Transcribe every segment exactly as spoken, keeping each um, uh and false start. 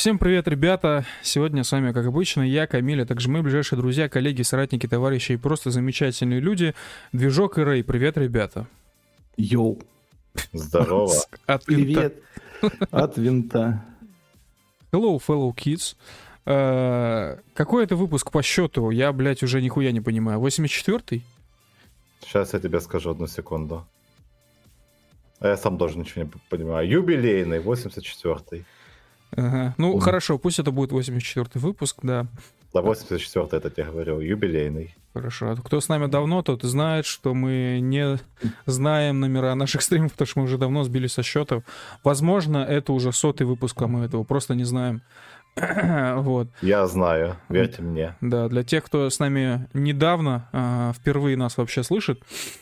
Всем привет, ребята! Сегодня с вами, как обычно, я, Камиль, а также мои ближайшие друзья, коллеги, соратники, товарищи и просто замечательные люди. Движок и Рэй. Привет, ребята! Йоу! Здорово! От Привет! От винта. Hello, fellow kids. Uh, какой это выпуск по счету? Я, блядь, уже нихуя не понимаю. восемьдесят четвёртый? Сейчас я тебе скажу, одну секунду. А я сам тоже ничего не понимаю. Юбилейный, восемьдесят четвёртый. Ага. Ну, Ой. Хорошо, пусть это будет восемьдесят четвёртый выпуск, да. Да, восемьдесят четвёртый, это я говорил, юбилейный. Хорошо. Кто с нами давно, тот знает, что мы не знаем номера наших стримов, потому что мы уже давно сбились со счетов. Возможно, это уже сотый выпуск, а мы этого просто не знаем. Вот. Я знаю, верьте мне. Да, для тех, кто с нами недавно, а, впервые нас вообще слышит,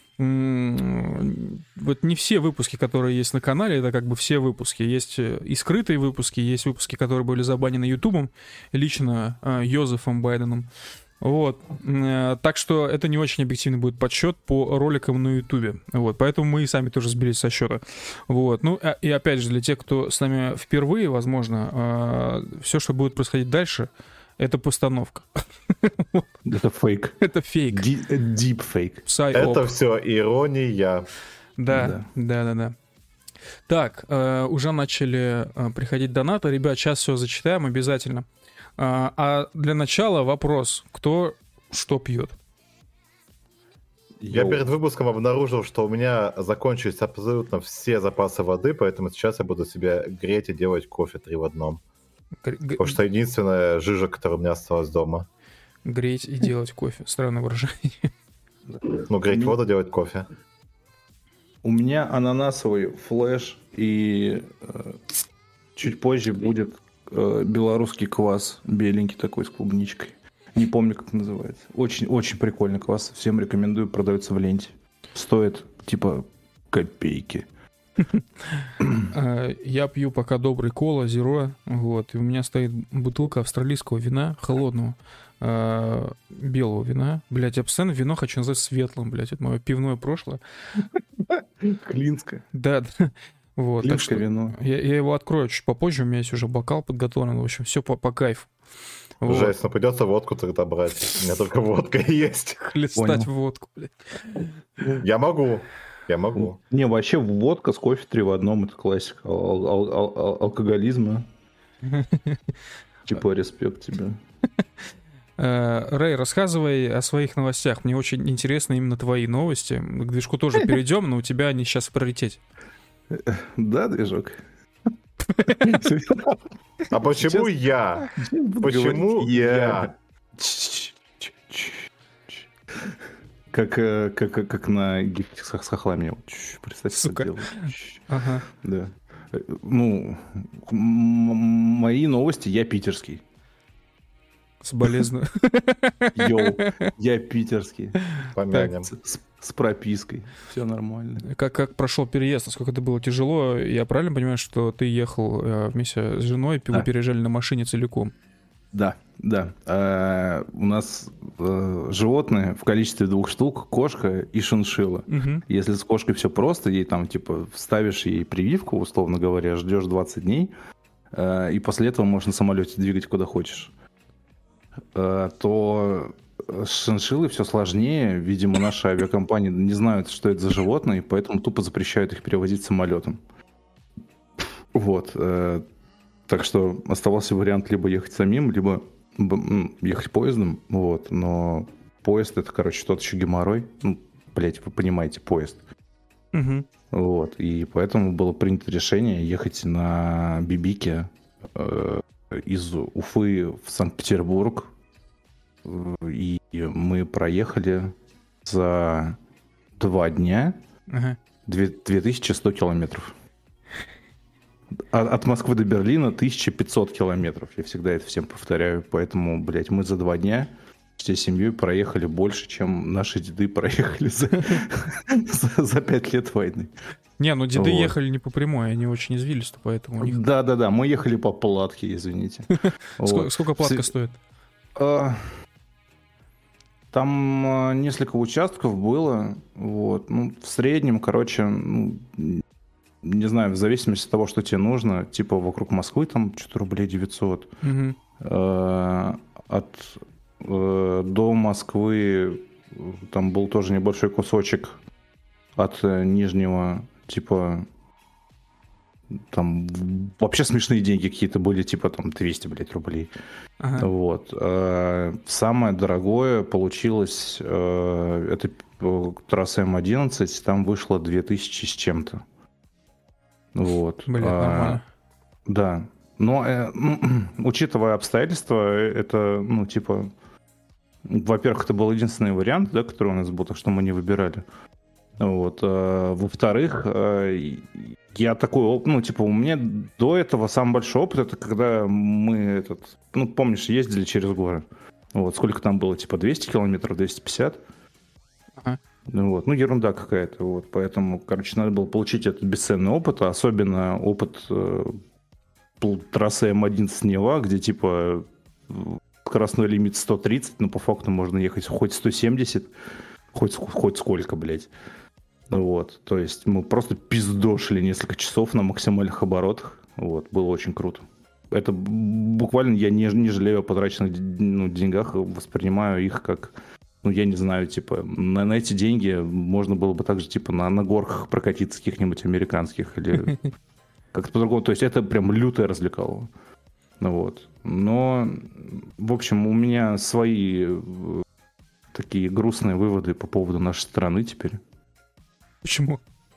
м- вот не все выпуски, которые есть на канале, это как бы все выпуски. Есть и скрытые выпуски, есть выпуски, которые были забанены Ютубом, лично а, Йозефом Байденом. Вот. Так что это не очень объективный будет подсчет по роликам на Ютубе. Вот. Поэтому мы и сами тоже сбились со счета. Вот. Ну, и опять же, для тех, кто с нами впервые, возможно, все, что будет происходить дальше, это постановка. Это фейк. Это фейк. Deep фейк. Это все ирония. Да, да, да, да. Так, уже начали приходить донаты. Ребят, сейчас все зачитаем обязательно. А, а для начала вопрос, кто что пьет? Я перед выпуском обнаружил, что у меня закончились абсолютно все запасы воды, поэтому сейчас я буду себе греть и делать кофе три в одном. Г- Потому что единственная жижа, которая у меня осталась дома. Греть и делать кофе. Странное выражение. Ну, греть воду, делать кофе. У меня ананасовый флеш, и э, чуть позже будет белорусский квас, беленький такой, с клубничкой. Не помню, как называется. Очень-очень прикольный квас. Всем рекомендую, продается в ленте. Стоит, типа, копейки. Я пью пока добрый кола, зеро. Вот. И у меня стоит бутылка австралийского вина, холодного, белого вина. Блять, я постоянно вино хочу назвать светлым, блять. Это мое пивное прошлое. Клинское. Да, да. Вот, так что вино. Я, я его открою чуть попозже, у меня есть уже бокал подготовлен, в общем, все по, по кайфу. Вот. Жесть, но придется водку тогда брать. У меня только водка есть. Хлестать водку, блядь. Я могу, я могу. Не, вообще водка с кофе три в одном, это классика ал- ал- ал- алкоголизма. Типа, респект тебе. Рэй, рассказывай о своих новостях. Мне очень интересны именно твои новости. К движку тоже перейдем, но у тебя они сейчас в приоритете. Да, движок? А почему я? Почему я? Как, как, как на гифте с хохлами. Представьте, сука. Делаю. Ага. Да. Ну, мои новости, я питерский. Соболезную. Йоу, я питерский. Помянем. С, с пропиской. Все нормально. Как, как прошел переезд? Насколько это было тяжело? Я правильно понимаю, что ты ехал э, вместе с женой, вы да. переезжали на машине целиком? Да, да. А, у нас а, животные в количестве двух штук, кошка и шиншилла. Угу. Если с кошкой все просто, ей там типа ставишь ей прививку, условно говоря, ждешь двадцать дней, а, и после этого можешь на самолете двигать куда хочешь. То с шиншиллой все сложнее. Видимо, наши авиакомпании не знают, что это за животные, поэтому тупо запрещают их перевозить самолетом. Вот. Так что оставался вариант либо ехать самим, либо ехать поездом. Вот. Но поезд — это, короче, тот еще геморрой. Ну, блять, вы понимаете, поезд. Угу. Вот. И поэтому было принято решение ехать на Бибике из Уфы в Санкт-Петербург, и мы проехали за два дня ага. две тысячи сто километров. От Москвы до Берлина тысяча пятьсот километров. Я всегда это всем повторяю. Поэтому, блядь, мы за два дня всей семьей проехали больше, чем наши деды проехали за, за, за пять лет войны. Не, ну деды вот. Ехали не по прямой, они очень извилисты, поэтому у них... Да-да-да, мы ехали по платке, извините. Сколько платка стоит? Там несколько участков было. Вот. Ну, в среднем, короче, не знаю, в зависимости от того, что тебе нужно, типа вокруг Москвы там что-то рублей девятьсот. Угу. Э, от э, до Москвы там был тоже небольшой кусочек от э, Нижнего, типа там вообще смешные деньги какие-то были, типа там двести, блядь, рублей. Ага. Вот. Э, самое дорогое получилось, э, это трасса эм одиннадцать, там вышло две тысячи с чем-то. Вот. Блин, А, нормально. Да. Но, э, учитывая обстоятельства, это, ну, типа, во-первых, это был единственный вариант, да, который у нас был, так что мы не выбирали. Вот. А, во-вторых, я такой, ну, типа, у меня до этого самый большой опыт, это когда мы, этот, ну, помнишь, ездили через горы. Вот, сколько там было, типа, двести километров, двести пятьдесят? Ага. Вот, ну, ерунда какая-то, вот, поэтому, короче, надо было получить этот бесценный опыт, а особенно опыт э, трассы эм одиннадцать Нева, где, типа, скоростной лимит сто тридцать, но по факту можно ехать хоть сто семьдесят, хоть, хоть сколько, блядь. Вот, то есть мы просто пиздошили несколько часов на максимальных оборотах, вот, было очень круто. Это буквально, я не, не жалею о потраченных, ну, деньгах, воспринимаю их как, ну, я не знаю, типа, на, на эти деньги можно было бы также, типа, на, на горках прокатиться каких-нибудь американских или как-то по-другому. То есть это прям лютое развлекало. Вот. Но, в общем, у меня свои такие грустные выводы по поводу нашей страны теперь. Почему?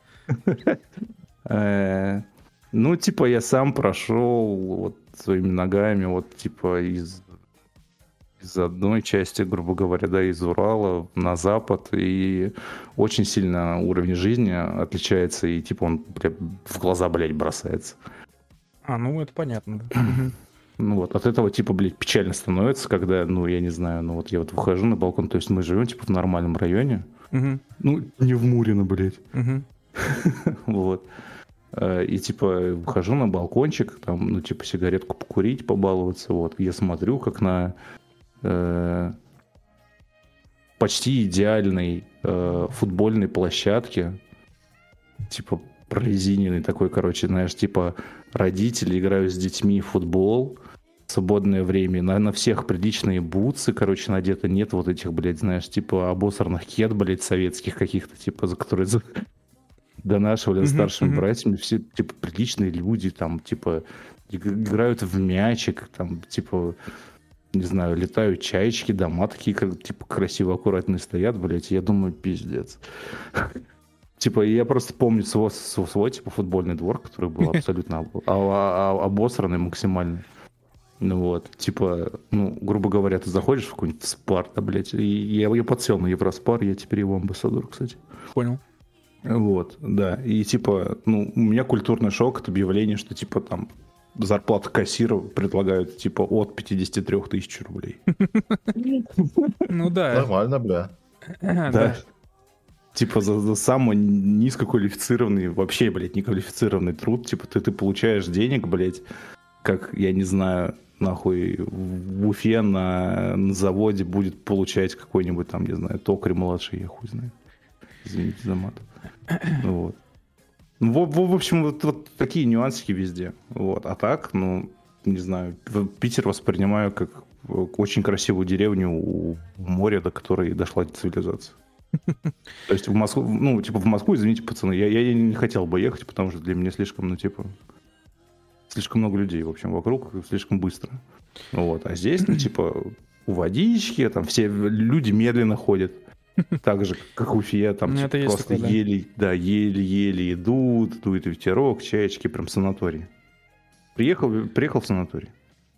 Ну, типа, я сам прошел вот своими ногами, вот, типа, из, из одной части, грубо говоря, да, из Урала на запад, и очень сильно уровень жизни отличается, и, типа, он, бля, в глаза, блядь, бросается. А, ну, это понятно, да. Ну вот, от этого, типа, блядь, печально становится, когда, ну, я не знаю, ну, вот я вот выхожу на балкон, то есть мы живем, типа, в нормальном районе, Угу. ну, не в Мурино, блядь. Угу. Вот. И, типа, выхожу на балкончик, там, ну, типа, сигаретку покурить, побаловаться, вот. Я смотрю, как на э, почти идеальной э, футбольной площадке, типа, прорезиненный такой, короче, знаешь, типа, родители играют с детьми в футбол, в свободное время, на, на всех приличные бутсы, короче, надето, нет вот этих, блядь, знаешь, типа, обосранных кед, блядь, советских каких-то, типа, за которые донашивали uh-huh, старшими uh-huh. братьями, все, типа, приличные люди, там, типа, играют в мячик, там, типа, не знаю, летают чаечки, дома такие, типа, красиво, аккуратные стоят, блядь, я думаю, пиздец. Типа, я просто помню свой, свой, свой типа, футбольный двор, который был абсолютно обосранный максимально. Ну вот, типа, ну, грубо говоря, ты заходишь в какой-нибудь спар, да, блядь, и я, я подсел на Евроспар, я теперь его амбассадор, кстати. Понял. Вот, да, и типа, ну, у меня культурный шок от объявления, что типа там зарплата кассира предлагают типа от пятьдесят три тысячи рублей. Ну да. Нормально, бля. Да. Типа за, за самый низкоквалифицированный, вообще, блядь, неквалифицированный труд, типа ты, ты получаешь денег, блядь, как, я не знаю, нахуй в Уфе на, на заводе будет получать какой-нибудь там, не знаю, токарь-младший, я хуй знаю. Извините за мат. Вот. В, в, в общем, вот, вот такие нюансики везде. Вот. А так, ну, не знаю, Питер воспринимаю как очень красивую деревню у моря, до которой дошла цивилизация. То есть в Москву, ну, типа в Москву, извините, пацаны, я, я не хотел бы ехать, потому что для меня слишком, ну, типа, слишком много людей, в общем, вокруг, слишком быстро. Вот. А здесь, ну, типа, у водички, там все люди медленно ходят. Так же, как в Уфе, там типа, просто такое, еле, да, еле-еле идут, дует ветерок, чаечки, прям санаторий. Приехал, приехал в санаторий.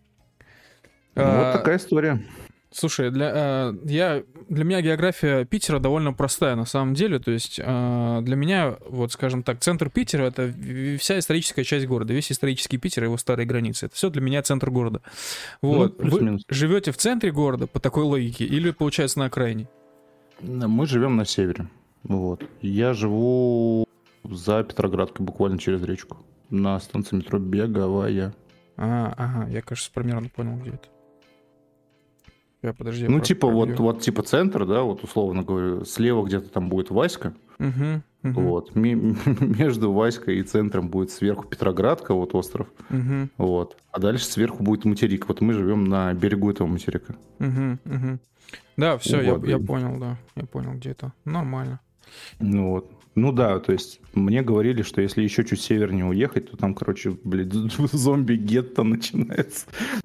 А, вот такая история. Слушай, для, я, для меня география Питера довольно простая на самом деле. То есть для меня, вот скажем так, центр Питера — это вся историческая часть города, весь исторический Питер и его старые границы. Это все для меня центр города. Вот. Ну, вы живете в центре города по такой логике или, получается, на окраине? Мы живем на севере. Вот. Я живу за Петроградкой, буквально через речку. На станции метро Беговая. А, ага, я, кажется, примерно понял, где это. Сейчас, подожди. Ну, типа вот, вот типа центр, да, вот условно говоря, слева где-то там будет Васька. Угу, угу. Вот. Между Васькой и центром будет сверху Петроградка, вот остров. Угу. Вот. А дальше сверху будет материк. Вот мы живем на берегу этого материка. Угу, угу. Да, все, вот. я, я понял, да. Я понял, где это. Нормально. Ну вот. Ну да, то есть мне говорили, что если еще чуть севернее уехать, то там, короче, блядь, зомби-гетто начинается.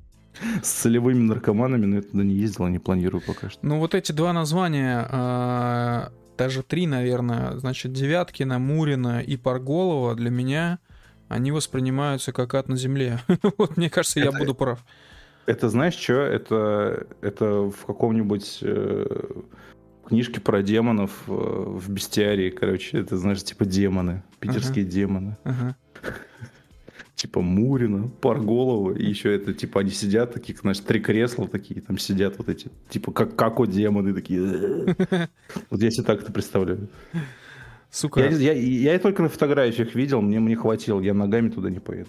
С целевыми наркоманами, но я туда не ездил, не планирую пока что. Ну вот эти два названия, э, даже три, наверное, значит, Девяткино, Мурино и Парголово для меня, они воспринимаются как ад на земле. Вот мне кажется, я буду прав. Это знаешь что? Это, это в каком-нибудь э, книжке про демонов э, в бестиарии, короче, это, знаешь, типа демоны, питерские ага. демоны. Ага. Типа Мурино, Парголово, и еще это, типа, они сидят, такие, знаешь, три кресла такие, там сидят вот эти, типа, как како-демоны такие. Вот я себе так это представляю. Сука. Я, я, я только на фотографиях видел, мне, мне хватило, я ногами туда не поеду.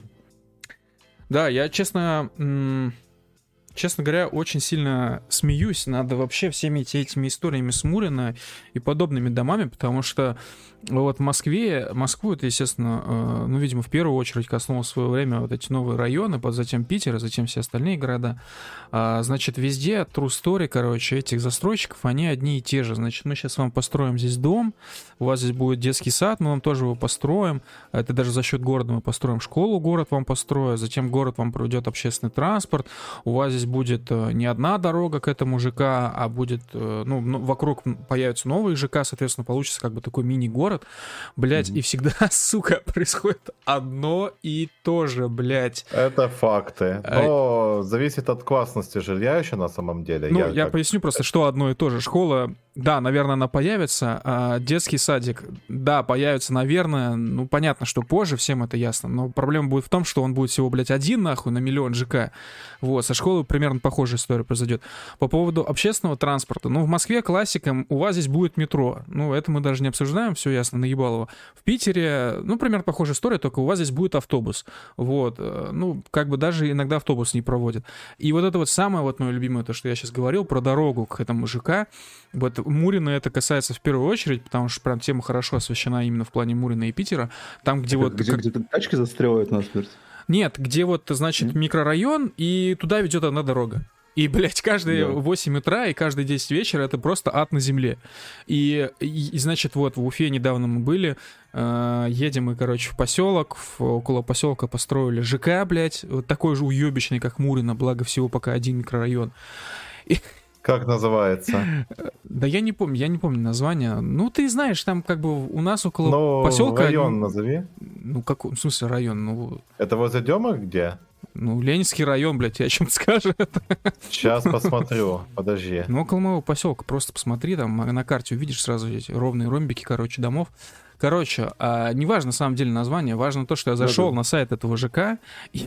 Да, я, честно, м- честно говоря, очень сильно смеюсь над вообще всеми этими историями с Мурино и подобными домами, потому что вот в Москве, Москву это, естественно, э, ну, видимо, в первую очередь коснулось в свое время вот эти новые районы, затем Питер, затем все остальные города. А, значит, везде true story, короче, этих застройщиков, они одни и те же. Значит, мы сейчас вам построим здесь дом, у вас здесь будет детский сад, мы вам тоже его построим. Это даже за счет города мы построим школу, город вам построит, затем город вам проведет общественный транспорт, у вас здесь будет не одна дорога к этому ЖК, а будет, ну, вокруг появятся новые ЖК, соответственно, получится как бы такой мини-город. Блять, mm-hmm. и всегда, сука, происходит одно и то же, блять. Это факты. Но а... зависит от классности жилья еще на самом деле. Ну, я, я как... поясню просто, что одно и то же. Школа, да, наверное, она появится. А детский садик, да, появится, наверное. Ну, понятно, что позже, всем это ясно. Но проблема будет в том, что он будет всего, блядь, один, нахуй, на миллион ЖК. Вот, со школы примерно похожая история произойдет. По поводу общественного транспорта. Ну, в Москве классиком у вас здесь будет метро. Ну, это мы даже не обсуждаем, все ясно, наебалово. В Питере, ну, примерно похожая история, только у вас здесь будет автобус. Вот. Ну, как бы даже иногда автобус не проводят. И вот это вот самое вот мое любимое, то, что я сейчас говорил, про дорогу к этому ЖК. Вот Мурино это касается в первую очередь, потому что прям тема хорошо освещена именно в плане Мурино и Питера. Там, где а вот... Где, как... где тачки застревают насмерть? Нет, где вот, значит, mm-hmm. микрорайон, и туда ведет одна дорога. И, блядь, каждые yeah. восемь утра и каждые десять вечера это просто ад на земле. И, и, и значит, вот в Уфе недавно мы были, э, едем мы, короче, в поселок, в, около поселка построили ЖК, блядь, вот такой же уебищный, как Мурино, благо всего пока один микрорайон. И... Как называется? Да я не помню, я не помню название. Ну, ты знаешь, там как бы у нас около ну, поселка... район ну, назови. Ну, как, в смысле район? Ну... Это возле Демок где? Ну, Ленинский район, блядь, я о чем скажу. Сейчас посмотрю, подожди. Ну, около моего поселка, просто посмотри, там на карте увидишь сразу эти ровные ромбики, короче, домов. Короче, а, не важно на самом деле название, важно то, что я зашел да, на сайт этого ЖК и...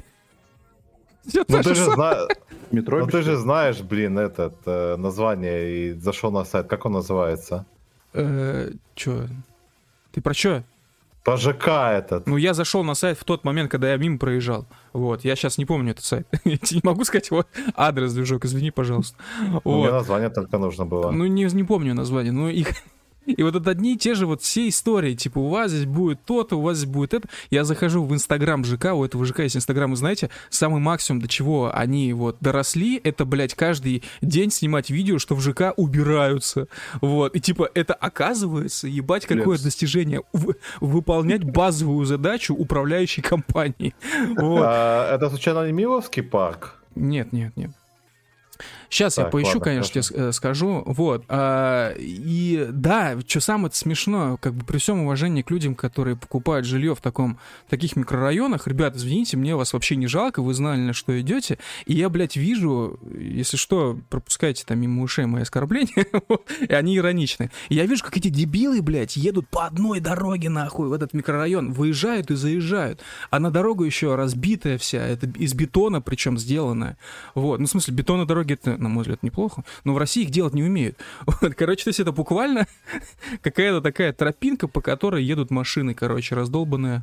Ну ты, же зна... Метро, ну ты же знаешь, блин, этот э, название и зашел на сайт. Как он называется? Э, чё? Ты про чё? Про ЖК этот. Ну я зашел на сайт в тот момент, когда я мимо проезжал. Вот, я сейчас не помню этот сайт. Я не могу сказать его адрес, движок, извини, пожалуйста. Ну, вот. Мне название только нужно было. Ну не, не помню название, но их... И вот это одни и те же вот все истории, типа у вас здесь будет то-то, у вас здесь будет это. Я захожу в Инстаграм ЖК, у этого ЖК есть Инстаграм, и знаете, самый максимум, до чего они вот доросли, это, блядь, каждый день снимать видео, что в ЖК убираются. Вот, и типа это оказывается, ебать, какое Лепс. достижение, в- выполнять базовую задачу управляющей компании. Вот. А, это случайно не Миловский парк? Нет, нет, нет. Сейчас так, я поищу, ладно, конечно, хорошо. тебе скажу. Вот. А, и да, что самое смешное, как бы при всем уважении к людям, которые покупают жилье в таком, в таких микрорайонах, ребят, извините, мне вас вообще не жалко, вы знали, на что идете. И я, блядь, вижу, если что, пропускайте там мимо ушей мои оскорбления, и они ироничны. И я вижу, как эти дебилы, блядь, едут по одной дороге, нахуй, в этот микрорайон, выезжают и заезжают. А на дорогу еще разбитая вся, это из бетона причем сделанная. Вот. Ну, в смысле, бетонные дороги, это, на мой взгляд, неплохо, но в России их делать не умеют. Вот, короче, то есть это буквально какая-то такая тропинка, по которой едут машины, короче, раздолбанные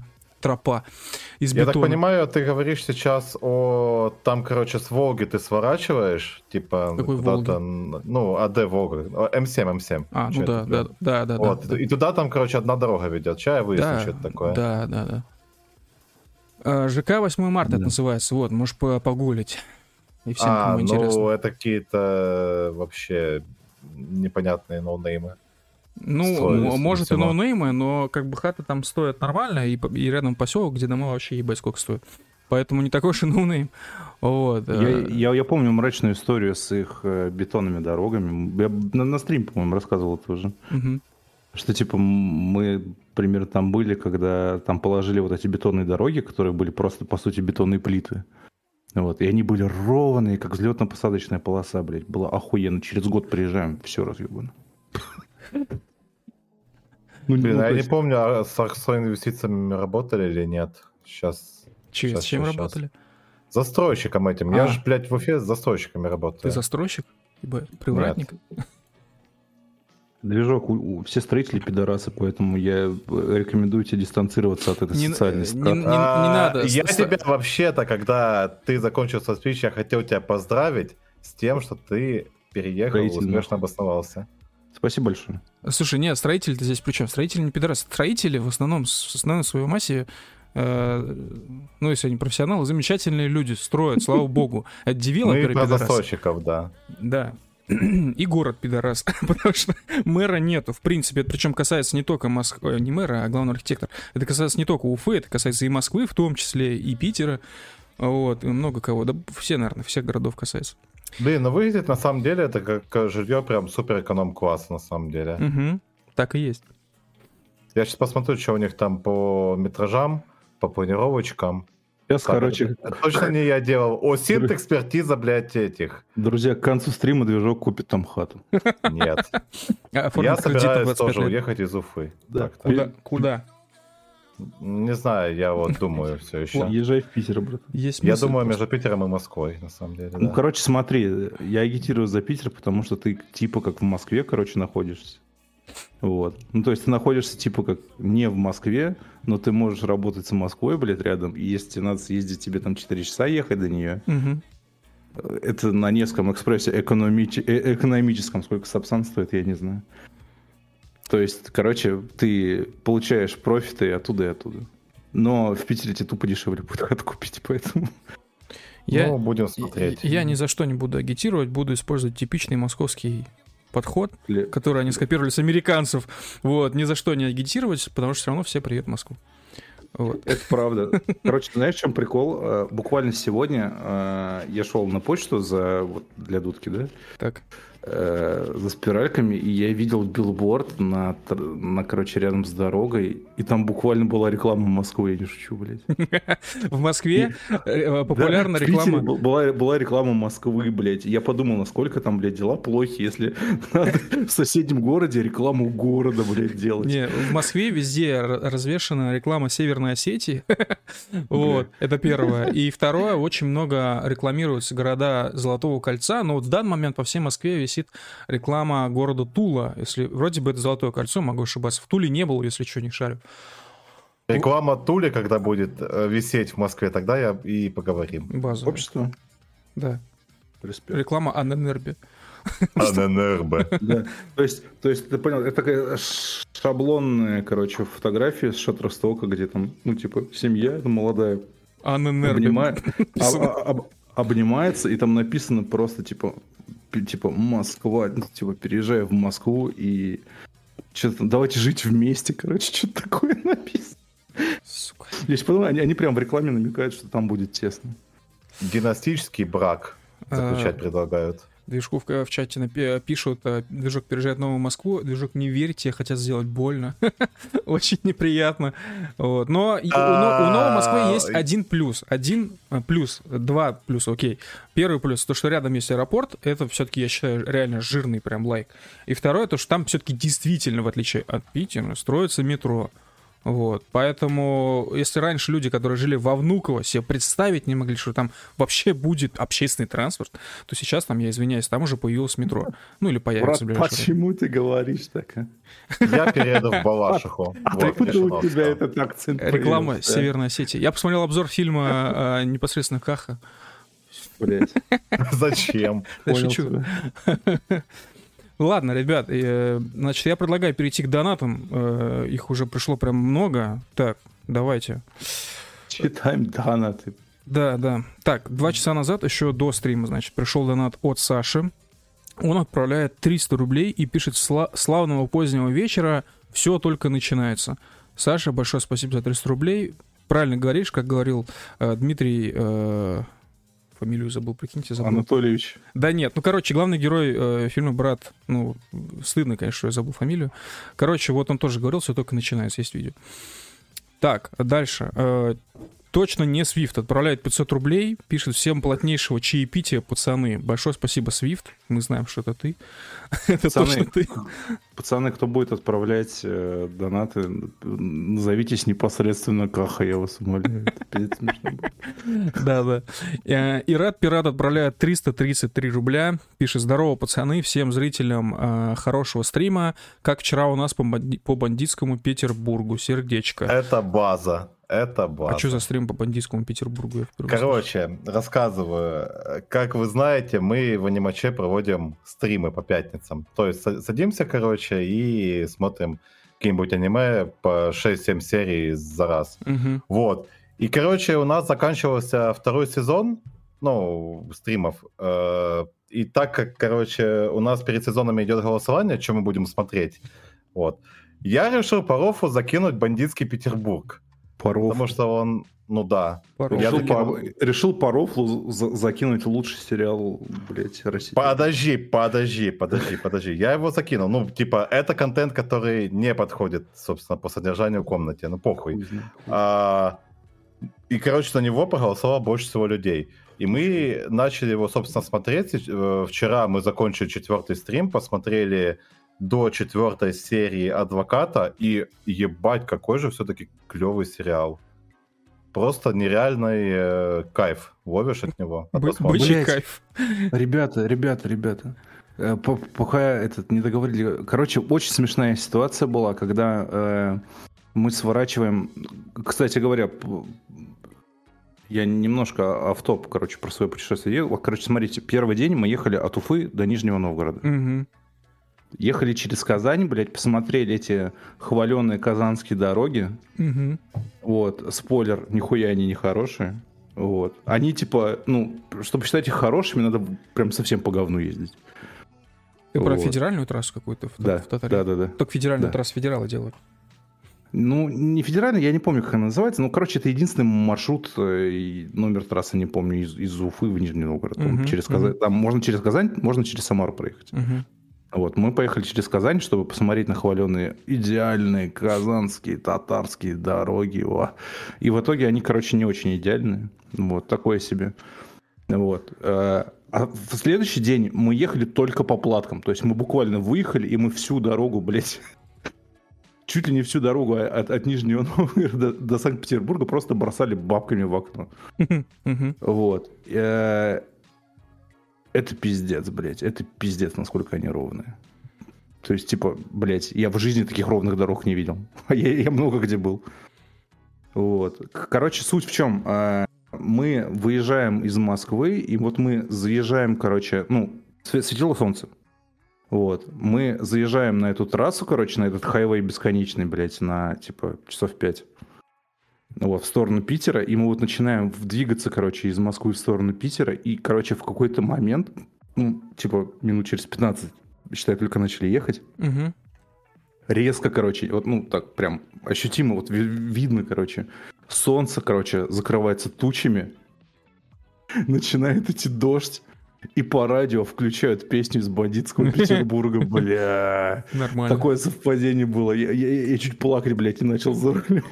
тропа из Я бетона. так понимаю, ты говоришь сейчас о... Там, короче, с Волги ты сворачиваешь, типа, Какой куда-то... Ну, АД Волга. эм семь, эм семь. А, ну да, да, да, да, вот. да. И туда там, короче, одна дорога ведет. Чай выясню, да, что это такое. Да, да, да. А, ЖК восьмое марта да. это называется. Вот, можешь погуглить. И всем, а, кому ну, интересно. это какие-то вообще непонятные ноунеймы. Ну, Строились, может и ноунеймы, но как бы хаты там стоят нормально, и, и рядом поселок, где дома вообще ебать сколько стоят. Поэтому не такой уж и ноунейм. Вот. Я, я, я помню мрачную историю с их э, бетонными дорогами. Я на, на стриме, по-моему, рассказывал тоже. Угу. Что, типа, мы примерно там были, когда там положили вот эти бетонные дороги, которые были просто, по сути, бетонные плиты. Вот, и они были ровные, как взлетно-посадочная полоса, блядь. Было охуенно. Через год приезжаем, все разъебано. Ну, Блин, ну, я есть... не помню, а с Арсо инвестициями работали или нет. Сейчас. Через сейчас, чем сейчас. работали? Застройщиком этим. А. Я же, блядь, в Уфе с застройщиками работаю. Ты застройщик? Ибо привратник? Нет. Движок, у, у, все строители пидорасы, поэтому я рекомендую тебе дистанцироваться от этой не, социальной не, не, не, не надо. Я С... тебя вообще-то, когда ты закончил со спичи, я хотел тебя поздравить с тем, что ты переехал и успешно обосновался. Спасибо большое. Слушай, нет, строители-то здесь при чем? Строители не пидорасы. Строители в основном, в основной своей массе, э, ну, если они профессионалы, замечательные люди, строят, слава богу. Это девелоперы пидорасы. Ну и про застройщиков, да. Да. И город пидорас, потому что мэра нету, в принципе, это причем касается не только Москвы, не мэра, а главного архитектора, это касается не только Уфы, это касается и Москвы в том числе, и Питера, вот, и много кого, да все, наверное, всех городов касается. Блин, ну выглядит на самом деле это как жилье прям супер эконом-класс на самом деле. Угу, так и есть. Я сейчас посмотрю, что у них там по метражам, по планировочкам. Сейчас, так, короче... Это, это точно не я делал. О, синт-экспертиза, блядь, этих. Друзья, к концу стрима движок купит там хату. Нет. Я собираюсь тоже уехать из Уфы. Куда? Куда? Не знаю, я вот думаю все еще. Езжай в Питер, брат. Я думаю между Питером и Москвой, на самом деле. Ну, короче, смотри, я агитирую за Питер, потому что ты типа как в Москве, короче, находишься. Вот. Ну, то есть ты находишься типа как не в Москве, но ты можешь работать с Москвой, блядь, рядом, и если тебе надо съездить, тебе там четыре часа ехать до нее, угу. Это на Невском экспрессе экономич... э- экономическом, сколько Сапсан стоит, я не знаю. То есть, короче, ты получаешь профиты оттуда и оттуда. Но в Питере тебе тупо дешевле будет хату купить, поэтому... Я, ну, будем смотреть. Я, я ни за что не буду агитировать, буду использовать типичный московский подход, Ле... который они скопировали с американцев. Вот, ни за что не агитировать, потому что все равно все приедут в Москву. Вот. Это правда. Короче, знаешь, в чем прикол? Буквально сегодня я шел на почту за вот, для дудки, да? Так. За спиральками, и я видел билборд на, на, короче, рядом с дорогой, и там буквально была реклама Москвы, я не шучу, блядь. В Москве популярна реклама... была, была реклама Москвы, блядь. Я подумал, насколько там, блядь, дела плохи, если надо в соседнем городе рекламу города, блядь, делать. Не, в Москве везде развешена реклама Северной Осетии. Вот, это первое. И второе, очень много рекламируются города Золотого кольца, но вот в данный момент по всей Москве висит реклама города Тула. Если вроде бы это Золотое кольцо, могу ошибаться. В Туле не было, если что, не шарю. Реклама Туле, когда будет висеть в Москве, тогда я и поговорим. Базовое. Общество? Да. Респект. Реклама Анэнербе. Анэнербе. Да. То есть, то есть, ты понял, это такая шаблонная, короче, фотография с Шаттерстока, где там, ну, типа, семья молодая. Анэнербе. Обнимается, и там написано просто, типа, типа, Москва, типа, переезжаю в Москву и что-то, давайте жить вместе, короче, что-то такое написано. Сука. Я сейчас подумал, они, они прям в рекламе намекают, что там будет тесно. Династический брак заключать предлагают. Движку в, в чате напи- пишут, движок переезжает в Новую Москву, движок не верьте, хотят сделать больно. Очень неприятно. Вот. Но у, у Новой Москвы есть один плюс. Один плюс, два плюс, окей. Первый плюс, то, что рядом есть аэропорт, это все-таки, я считаю, реально жирный прям лайк. И второе, то, что там все-таки действительно, в отличие от Питера, строится метро. Вот, поэтому, если раньше люди, которые жили во Внуково, себе представить не могли, что там вообще будет общественный транспорт, то сейчас там, я извиняюсь, там уже появилось метро. Ну, или появится. Брат, почему ты говоришь так, а? Я перееду в Балашиху. Откуда у тебя этот акцент? Реклама Северной Осетии. Я посмотрел обзор фильма непосредственно Каха. Блять. Зачем? Я шучу. Ладно, ребят, значит, я предлагаю перейти к донатам. Их уже пришло прям много. Так, давайте. Читаем донаты. Да, да. Так, два часа назад, еще до стрима, значит, пришел донат от Саши. Он отправляет триста рублей и пишет: славного позднего вечера, все только начинается. Саша, большое спасибо за триста рублей. Правильно говоришь, как говорил э, Дмитрий... Э, фамилию забыл, прикиньте, забыл. Анатольевич. Да нет, ну, короче, главный герой э, фильма «Брат», ну, стыдно, конечно, что я забыл фамилию. Короче, вот он тоже говорил, все только начинается, есть видео. Так, дальше. Э, точно не Свифт. Отправляет пятьсот рублей, пишет: всем плотнейшего чаепития, пацаны. Большое спасибо, Свифт. Мы знаем, что это ты. Это точно ты. Пацаны, кто будет отправлять э, донаты, назовитесь непосредственно Каха, я вас умоляю. Это смешно было. Да, да. Ират Пират отправляет триста тридцать три рубля. Пишет: здорово, пацаны, всем зрителям э, хорошего стрима. Как вчера у нас по, банди- по бандитскому Петербургу. Сердечко. Это база. Это база. А что за стрим по бандитскому Петербургу? Я Короче, слышу. Рассказываю. Как вы знаете, мы в анимаче проводим стримы по пятницам. То есть садимся, короче, и смотрим какие-нибудь аниме по шесть-семь серий за раз. Угу. Вот. И, короче, у нас заканчивался второй сезон, ну, стримов. И так как, короче, у нас перед сезонами идет голосование, что мы будем смотреть, вот, я решил по рофу закинуть «Бандитский Петербург». По Потому что он, ну да. Я решил, по, решил по рофлу за, закинуть лучший сериал, блядь, России. Подожди, подожди, подожди, подожди. Я его закинул. Ну, типа, это контент, который не подходит, собственно, по содержанию в комнате. Ну, похуй. А, и, короче, на него проголосовало больше всего людей. И мы начали его, собственно, смотреть. Вчера мы закончили четвертый стрим, посмотрели до четвертой серии «Адвоката», и ебать, какой же все-таки клевый сериал. Просто нереальный э, кайф ловишь от него. Бычий кайф. Ребята, ребята, ребята, э, пока этот не договорили. Короче, очень смешная ситуация была, когда э, мы сворачиваем... Кстати говоря, я немножко автоп, короче, про свое путешествие. Короче, смотрите, первый день мы ехали от Уфы до Нижнего Новгорода. Угу. Ехали через Казань, блядь, посмотрели эти хваленые казанские дороги. Угу. Вот, спойлер, нихуя они не хорошие. Вот. Они типа, ну, чтобы считать их хорошими, надо прям совсем по говну ездить. Ты вот. Про федеральную трассу какую-то в, да, в Татаре? Да, да, да. Только федеральную да. трассу федералы делают. Ну, не федеральная, я не помню, как она называется. Ну, короче, это единственный маршрут, и номер трассы не помню, из, из Уфы в Нижний Новгород. Uh-huh, через Казань. Uh-huh. Там можно через Казань, можно через Самару проехать. Uh-huh. Вот, мы поехали через Казань, чтобы посмотреть на хваленые идеальные казанские, татарские дороги. О. И в итоге они, короче, не очень идеальные. Вот, такое себе. Вот. А в следующий день мы ехали только по платкам. То есть мы буквально выехали, и мы всю дорогу, блядь, чуть ли не всю дорогу от, от Нижнего Новгорода до, до Санкт-Петербурга просто бросали бабками в окно. Вот. Это пиздец, блядь. Это пиздец, насколько они ровные. То есть, типа, блядь, я в жизни таких ровных дорог не видел. Я, я много где был. Вот. Короче, суть в чем? Мы выезжаем из Москвы, и вот мы заезжаем, короче, ну, светило солнце. Вот. Мы заезжаем на эту трассу, короче, на этот хайвей бесконечный, блядь, на, типа, часов пять. Вот, в сторону Питера, и мы вот начинаем двигаться, короче, из Москвы в сторону Питера, и, короче, в какой-то момент, ну, типа, минут через пятнадцать, считай, только начали ехать, угу. резко, короче, вот, ну, так прям ощутимо, вот видно, короче, солнце, короче, закрывается тучами, начинает идти дождь, и по радио включают песню из «Бандитского Петербурга», бля. Нормально. Такое совпадение было. Я, я, я чуть плакать, блядь, не начал за рулем.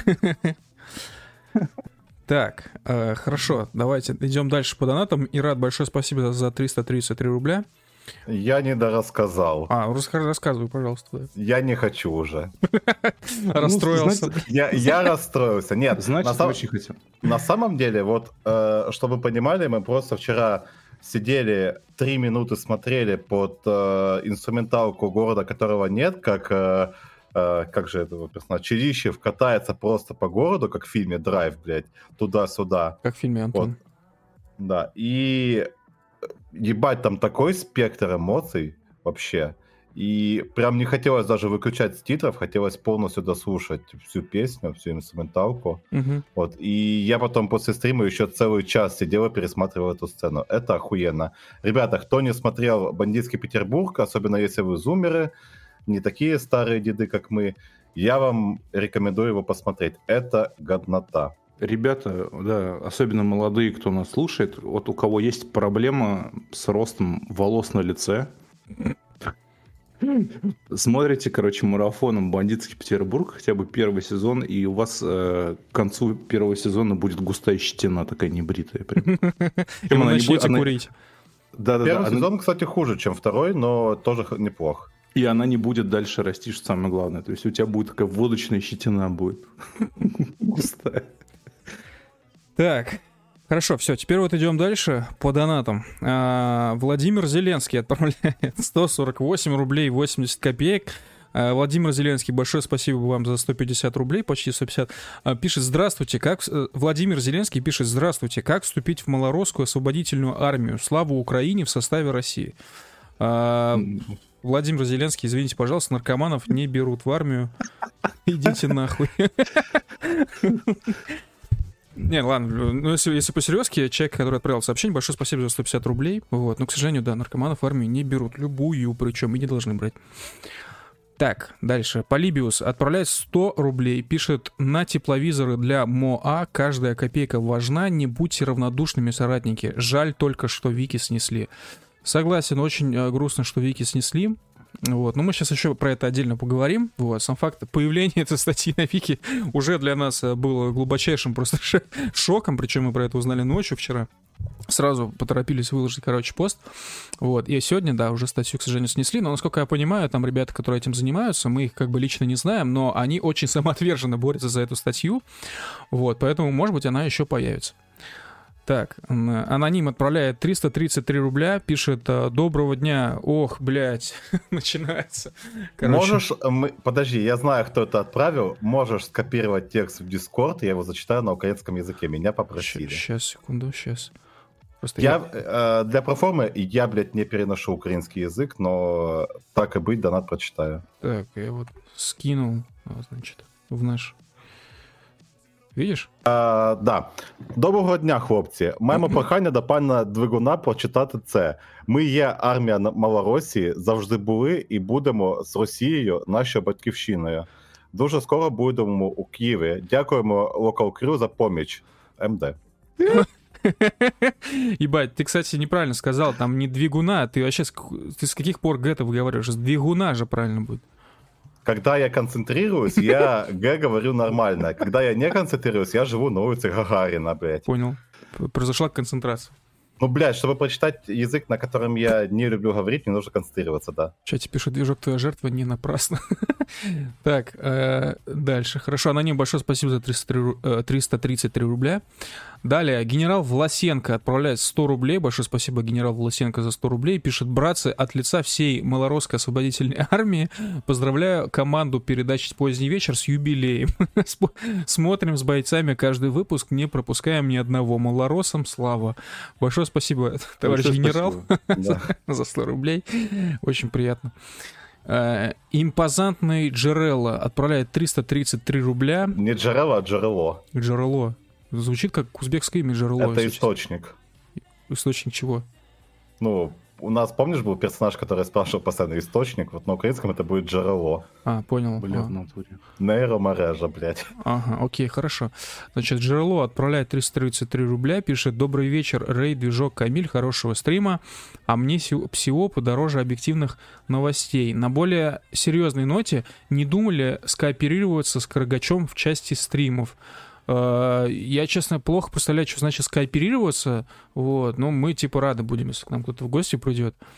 Так, э, хорошо, давайте идем дальше по донатам. Ират, большое спасибо за триста тридцать три рубля. Я не дорассказал. А, рассказывай, пожалуйста. Я не хочу уже. Расстроился. Я расстроился. Нет, значит, я очень хотел. На самом деле, вот, чтобы вы понимали, мы просто вчера сидели три минуты, смотрели под инструменталку города, которого нет, как... как же это персонаж? Чирищев катается просто по городу, как в фильме «Драйв», блядь, туда-сюда. Как в фильме «Антон». Вот. Да, и ебать, там такой спектр эмоций вообще. И прям не хотелось даже выключать с титров, хотелось полностью дослушать всю песню, всю инструменталку. Угу. Вот. И я потом после стрима еще целый час сидел и пересматривал эту сцену. Это охуенно. Ребята, кто не смотрел «Бандитский Петербург», особенно если вы зумеры, не такие старые деды, как мы, я вам рекомендую его посмотреть. Это годнота. Ребята, да, особенно молодые, кто нас слушает, вот у кого есть проблема с ростом волос на лице, смотрите, короче, марафоном «Бандитский Петербург», хотя бы первый сезон, и у вас э, к концу первого сезона будет густая щетина такая небритая. И вы начнете курить. Первый сезон, кстати, хуже, чем второй, но тоже неплох. И она не будет дальше расти, что самое главное. То есть у тебя будет такая водочная щетина будет. Густая. Так, хорошо, все, теперь вот идем дальше по донатам. А, Владимир Зеленский отправляет сто сорок восемь рублей восемьдесят копеек. А, Владимир Зеленский, большое спасибо вам за сто пятьдесят рублей, почти сто пятьдесят. А, пишет: здравствуйте, как... Владимир Зеленский пишет: здравствуйте, как вступить в малоросскую освободительную армию? Слава Украине в составе России. А, Владимир Зеленский, извините, пожалуйста, наркоманов не берут в армию. Идите нахуй. Не, ладно, ну если, если по-серьезки, человек, который отправил сообщение, большое спасибо за сто пятьдесят рублей. Вот. Но, к сожалению, да, наркоманов в армию не берут. Любую, причем, и не должны брать. Так, дальше. Полибиус отправляет сто рублей. Пишет: на тепловизоры для МОА каждая копейка важна. Не будьте равнодушными, соратники. Жаль только, что Вики снесли. Согласен, очень э, грустно, что Вики снесли. Вот. Но мы сейчас еще про это отдельно поговорим. Вот. Сам факт появления этой статьи на Вики уже для нас было глубочайшим просто шоком. Причем мы про это узнали ночью вчера. Сразу поторопились выложить, короче, пост. Вот. И сегодня, да, уже статью, к сожалению, снесли. Но, насколько я понимаю, там ребята, которые этим занимаются, мы их как бы лично не знаем, но они очень самоотверженно борются за эту статью. Вот. Поэтому, может быть, она еще появится. Так, аноним отправляет триста тридцать три рубля, пишет: доброго дня. Ох, блядь, начинается. Короче. Можешь, мы, подожди, я знаю, кто это отправил. Можешь скопировать текст в Discord, я его зачитаю на украинском языке. Меня попросили. Сейчас, секунду, сейчас. Просто я, я... Э, для проформы я, блядь, не переношу украинский язык, но так и быть, донат прочитаю. Так, я вот скинул, значит, в наш... Видиш? А, да. Доброго дня, хлопці. Маємо прохання до пана Двигуна прочитати це. Ми є армія Малоросії, завжди були і будемо з Росією, нашою батьківщиною. Дуже скоро будемо у Києві. Дякуємо Local Crew за поміч. МД. Ебать, ты, кстати, неправильно сказал, там не Двигуна, ты вообще с, ты с каких пор Г-то выговариваешь? С Двигуна же правильно будет. Когда я концентрируюсь, я Г говорю нормально. Когда я не концентрируюсь, я живу на улице Гагарина, блядь. Понял. Произошла концентрация. Ну, блядь, чтобы прочитать язык, на котором я не люблю говорить, мне нужно концентрироваться, да. В чате пишет: движок, твоя жертва не напрасно. Так, дальше. Хорошо, аноним, большое спасибо за триста тридцать три рубля. Далее, генерал Власенко отправляет сто рублей. Большое спасибо, генерал Власенко, за сто рублей. Пишет: братцы, от лица всей Малоросской освободительной армии поздравляю команду передачи «Поздний вечер» с юбилеем. Смотрим с бойцами каждый выпуск, не пропускаем ни одного. Малоросам слава. Большое спасибо, товарищ Большое генерал, спасибо. за, за сто рублей. Очень приятно. Uh, импозантный Джерелло отправляет триста тридцать три рубля. Не Джерелло, а Джерелло. Джерелло. Звучит как узбекское имя Джерелло. Это источник. Источник чего? Ну, у нас, помнишь, был персонаж, который спрашивал постоянно источник, вот на украинском это будет Джерелло. А, понял. Бля, а. в натуре. Нейромережа, блядь. Ага, окей, хорошо. Значит, Джерелло отправляет триста тридцать три рубля, пишет: добрый вечер, Рэй, Движок, Камиль, хорошего стрима, а мне всего подороже объективных новостей. На более серьезной ноте, не думали скооперироваться с Карагачом в части стримов? Я, честно, плохо представляю, что значит скооперироваться, вот, но мы, типа, рады будем, если к нам кто-то в гости придет.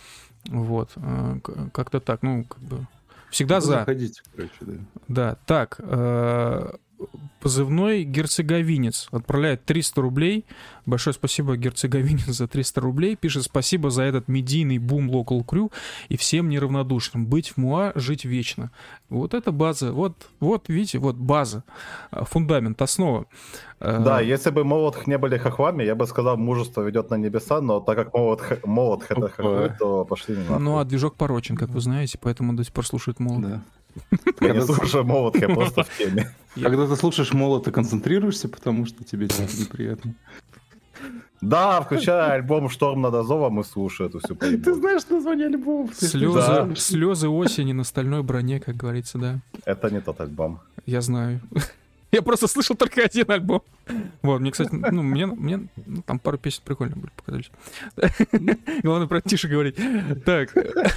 Вот, э, как-то так, ну, как бы, всегда Ну, за. заходите, короче, да. Да, так, э, позывной герцеговинец отправляет триста рублей. Большое спасибо, герцеговинец, за триста рублей. Пишет: спасибо за этот медийный бум Local Crew и всем неравнодушным. Быть в МУА, жить вечно. Вот это база, вот, вот видите, вот база, фундамент, основа. Да, если бы молот не были хохвами, я бы сказал, мужество ведет на небеса, но так как молот, молот это хохвы, то пошли на Ну, а движок порочен, как вы знаете, поэтому до сих пор слушают молот. Да. Я не слушаю молот, я просто в теме. Когда ты слушаешь молот, ты концентрируешься, потому что тебе неприятно. Да, включая альбом «Шторм над Азовом» и слушаю эту всю поебу. Ты знаешь название альбома? Слезы, Да. слезы осени на стальной броне, как говорится, да. Это не тот альбом. Я знаю. Я просто слышал только один альбом. Вот, мне, кстати, ну, мне, мне ну, там пару песен прикольно были, показались. Главное, про это тише говорить. Так.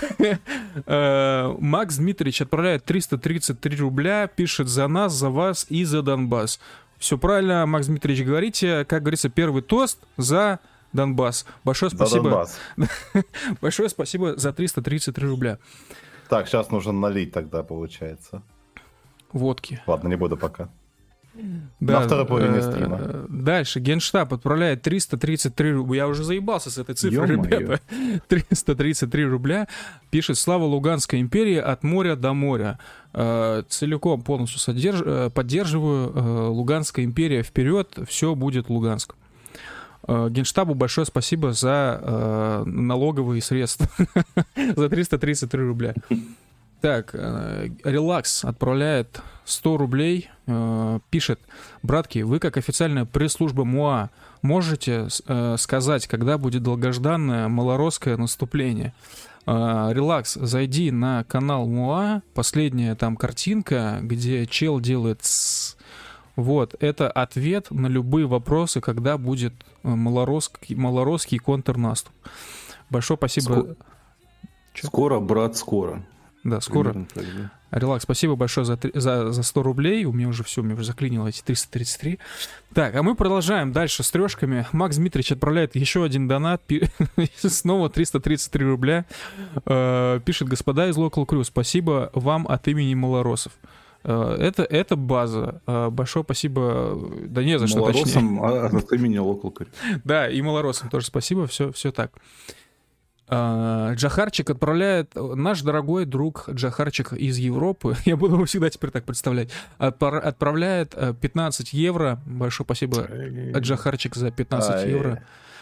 Э, Макс Дмитриевич отправляет триста тридцать три рубля, пишет: за нас, за вас и за Донбасс. Все правильно, Макс Дмитриевич, говорите. Как говорится, первый тост за Донбасс. Большое За спасибо. Донбасс. Большое спасибо за триста тридцать три рубля. Так, сейчас нужно налить тогда, получается. Водки. Ладно, не буду пока. Да, На второй половине э, стрима. Дальше. Генштаб отправляет триста тридцать три рубля. Я уже заебался с этой цифрой, Ё-моё. ребята. триста тридцать три рубля. Пишет: слава Луганской империи от моря до моря. Э, Целиком полностью содерж... э, поддерживаю. Э, Луганская империя вперед. Все будет Луганск. Э, Генштабу большое спасибо за э, налоговые средства. За триста тридцать три рубля. Так, э, Релакс отправляет сто рублей, э, пишет: братки, вы как официальная пресс-служба МУА можете э, сказать, когда будет долгожданное малоросское наступление? Э, Релакс, зайди на канал МУА, последняя там картинка, где чел делает «с». Вот, это ответ на любые вопросы, когда будет э, малоросский, малоросский контрнаступ. Большое спасибо. Скоро, Чё? скоро брат, скоро. Да, скоро. Примерно так, да. Релакс, спасибо большое за, три- за, за сто рублей. У меня уже все, меня уже заклинило эти триста тридцать три. Так, а мы продолжаем дальше с трешками. Макс Дмитриевич отправляет еще один донат. Пи- Снова триста тридцать три рубля. Э, Пишет: господа из Local Crew, спасибо вам от имени малоросов. Э, Это, это база. Э, Большое спасибо. Да не за что, точнее. Малоросом а, от имени Local Crew. Да, и малоросам тоже спасибо. Все, все так. А, Джахарчик отправляет, наш дорогой друг Джахарчик из Европы, я буду его всегда теперь так представлять, отпра- отправляет э, пятнадцать евро. Большое спасибо, Джахарчик, за пятнадцать Ай. евро.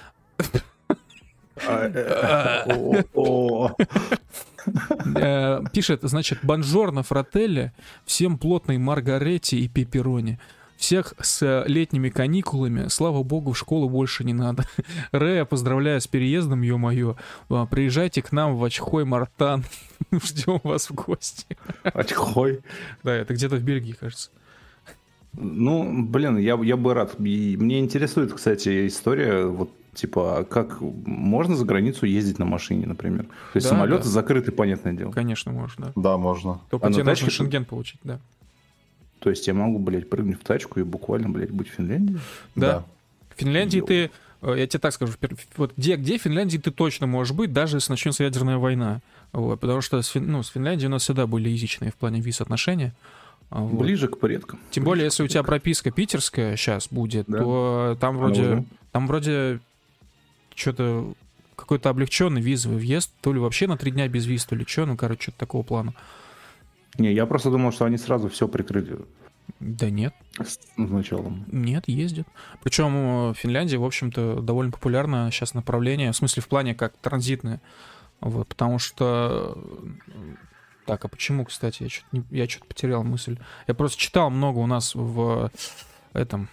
О, Э, Пишет, значит: бонжорно, фрателли, всем плотной маргаретти и пепперони. Всех с летними каникулами. Слава богу, в школу больше не надо. Рея, поздравляю с переездом, ё-моё. А, Приезжайте к нам в Очхой, Мартан. Ждем вас в гости. Очхой. Да, это где-то в Бельгии, кажется. Ну, блин, я, я бы рад. И мне интересует, кстати, история, вот, типа, как можно за границу ездить на машине, например. То есть Да, самолеты да. закрыты, понятное дело. Конечно, можно, да. Да, можно. Только А на тебе нужно тачке- шенген получить, да. То есть я могу, блядь, прыгнуть в тачку и буквально, блядь, быть в Финляндии? Да. В Финляндии Йоу. ты, э, я тебе так скажу, в пер- вот где, где в Финляндии ты точно можешь быть, даже если начнется ядерная война. Вот, потому что с, Фин- ну, с Финляндией у нас всегда были язычные в плане виз отношения. А, вот. Ближе к предкам. Тем более, если у тебя прописка питерская сейчас будет, Да. то там Она вроде, уже. там вроде что-то какой-то облегченный визовый въезд, то ли вообще на три дня без виз, то ли что, ну, короче, что-то такого плана. Не, я просто думал, что они сразу все прикрыли Да нет, с началом. нет, ездят. Причем Финляндия, в общем-то, довольно популярное сейчас направление, в смысле в плане как транзитное. Вот, потому что... Так, а почему, кстати, я что-то, не... я что-то потерял мысль. Я просто читал много у нас в этом...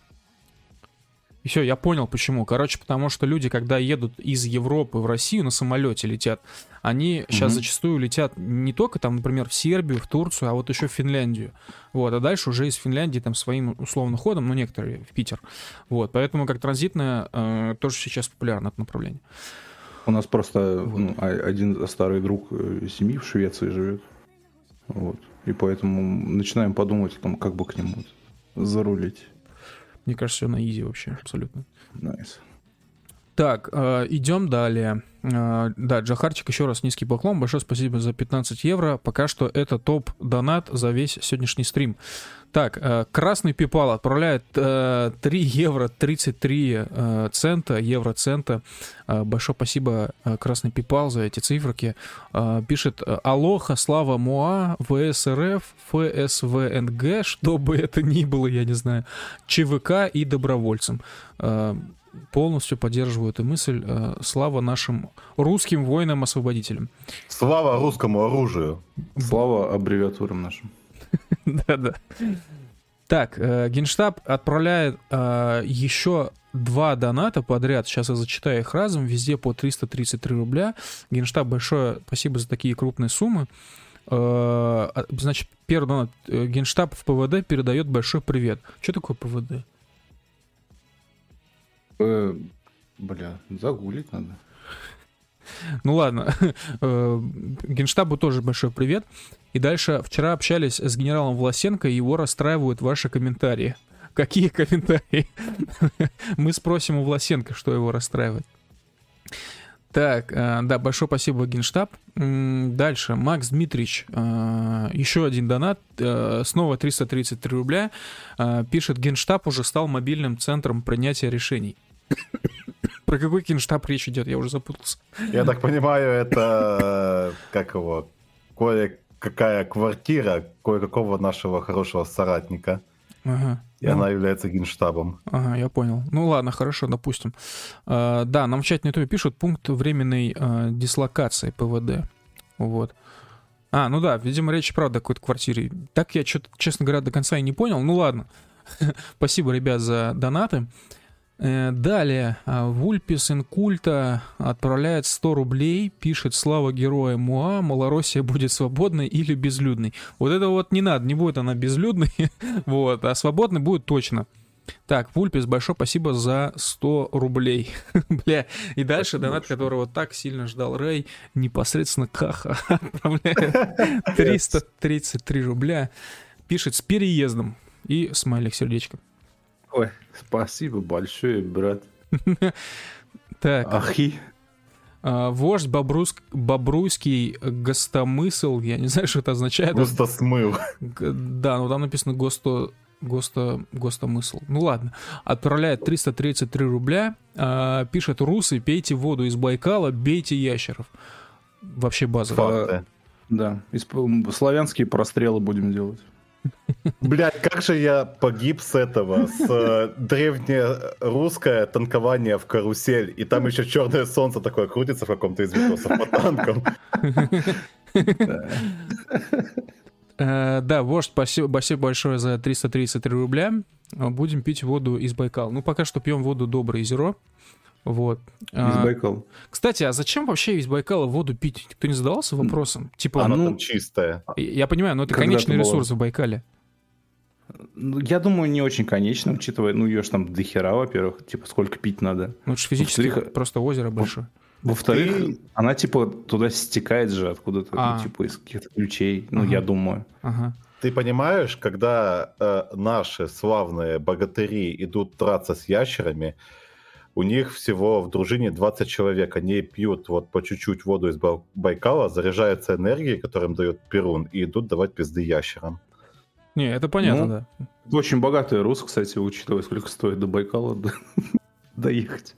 И все, я понял почему. Короче, потому что люди, когда едут из Европы в Россию на самолете летят, они сейчас Мгм. зачастую летят не только там, например, в Сербию, в Турцию, а вот еще в Финляндию. Вот, а дальше уже из Финляндии там своим условным ходом, ну, некоторые в Питер. Вот, поэтому как транзитное э, тоже сейчас популярно это направление. У нас просто Вот. ну, а- один старый друг э, семьи в Швеции живет. Вот. И поэтому начинаем подумать о том, как бы к нему вот зарулить. Мне кажется, все на изи вообще, абсолютно. Найс. Так, э, идем далее. Э, да, Джахарчик, еще раз низкий поклон. Большое спасибо за пятнадцать евро. Пока что это топ-донат за весь сегодняшний стрим. Так, э, Красный Пипал отправляет э, три евро тридцать три э, цента, евро-цента. Э, большое спасибо, э, Красный Пипал, за эти циферки. Э, пишет: Алоха, слава МОА, ВСРФ, ФСВНГ, что бы это ни было, я не знаю, ЧВК и добровольцам. Э, полностью поддерживаю эту мысль. Э, слава нашим русским воинам-освободителям. Слава русскому оружию. Слава аббревиатурам нашим. Да-да. Так, э, Генштаб отправляет э, еще два доната подряд. Сейчас я зачитаю их разом. Везде по триста тридцать три рубля. Генштаб, большое спасибо за такие крупные суммы. Э, значит, первый донат. Генштаб в ПВД передает большой привет. Что такое ПВД? Э, бля, загуглить надо. Ну ладно, Генштабу тоже большой привет. И дальше, вчера общались с генералом Власенко, и его расстраивают ваши комментарии. Какие комментарии? Мы спросим у Власенко, что его расстраивает. Так, да, большое спасибо, Генштаб. Дальше, Макс Дмитриевич, еще один донат, снова триста тридцать три рубля. Пишет: Генштаб уже стал мобильным центром принятия решений. Про какой Генштаб речь идет? Я уже запутался. Я так понимаю, это как его, кое-какая квартира кое-какого нашего хорошего соратника. Ага. И ну, она является Генштабом. Ага, я понял. Ну ладно, хорошо, допустим. А, да, нам в чате на ютубе пишут: пункт временной а, дислокации ПВД. Вот. А, ну да, видимо, речь правда о какой-то квартире. Так я что-то, честно говоря, до конца и не понял. Ну ладно. Спасибо, ребят, за донаты. Далее, Вульпис Инкульта отправляет сто рублей, пишет: слава героям МОА, Малороссия будет свободной или безлюдной. Вот это вот не надо, не будет она безлюдной, вот, а свободной будет точно. Так, Вульпис, большое спасибо за сто рублей. Бля, и дальше спасибо, донат, которого так сильно ждал Рэй, непосредственно Каха отправляет триста тридцать три рубля, пишет: с переездом, и смайлик сердечко. Ой, спасибо большое, брат. Так. Ахи. Вождь Бобруск... Бобруйский гостомысл, я не знаю, что это означает. Гостосмыл. Да, ну там написано госто... Госто... гостомысл. Ну ладно. Отправляет триста тридцать три рубля. Пишет: русы, пейте воду из Байкала, бейте ящеров. Вообще база. Факты. Да. Славянские прострелы будем делать. Блядь, как же я погиб с этого, с э, древнерусское танкование в карусель, и там еще черное солнце такое крутится в каком-то из видосов по танкам. Да, вождь, спасибо большое за триста тридцать три рубля. Будем пить воду из Байкала. Ну, пока что пьем воду Доброе Зеро. Вот. Из Байкала. Кстати, а зачем вообще из Байкала воду пить? Кто не задавался вопросом? Типа, она ну, там чистая. Я понимаю, но это конечный ресурс в Байкале. Я думаю, не очень конечно, учитывая, ну, ее ж там дохера, во-первых, типа, сколько пить надо. Ну, это же физически просто озеро большое. Во-вторых, Ты... она, типа, туда стекает же откуда-то, а. ну, типа, из каких-то ключей, ну, ага. я думаю. Ага. Ты понимаешь, когда э, наши славные богатыри идут драться с ящерами, у них всего в дружине двадцать человек, они пьют вот по чуть-чуть воду из Байкала, заряжаются энергией, которую им дает Перун, и идут давать пизды ящерам. Не, это понятно, ну, да. Очень богатый рус, кстати, учитывая, сколько стоит до Байкала доехать.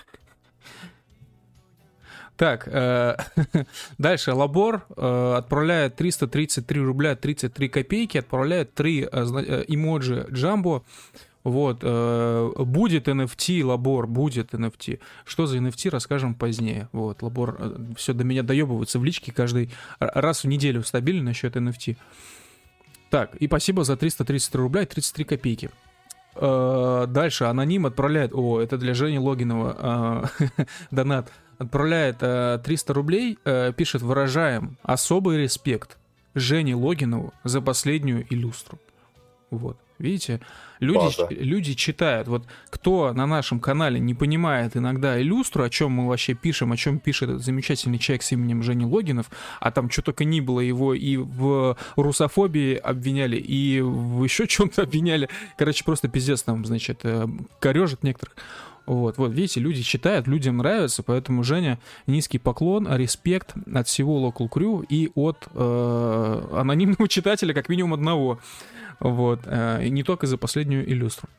Так, э, дальше. Лабор э, отправляет триста тридцать три рубля тридцать три копейки, отправляет три э, эмоджи Джамбо. Вот, э, будет эн эф ти, Лабор, будет эн эф ти. Что за эн эф ти, расскажем позднее. Вот, Лабор э, все до меня доебывается в личке каждый раз в неделю стабильно насчет эн эф ти. Так, и спасибо за триста тридцать три рубля и тридцать три копейки. Э, дальше аноним отправляет, о, это для Жени Логинова э, донат, отправляет э, триста рублей, э, пишет: выражаем особый респект Жене Логинову за последнюю иллюстру. Вот. Видите, люди, люди читают. Вот кто на нашем канале не понимает иногда иллюстру, о чем мы вообще пишем, о чем пишет этот замечательный человек с именем Женя Логинов, а там что только ни было, его и в русофобии обвиняли, и в еще чем-то обвиняли. Короче, просто пиздец там, значит, корежит некоторых. Вот, вот, видите, люди читают, людям нравится, поэтому, Женя, низкий поклон, респект от всего Local Crew и от э, анонимного читателя, как минимум одного. Вот, э, и не только за последнюю иллюстру.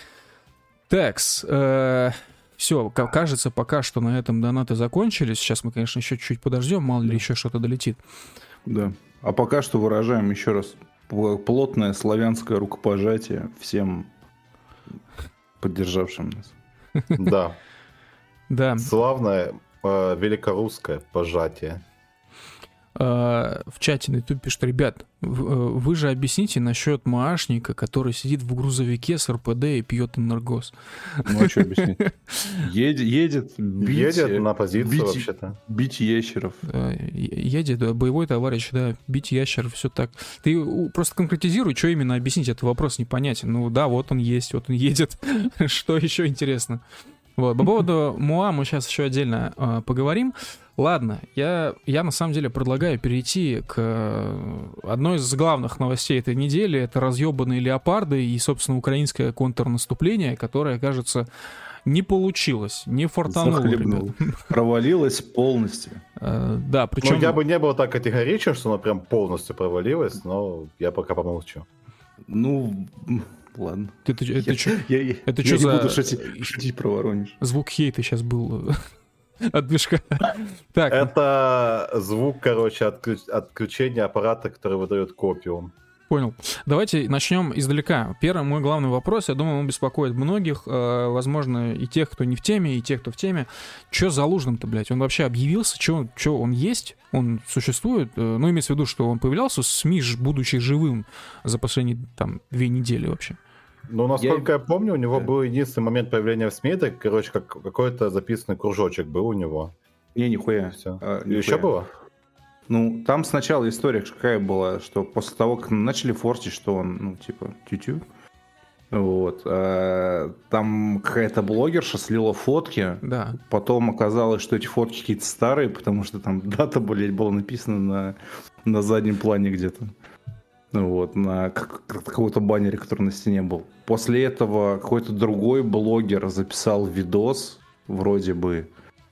Такс, э, все, кажется, пока что на этом донаты закончились. Сейчас мы, конечно, еще чуть-чуть подождем, мало ли еще что-то долетит. Да, а пока что выражаем еще раз плотное славянское рукопожатие всем поддержавшим нас. Да. Да. Славное э, великорусское пожатие. Э, в чате на YouTube пишут: ребят, вы, вы же объясните насчет МААшника, который сидит в грузовике с РПД и пьет энергоз. Ну, а что объяснить? Едет, едет, бить, едет на позицию бить, вообще-то. Бить ящеров. Да, едет, да, боевой товарищ, да, бить ящеров, все так. Ты просто конкретизируй, что именно объяснить, это вопрос непонятен. Ну да, вот он есть, вот он едет. Что еще интересно? Вот. По поводу МОА мы сейчас еще отдельно э, поговорим. Ладно, я, я на самом деле предлагаю перейти к одной из главных новостей этой недели. Это разъебанные леопарды и, собственно, украинское контрнаступление, которое, кажется, не получилось, не фартануло, ребят. Провалилось полностью. Uh, да, причем... Ну, я бы не был так категоричен, что оно прям полностью провалилось, но я пока помолчу. Ну... Ладно. Ты, ты, это я, что я, я, это я что не за... буду шутить, шутить про Воронеж. Звук хейта сейчас был от движка. Так. Это звук, короче, отключ... отключения аппарата, который выдает копиум. Понял. Давайте начнем издалека. Первый мой главный вопрос, я думаю, он беспокоит многих, э, возможно, и тех, кто не в теме, и тех, кто в теме. Че с Залужным-то, блядь? Он вообще объявился? Че он есть? Он существует? Э, ну, имеется в виду, что он появлялся в СМИ, будучи живым за последние, там, две недели вообще. Ну, насколько я... я помню, у него да. был единственный момент появления в СМИ, это, короче, как какой-то записанный кружочек был у него. Не, нихуя. Все. А, нихуя. Еще было? Ну, там сначала история какая была, что после того, как начали форсить, что он, ну, типа, тю-тю, вот, а, там какая-то блогерша слила фотки, да. Потом оказалось, что эти фотки какие-то старые, потому что там дата, блядь, была написана на, на заднем плане где-то, вот, на каком-то баннере, который на стене был. После этого какой-то другой блогер записал видос, вроде бы,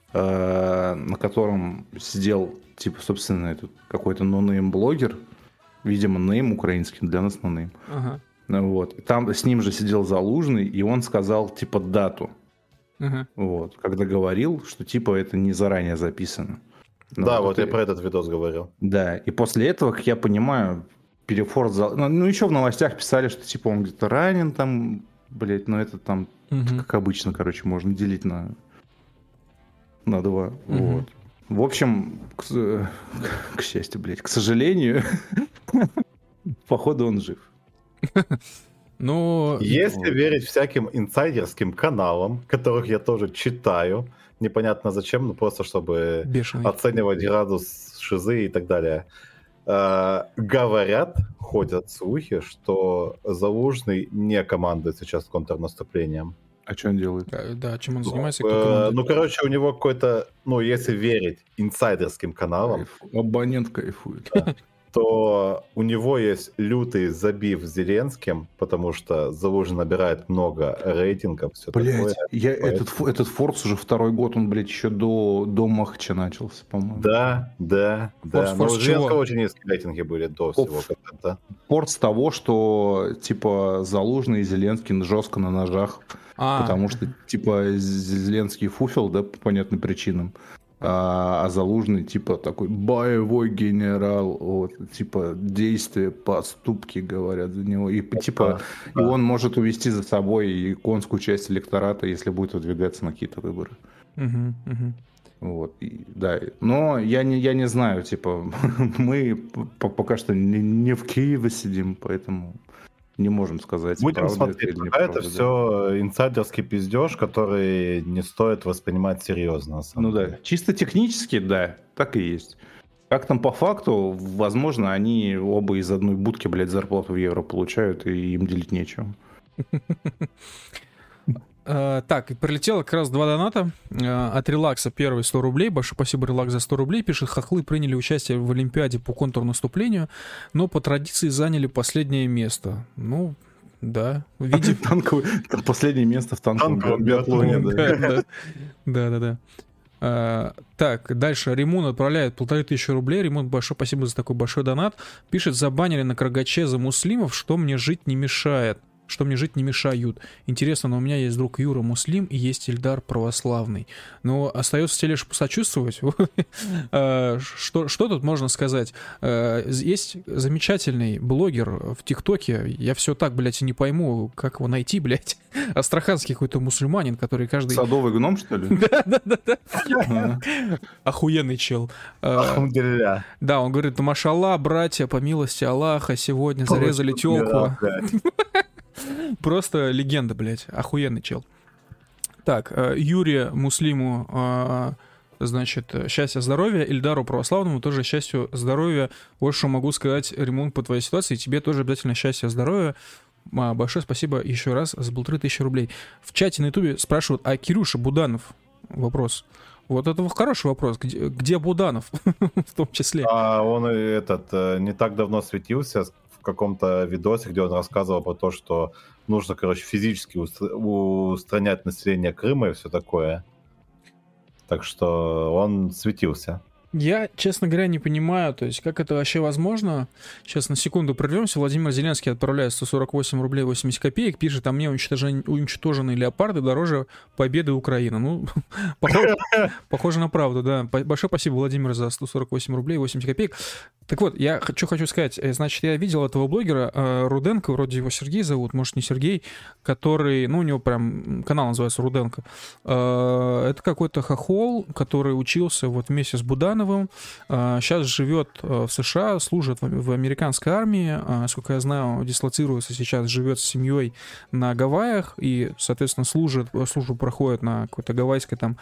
а, на котором сидел... Типа, собственно, этот какой-то нонейм-блогер, видимо, нейм украинский, для нас нонейм. Ага. Вот. И там с ним же сидел Залужный, и он сказал, типа, дату. Ага. Вот. Когда говорил, что, типа, это не заранее записано. Но да, вот это... я про этот видос говорил. Да, и после этого, как я понимаю, перефорс... Зал... Ну, ну, еще в новостях писали, что, типа, он где-то ранен там, блять, но это там, угу. Как обычно, короче, можно делить на, на два. Угу. Вот. В общем, к, к счастью, блядь, к сожалению, походу он жив. Но... Если верить всяким инсайдерским каналам, которых я тоже читаю, непонятно зачем, но просто чтобы Бешеный. Оценивать градус шизы и так далее, э, говорят, ходят слухи, что Залужный не командует сейчас контрнаступлением. А что он делает? Да, чем он занимается? Ну, э, ну, короче, у него какой-то, ну, если верить инсайдерским каналам... Кайф. Абонент кайфует. Да, то у него есть лютый забив с Зеленским, потому что Залужный набирает много рейтингов. Все блять, такое. Я, этот, этот Форс уже второй год, он, блядь, еще до, до Махача начался, по-моему. Да, да, да. Но у Зеленского очень низкие рейтинги были до всего контента. Форс того, что, типа, Залужный и Зеленский жестко на ножах. А. Потому что, типа, Зеленский фуфел, да, по понятным причинам. А, а Залужный, типа, такой боевой генерал, вот, типа, действия, поступки, говорят за него. И, типа, да. И он может увести за собой и конскую часть электората, если будет выдвигаться на какие-то выборы. Угу, угу. Вот, и, да. Но я не, я не знаю, типа, мы пока что не, не в Киеве сидим, поэтому... Не можем сказать. Будем смотреть, пока это правда, все да. инсайдерский пиздеж, который не стоит воспринимать серьезно. Ну деле. Да, чисто технически, да, так и есть. Как там по факту, возможно, они оба из одной будки, блядь, зарплату в евро получают, и им делить нечего. Uh, так, прилетело как раз два доната uh, от Релакса. Первый сто рублей. Большое спасибо, Релакс, за сто рублей. Пишет: хохлы приняли участие в Олимпиаде по контрнаступлению, но по традиции заняли последнее место. Ну, Да. Видим. Танковый, последнее место в танковом биатлоне. Да-да-да. А, так, дальше Римун отправляет полторы тысячи рублей. Римун, большое спасибо за такой большой донат. Пишет: забанили на Каргаче за муслимов, что мне жить не мешает. Что мне жить не мешают. Интересно, но у меня есть друг Юра Муслим и есть Ильдар Православный. Но остается лишь посочувствовать. Что, что тут можно сказать? Есть замечательный блогер в ТикТоке. Я все так, блядь, и не пойму, как его найти, блядь. Астраханский какой-то мусульманин, который каждый... Садовый гном, что ли? Да-да-да. Охуенный чел. Алхамдулилля. Да, он говорит: машалла, братья, по милости Аллаха, сегодня зарезали тёлку. Просто легенда, блядь. Охуенный чел. Так, Юрию Муслиму, значит, счастья, здоровья. Ильдару Православному тоже счастья, здоровья. Вот что могу сказать, Римун, по твоей ситуации. Тебе тоже обязательно счастья, здоровья. Большое спасибо еще раз за полторы тысячи рублей. В чате на ютубе спрашивают: а Кирюша Буданов? Вопрос. Вот это хороший вопрос. Где, где Буданов? В том числе. А он этот не так давно светился в каком-то видосе, где он рассказывал про то, что нужно, короче, физически устранять население Крыма и все такое. Так что он светился. Я, честно говоря, не понимаю, то есть, как это вообще возможно. Сейчас на секунду прервемся. Владимир Зеленский отправляет сто сорок восемь рублей восемьдесят копеек, пишет: а мне уничтожен... уничтоженные леопарды дороже победы Украины. Ну, похоже, похоже на правду, да. Большое спасибо, Владимир, за сто сорок восемь рублей восемьдесят копеек. Так вот, я что хочу сказать. Значит, я видел этого блогера Руденко, вроде его Сергей зовут, может, не Сергей, который, ну, у него прям канал называется Руденко. Это какой-то хохол, который учился вот вместе с Будановым. Сейчас живет в США, служит в американской армии, сколько я знаю, дислоцируется сейчас, живет с семьей на Гавайях и, соответственно, служит, службу проходит на какой-то гавайской там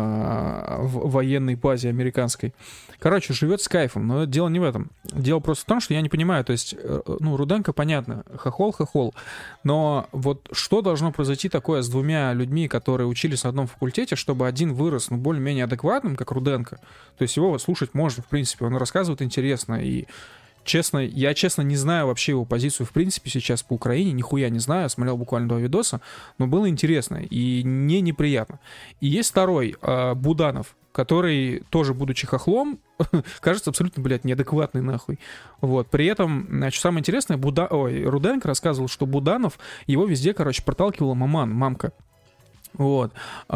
военной базе американской. Короче, живет с кайфом, но дело не в этом. Дело просто в том, что я не понимаю, то есть, ну, Руденко, понятно, хохол, хохол, но вот что должно произойти такое с двумя людьми, которые учились на одном факультете, чтобы один вырос, ну, более-менее адекватным, как Руденко, то есть его слушать можно, в принципе, он рассказывает интересно, и честно, я честно не знаю вообще его позицию, в принципе, сейчас по Украине, нихуя не знаю, смотрел буквально два видоса, но было интересно и не неприятно. И есть второй, Буданов, который, тоже будучи хохлом, кажется абсолютно, блядь, неадекватный нахуй. Вот. При этом, значит, самое интересное, Буда... Ой, Руденко рассказывал, что Буданов его везде, короче, проталкивала маман, мамка. Вот.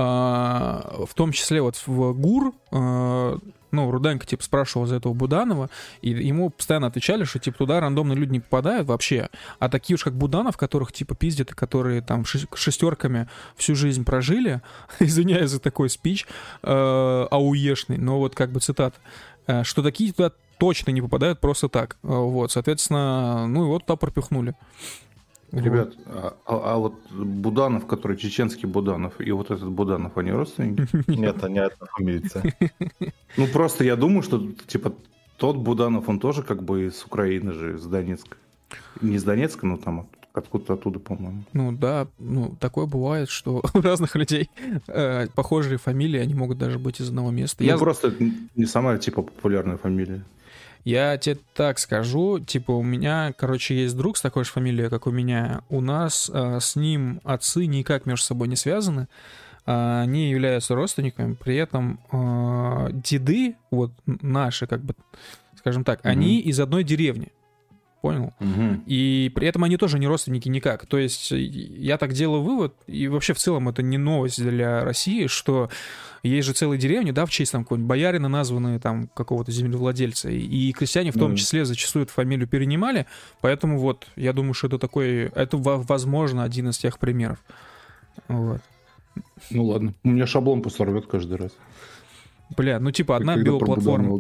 А, в том числе вот в ГУР, а, ну, Руденко, типа, спрашивал за этого Буданова, и ему постоянно отвечали, что, типа, туда рандомные люди не попадают вообще, а такие уж, как Буданов, которых, типа, пиздят, и которые там шестерками всю жизнь прожили, извиняюсь за такой спич, э, ауешный, но вот как бы цитата, э, что такие туда точно не попадают просто так. Вот, соответственно, ну, и вот туда пропихнули. Ребят, а, а, а вот Буданов, который чеченский Буданов, и вот этот Буданов, они родственники? Нет, они однофамильцы. Ну, просто я думаю, что, типа, тот Буданов, он тоже как бы из Украины же, из Донецка. Не из Донецка, но там откуда-то оттуда, по-моему. Ну, да, ну, такое бывает, что у разных людей э, похожие фамилии, они могут даже быть из одного места. Ну, я... просто не самая, типа, популярная фамилия. Я тебе так скажу, типа, у меня, короче, есть друг с такой же фамилией, как у меня. У нас э, с ним отцы никак между собой не связаны. Э, они являются родственниками. При этом э, деды, вот наши, как бы, скажем так, mm-hmm. они из одной деревни. Понял? Mm-hmm. И при этом они тоже не родственники никак. То есть я так делаю вывод, и вообще в целом это не новость для России, что есть же целые деревни, да, в честь там какого-нибудь боярина, названные там какого-то землевладельца, и крестьяне в том mm-hmm. числе зачастую эту фамилию перенимали, поэтому вот, я думаю, что это такой, это, возможно, один из тех примеров. Вот. Ну ладно, у меня шаблон просто рвет каждый раз. Бля, ну типа одна биоплатформа.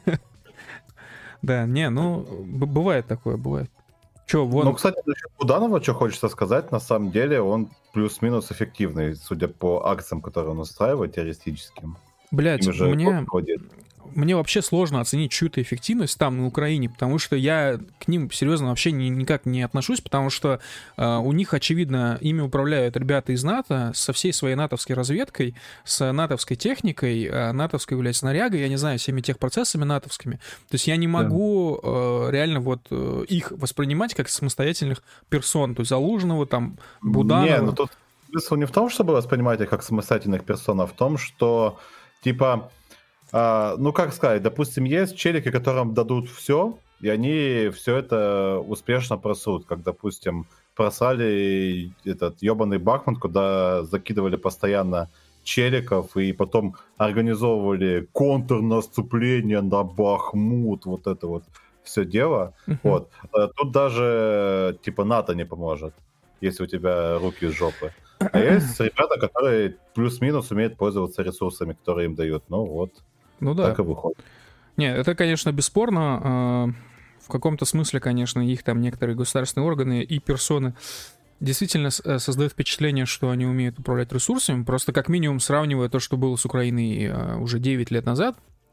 Да, не, ну, бывает такое, бывает. Чё, вон... Ну, кстати, насчет Буданова, что хочется сказать, на самом деле он плюс-минус эффективный, судя по акциям, которые он устраивает, террористическим. Блядь, у меня, мне вообще сложно оценить чью-то эффективность там, на Украине, потому что я к ним серьезно вообще ни, никак не отношусь, потому что э, у них, очевидно, ими управляют ребята из НАТО со всей своей натовской разведкой, с натовской техникой, э, натовской, блядь, снарягой, я не знаю, всеми техпроцессами натовскими. То есть я не могу да. э, реально вот э, их воспринимать как самостоятельных персон, то есть Залужного, там, Буданова. Не, ну тут смысл не в том, чтобы воспринимать их как самостоятельных персон, а в том, что, типа... А, ну, как сказать, допустим, есть челики, которым дадут все, и они все это успешно просрут, как, допустим, просрали этот ебаный Бахмут, куда закидывали постоянно челиков, и потом организовывали контрнаступление на Бахмут, вот это вот все дело. Uh-huh. Вот. Тут даже, типа, НАТО не поможет, если у тебя руки из жопы. А есть ребята, которые плюс-минус умеют пользоваться ресурсами, которые им дают. Ну вот. Ну да. Так и выходит. Не, это, конечно, бесспорно. В каком-то смысле, конечно, их там некоторые государственные органы и персоны действительно создают впечатление, что они умеют управлять ресурсами. Просто как минимум сравнивая то, что было с Украиной уже девять лет назад,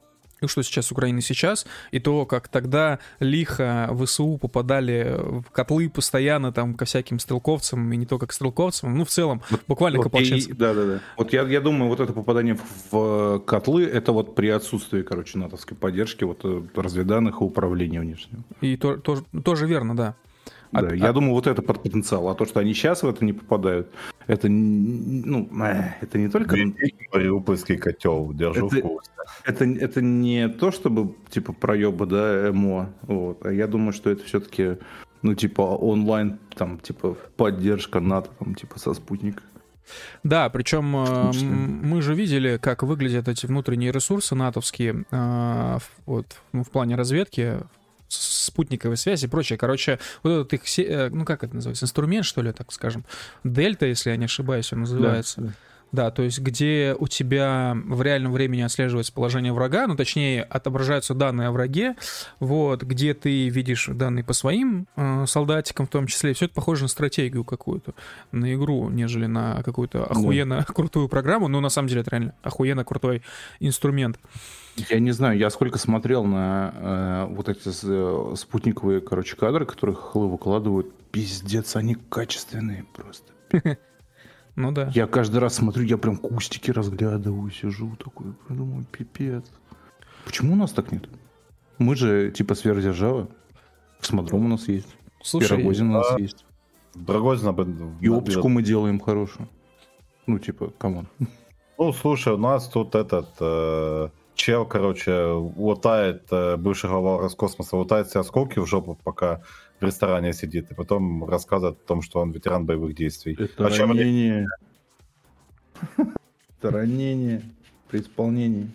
и что сейчас с Украиной сейчас, и то, как тогда лихо ВСУ попадали в котлы постоянно там ко всяким стрелковцам, и не только к стрелковцам, ну, в целом, вот, буквально вот к ополченцам. Да, да, да. Вот я, я думаю, вот это попадание в котлы, это вот при отсутствии, короче, натовской поддержки, вот разведданных и управления внешнего. И то, то, тоже верно, да. Да, а, я а... думаю, вот это под потенциал. А то, что они сейчас в это не попадают, это, ну, это не только... Мариупольский котел, держу это, в курсе. Это, это не то, чтобы, типа, проеба, да, ЭМО, вот. А я думаю, что это все-таки, ну, типа, онлайн, там, типа, поддержка НАТО, там, типа, со спутника. Да, причем э, мы же видели, как выглядят эти внутренние ресурсы натовские, э, вот, ну, в плане разведки, спутниковой связи и прочее. Короче, вот этот их, ну как это называется, инструмент, что ли, так скажем, Дельта, если я не ошибаюсь, он называется. Да, да. Да, то есть где у тебя в реальном времени отслеживается положение врага, ну, точнее, отображаются данные о враге, вот, где ты видишь данные по своим э, солдатикам в том числе. Все это похоже на стратегию какую-то, на игру, нежели на какую-то охуенно да. крутую программу. Но на самом деле это реально охуенно крутой инструмент. Я не знаю, я сколько смотрел на э, вот эти э, спутниковые, короче, кадры, которые хлы выкладывают, пиздец, они качественные просто. Ну да. Я каждый раз смотрю, я прям кустики разглядываю, сижу такой, думаю, пипец. Почему у нас так нет? Мы же типа сверхдержава. Космодром у нас есть. Слушай, Пирогозин у нас а... есть. Рогозина бы... И оптику мы делаем хорошую. Ну, типа, камон. Ну, слушай, у нас тут этот... Э... Чел, короче, лутает, э, бывший глава Роскосмоса, лутает все осколки в жопу, пока в ресторане сидит, и потом рассказывает о том, что он ветеран боевых действий. Это а ранение. Они... Это ранение при исполнении.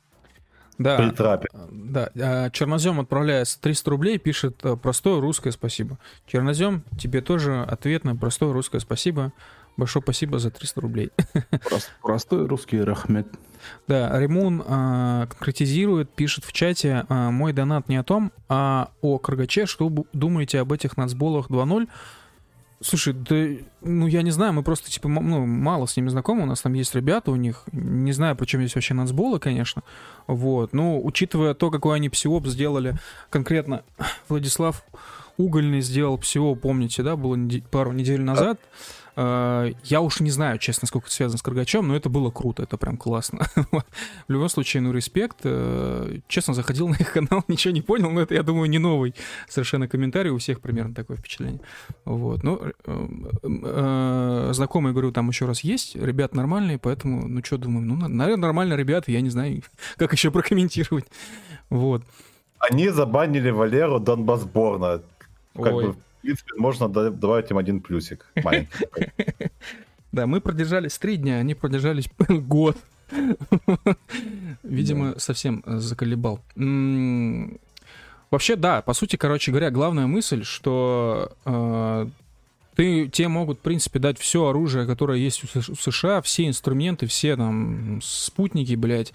Да, при трапе. Да. Чернозем отправляет триста рублей, пишет простое русское спасибо. Чернозем, тебе тоже ответ на простое русское спасибо. Большое спасибо за триста рублей. Прост, простой русский рахмет. Да, Римун а, конкретизирует, пишет в чате: а, мой донат не о том, а о Каргаче. Что думаете об этих нацболах два ноль? Слушай, да, ну я не знаю, мы просто типа ну, мало с ними знакомы, у нас там есть ребята у них, не знаю, причем здесь вообще нацболы, конечно, вот, но учитывая то, какой они псиоп сделали, конкретно Владислав Угольный сделал псиоп, помните, да, было пару недель назад. Я уж не знаю, честно, сколько это связано с Каргачом, но это было круто, это прям классно. В любом случае, ну, респект. Честно, заходил на их канал, ничего не понял, но это, я думаю, не новый совершенно комментарий, у всех примерно такое впечатление. Вот, ну, знакомые, говорю, там еще раз есть, ребят нормальные, поэтому, ну, что, думаю, ну, наверное, нормальные ребята, я не знаю, как еще прокомментировать. Вот. Они забанили Валеру Донбасс-Борна. Как Ой. бы, в принципе, можно давать им один плюсик маленький. Да, мы продержались три дня, они продержались год. Видимо, совсем заколебал. Вообще, да, по сути, короче говоря, главная мысль, что ты, те могут, в принципе, дать все оружие, которое есть у США, все инструменты, все там спутники, блядь,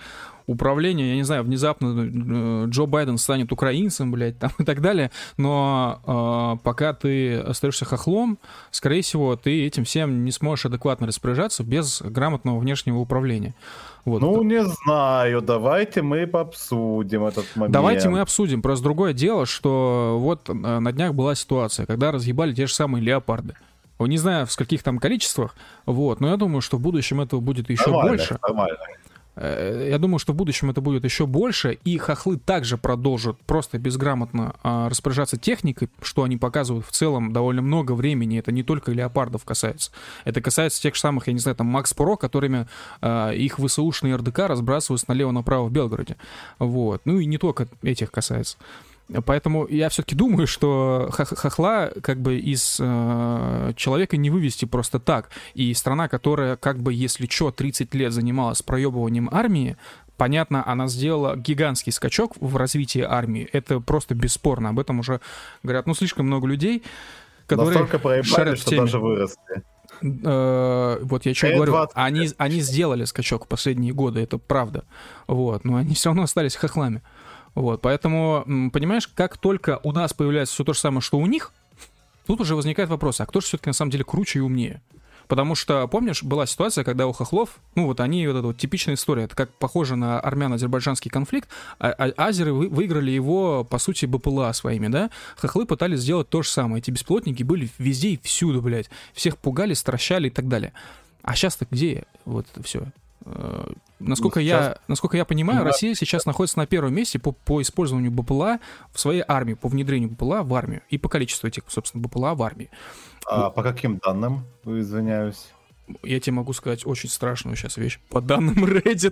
управление, я не знаю, внезапно Джо Байден станет украинцем, блядь, там и так далее, но э, пока ты остаешься хохлом, скорее всего, ты этим всем не сможешь адекватно распоряжаться без грамотного внешнего управления. Вот. Ну, не знаю, давайте мы обсудим этот момент. Давайте мы обсудим. Просто другое дело, что вот на днях была ситуация, когда разъебали те же самые леопарды. Не знаю, в скольких там количествах, вот, но я думаю, что в будущем этого будет еще нормально, больше. Нормально. Я думаю, что в будущем это будет еще больше, и хохлы также продолжат просто безграмотно а, распоряжаться техникой, что они показывают в целом довольно много времени. Это не только леопардов касается. Это касается тех же самых, я не знаю, там, Макс Про, которыми а, их ВСУшные эр дэ ка разбрасываются налево-направо в Белгороде. Вот. Ну и не только этих касается. Поэтому я все-таки думаю, что хохла как бы из э, человека не вывести просто так. И страна, которая как бы, если что, тридцать лет занималась проебыванием армии, понятно, она сделала гигантский скачок в развитии армии. Это просто бесспорно. Об этом уже говорят, ну, слишком много людей, которые шарят в теме. Даже выросли. Uh, вот я что говорю, они, они сделали скачок в последние годы, это правда. Вот, но они все равно остались хохлами. Вот, поэтому, понимаешь, как только у нас появляется все то же самое, что у них, тут уже возникает вопрос, а кто же все-таки на самом деле круче и умнее? Потому что, помнишь, была ситуация, когда у хохлов, ну вот они, вот эта вот типичная история, это как похоже на армяно-азербайджанский конфликт, а, а азеры вы, выиграли его, по сути, бэ пэ эл а своими, да? Хохлы пытались сделать то же самое, эти беспилотники были везде и всюду, блядь, всех пугали, стращали и так далее. А сейчас-то где вот это все? Насколько, сейчас... я, насколько я понимаю, Россия сейчас находится на первом месте по, по использованию бэ пэ эл а в своей армии, по внедрению бэ пэ эл а в армию и по количеству этих, собственно, бэ пэ эл а в армии. А вот. По каким данным, извиняюсь? Я тебе могу сказать очень страшную сейчас вещь. По данным Reddit.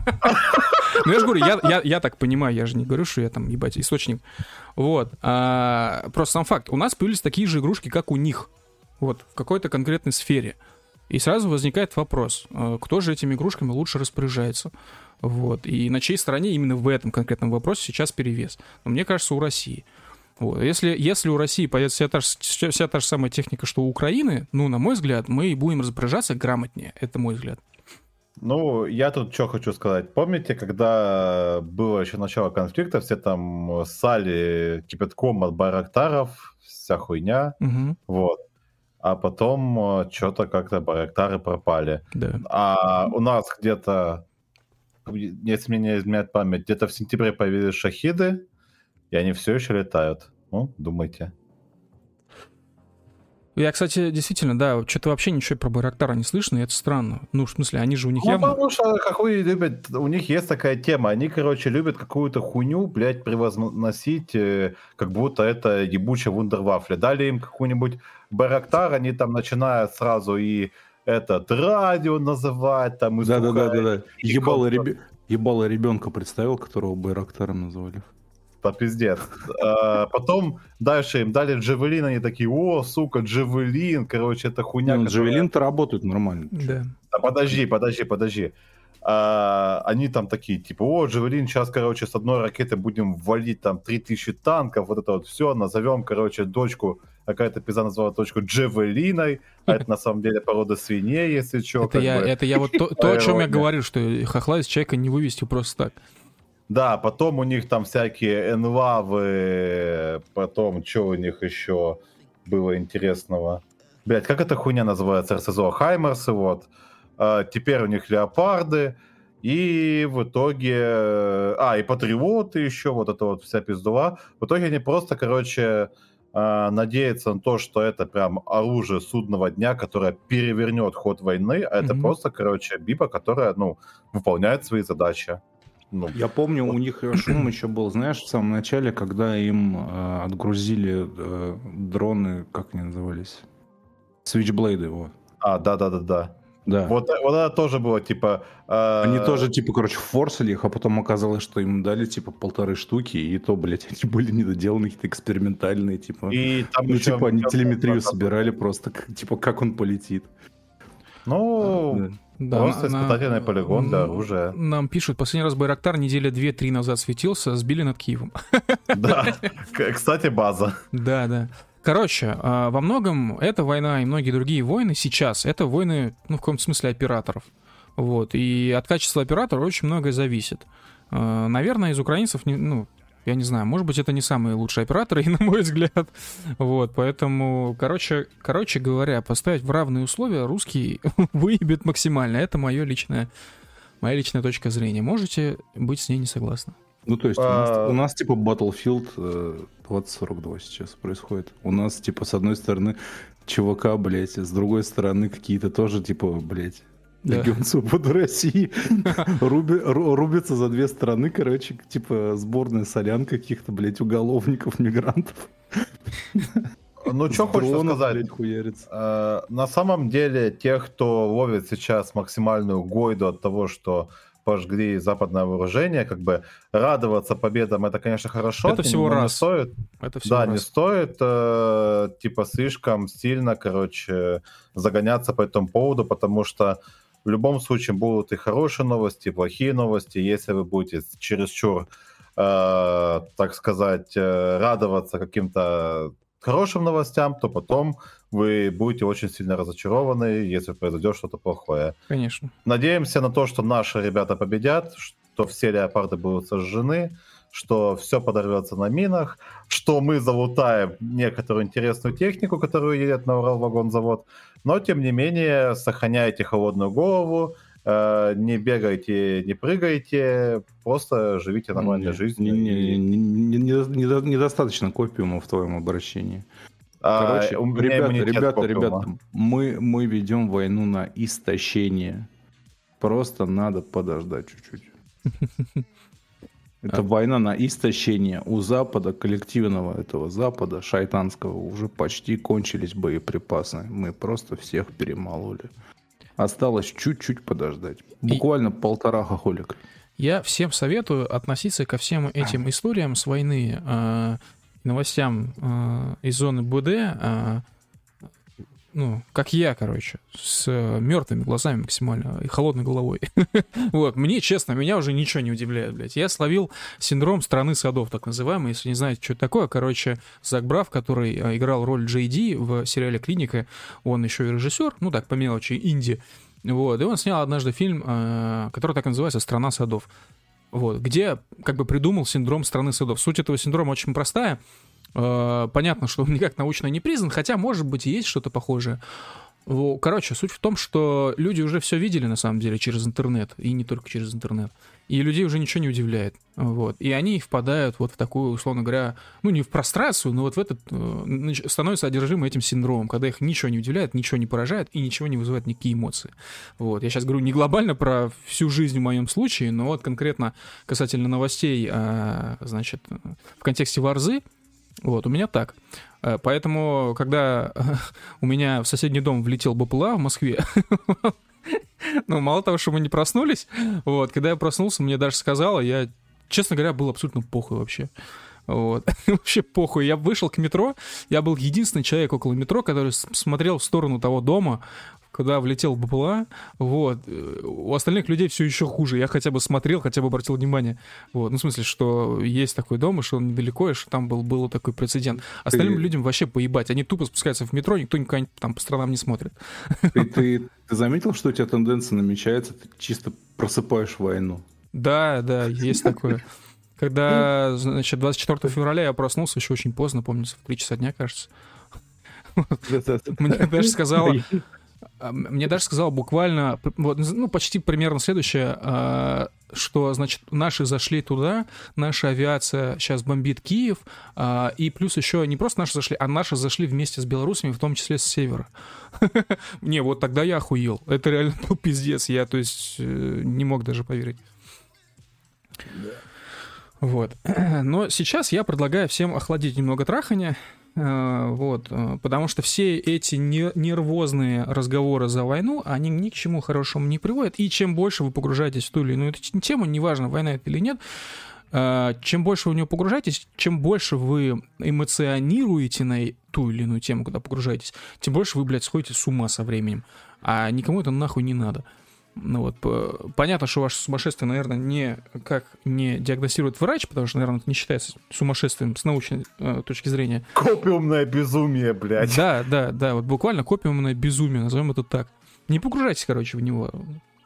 Ну, я же говорю, я, я, я так понимаю, я же не говорю, что я там, ебать, источник. Вот. А, просто сам факт. У нас появились такие же игрушки, как у них. Вот, в какой-то конкретной сфере. И сразу возникает вопрос, кто же этими игрушками лучше распоряжается. Вот. И на чьей стороне именно в этом конкретном вопросе сейчас перевес. Но мне кажется, у России. Вот. Если, если у России появится вся та, же, вся та же самая техника, что у Украины, ну, на мой взгляд, мы будем распоряжаться грамотнее. Это мой взгляд. Ну, я тут что хочу сказать. Помните, когда было еще начало конфликта, все там ссали кипятком от байрактаров, вся хуйня. Угу. Вот. А потом что-то как-то байрактары пропали. Да. А у нас где-то, если мне не изменяет память, где-то в сентябре появились шахиды, и они все еще летают. Ну, думайте. Я, кстати, действительно, да, что-то вообще ничего про байрактара не слышно, и это странно. Ну, в смысле, они же у них ну, явно... потому что какую любят, у них есть такая тема, они, короче, любят какую-то хуйню, блядь, превозносить, как будто это ебучая вундервафля. Дали им какую-нибудь байрактар, они там начинают сразу и этот радио называть, там, и да-да-да, ебало, реб... ебало ребенка представил, которого байрактаром называли. Да, пиздец. А, потом дальше им дали джавелин, они такие, о, сука, джавелин, короче, это хуйня. Ну, которая... джавелин-то работает нормально. Да. Да, подожди, подожди, подожди. А, они там такие, типа, о, джавелин, сейчас, короче, с одной ракеты будем валить там три тысячи танков, вот это вот все, назовем, короче, дочку, какая-то пизда назвала дочку джавелиной, а это на самом деле порода свиней, если что. Это я, это я вот то, то, о чем я говорю, что хохла из человека не вывести просто так. Да, потом у них там всякие энвавы, потом что у них еще было интересного. Блять, как эта хуйня называется? эр эс зо Хаймерсы, вот. А, теперь у них леопарды, и в итоге... А, и патриоты еще, вот это вот вся пиздула. В итоге они просто, короче, надеются на то, что это прям оружие судного дня, которое перевернет ход войны, а это mm-hmm. просто, короче, бипа, которая, ну, выполняет свои задачи. Ну, я помню, вот. У них шум еще был, знаешь, в самом начале, когда им э, отгрузили э, дроны, как они назывались? Switchblade, вот. А, да-да-да-да. Да. Вот, вот это тоже было, типа... Э... Они тоже, типа, короче, форсили их, а потом оказалось, что им дали, типа, полторы штуки, и то, блядь, они были недоделаны, какие-то экспериментальные, типа... И там ну, еще... типа, они телеметрию собирали просто, как, типа, как он полетит. Ну... А, да. Да, просто на, испытательный на, полигон для оружия. Нам пишут, последний раз Байрактар недели две-три назад светился, сбили над Киевом. Да, кстати, база. Да, да. Короче, во многом эта война и многие другие войны сейчас, это войны, ну, в каком-то смысле, операторов. Вот. И от качества оператора очень многое зависит. Наверное, из украинцев, ну, я не знаю, может быть, это не самые лучшие операторы, на мой взгляд. Вот, поэтому, короче, короче говоря, поставить в равные условия русский выебет максимально. Это мое личное, моя личная точка зрения. Можете быть с ней не согласны. Ну, то есть, у нас, у нас типа Battlefield двадцать сорок два сейчас происходит. У нас, типа, с одной стороны, ЧВК, блядь, с другой стороны, какие-то тоже, типа, блядь, Легион Свободы России Руби, рубится за две страны, короче, типа сборная солян каких-то, блядь, уголовников, мигрантов. Ну, что хочется сказать, э, на самом деле, тех, кто ловит сейчас максимальную гойду от того, что пожгли западное вооружение, как бы радоваться победам, это, конечно, хорошо. Это всего раз. Не стоит, это всего да, раз. не стоит, э, типа, слишком сильно, короче, загоняться по этому поводу, потому что в любом случае будут и хорошие новости, и плохие новости. Если вы будете чересчур, э, так сказать, э, радоваться каким-то хорошим новостям, то потом вы будете очень сильно разочарованы, если произойдет что-то плохое. Конечно. Надеемся на то, что наши ребята победят, что все леопарды будут сожжены, что все подорвется на минах, что мы залутаем некоторую интересную технику, которую едет на Уралвагонзавод, но, тем не менее, сохраняйте холодную голову, э, не бегайте, не прыгайте, просто живите нормальной не, жизнью. Не, не, не, не, не, недостаточно копиума в твоем обращении. Короче, а, ребята, ребята, ребята, мы, мы ведем войну на истощение. Просто надо подождать чуть-чуть. Это война на истощение. У Запада, коллективного этого Запада, шайтанского, уже почти кончились боеприпасы. Мы просто всех перемололи. Осталось чуть-чуть подождать. Буквально И... полтора хохолика. Я всем советую относиться ко всем этим историям с войны, э, новостям э, из зоны БД, э, ну, как я, короче, с мертвыми глазами максимально и холодной головой. Вот, мне, честно, меня уже ничего не удивляет, блядь. Я словил синдром страны садов, так называемый, если не знаете, что это такое. Короче, Зак Браф, который играл роль Джей Ди в сериале «Клиника», он еще и режиссер, ну так, по мелочи, инди. Вот, и он снял однажды фильм, который так и называется «Страна садов». Вот, где как бы придумал синдром страны садов. Суть этого синдрома очень простая. Понятно, что он никак научно не признан, хотя, может быть, и есть что-то похожее. Короче, суть в том, что люди уже все видели, на самом деле, через интернет, и не только через интернет. И людей уже ничего не удивляет. Вот. И они впадают вот в такую, условно говоря, ну, не в прострацию, но вот в этот, становятся одержимы этим синдромом, когда их ничего не удивляет, ничего не поражает и ничего не вызывает никакие эмоции. Вот. Я сейчас говорю не глобально про всю жизнь в моем случае, но вот конкретно касательно новостей, значит, в контексте Варзы. Вот, у меня так. Поэтому, когда у меня в соседний дом влетел БПЛА в Москве, ну, мало того, что мы не проснулись, вот, когда я проснулся, мне даже сказала, я, честно говоря, был абсолютно похуй вообще. Вот. Вообще похуй. Я вышел к метро, я был единственный человек около метро, который смотрел в сторону того дома, куда влетел БПЛА, вот, у остальных людей все еще хуже, я хотя бы смотрел, хотя бы обратил внимание, вот, ну, в смысле, что есть такой дом, и что он недалеко, и что там был, был такой прецедент. Остальным ты... людям вообще поебать, они тупо спускаются в метро, никто никуда там по сторонам не смотрит. Ты, ты, ты заметил, что у тебя тенденция намечается, ты чисто просыпаешь войну? Да, да, есть такое. Когда, значит, двадцать четвёртого февраля я проснулся еще очень поздно, помнится, в три часа дня, кажется. Мне даже сказала... Мне даже сказал буквально, вот, ну, почти примерно следующее, что, значит, наши зашли туда, наша авиация сейчас бомбит Киев, и плюс еще не просто наши зашли, а наши зашли вместе с белорусами, в том числе с севера. Не, вот тогда я охуел. Это реально был пиздец. Я, то есть, не мог даже поверить. Вот. Но сейчас я предлагаю всем охладить немного трахания. Вот, потому что все эти нервозные разговоры за войну, они ни к чему хорошему не приводят. И чем больше вы погружаетесь в ту или иную тему, неважно, война это или нет, чем больше вы в нее погружаетесь, чем больше вы эмоционируете на ту или иную тему, когда погружаетесь, тем больше вы, блядь, сходите с ума со временем. А никому это нахуй не надо. Ну вот, понятно, что ваше сумасшествие, наверное, никак не диагностирует врач, потому что, наверное, это не считается сумасшествием с научной э, точки зрения. Копиумное безумие, блядь. Да, да, да, вот буквально копиумное безумие, назовем это так. Не погружайтесь, короче, в него.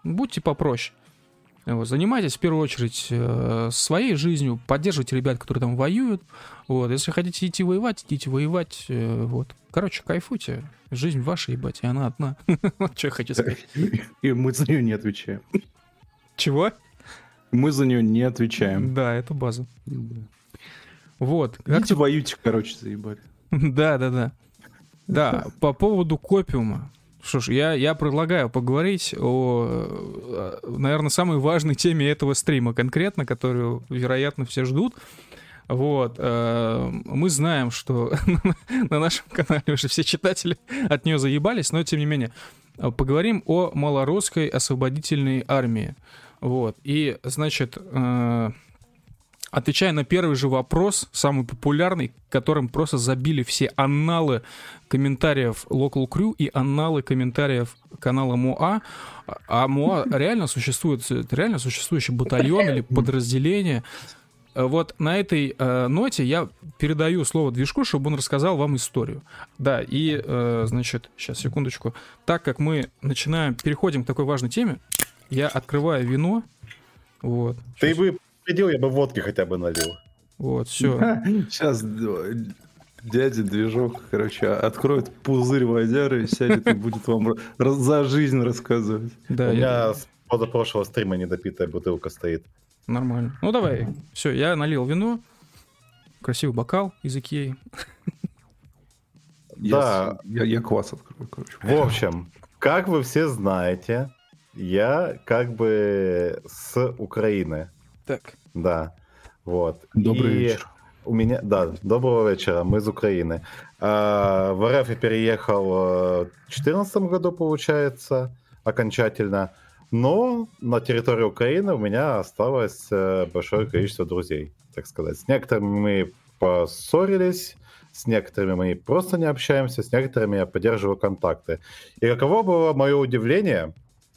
будьте попроще. Вот, занимайтесь в первую очередь э, своей жизнью, поддерживайте ребят, которые там воюют. Вот, если хотите идти воевать, идите воевать. Э, вот. Короче, кайфуйте. Жизнь ваша, ебать, и она одна. Что я хочу сказать. И мы за нее не отвечаем. Чего? Мы за нее не отвечаем. Да, это база. Вот. Идите воюйте, короче, заебали. Да, да, да. Да, по поводу копиума. Что ж, я, я предлагаю поговорить о, наверное, самой важной теме этого стрима конкретно, которую, вероятно, все ждут. Вот. Мы знаем, что на нашем канале уже все читатели от нее заебались, но, тем не менее, поговорим о малоросской освободительной армии. Вот. И, значит... Отвечая на первый же вопрос, самый популярный, которым просто забили все анналы комментариев Local Crew и анналы комментариев канала МОА. А МОА реально существует, это реально существующий батальон или подразделение. Вот на этой э, ноте я передаю слово Движку, чтобы он рассказал вам историю. Да, и, э, значит, сейчас, секундочку. Так как мы начинаем, переходим к такой важной теме, я открываю вино. Вот. Ты бы... я бы водки хотя бы налил. Вот, все. Сейчас дядя Движок, короче, откроет пузырь водяры, сядет и будет вам за жизнь рассказывать. Да, У я... меня с позапрошлого стрима недопитая бутылка стоит. Нормально. Ну давай. Все, я налил вино. Красивый бокал из Икеи. Да. Я, я квас открою, короче. В общем, как вы все знаете, я как бы с Украины. Так. Да, вот. Добрый и вечер. У меня, да, доброго вечера, мы из Украины. А, в РФ я переехал в две тысячи четырнадцатом году, получается, окончательно. Но на территории Украины у меня осталось большое количество друзей, так сказать. С некоторыми мы поссорились, с некоторыми мы просто не общаемся, с некоторыми я поддерживаю контакты. И каково было мое удивление,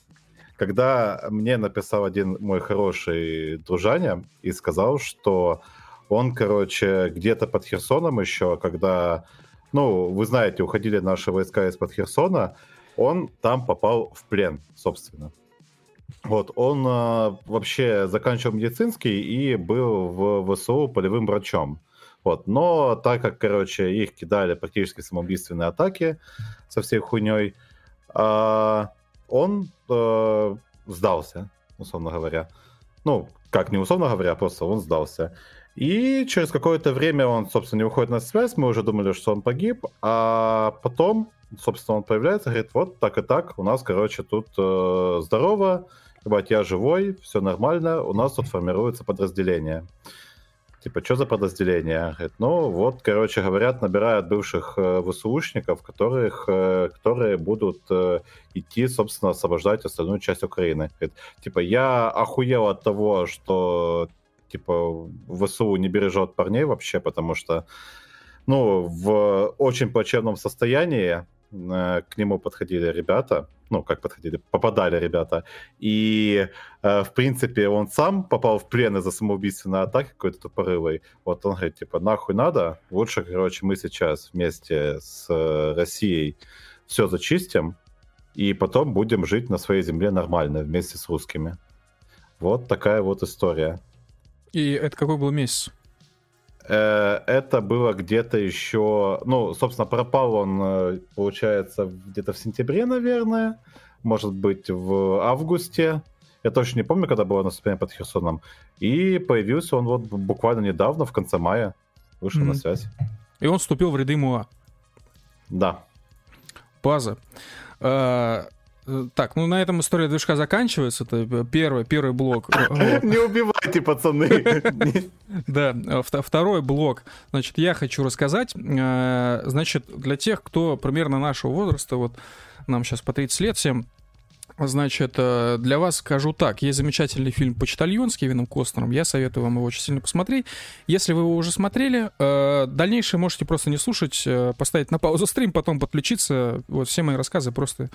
когда мне написал один мой хороший дружаня и сказал, что он, короче, где-то под Херсоном еще, когда, ну, вы знаете, уходили наши войска из-под Херсона, он там попал в плен, собственно. Вот, он э, вообще заканчивал медицинский и был в ВСУ полевым врачом. Вот, но так как, короче, их кидали практически самоубийственные атаки со всей хуйней, э, он э, сдался, условно говоря. Ну, как не условно говоря, просто он сдался. И через какое-то время он, собственно, не выходит на связь, мы уже думали, что он погиб, а потом, собственно, он появляется, говорит, вот так и так, у нас, короче, тут э, здорово, ебать, я живой, все нормально, у нас тут формируется подразделение. Типа, что за подразделение? Говорит, ну, вот, короче, говорят, набирают бывших э, ВСУшников, которых, э, которые будут э, идти, собственно, освобождать остальную часть Украины. Говорит, типа, я охуел от того, что, типа, ВСУ не бережет парней вообще, потому что, ну, в очень плачевном состоянии э, к нему подходили ребята, ну, как подходили, попадали ребята, и, э, в принципе, он сам попал в плен из-за самоубийственной атаки какой-то тупорылой. Вот он говорит, типа, нахуй надо, лучше, короче, мы сейчас вместе с э, Россией все зачистим, и потом будем жить на своей земле нормально, вместе с русскими. Вот такая вот история. И это какой был месяц? Это было где-то еще... Ну, собственно, пропал он, получается, где-то в сентябре, наверное. Может быть, в августе. Я точно не помню, когда было наступление под Херсоном. И появился он вот буквально недавно, в конце мая. Вышел mm-hmm. на связь. И он вступил в ряды МУА. Да. База. А... Так, ну на этом история движка заканчивается. Это первый, первый блок. Не убивайте, пацаны. Да, второй блок. Значит, я хочу рассказать. Значит, для тех, кто примерно нашего возраста, вот нам сейчас по тридцать лет всем, значит, для вас скажу так. Есть замечательный фильм «Почтальон» с Кевином Костнером. Я советую вам его очень сильно посмотреть. Если вы его уже смотрели, дальнейшее можете просто не слушать, поставить на паузу стрим, потом подключиться. Вот все мои рассказы просто...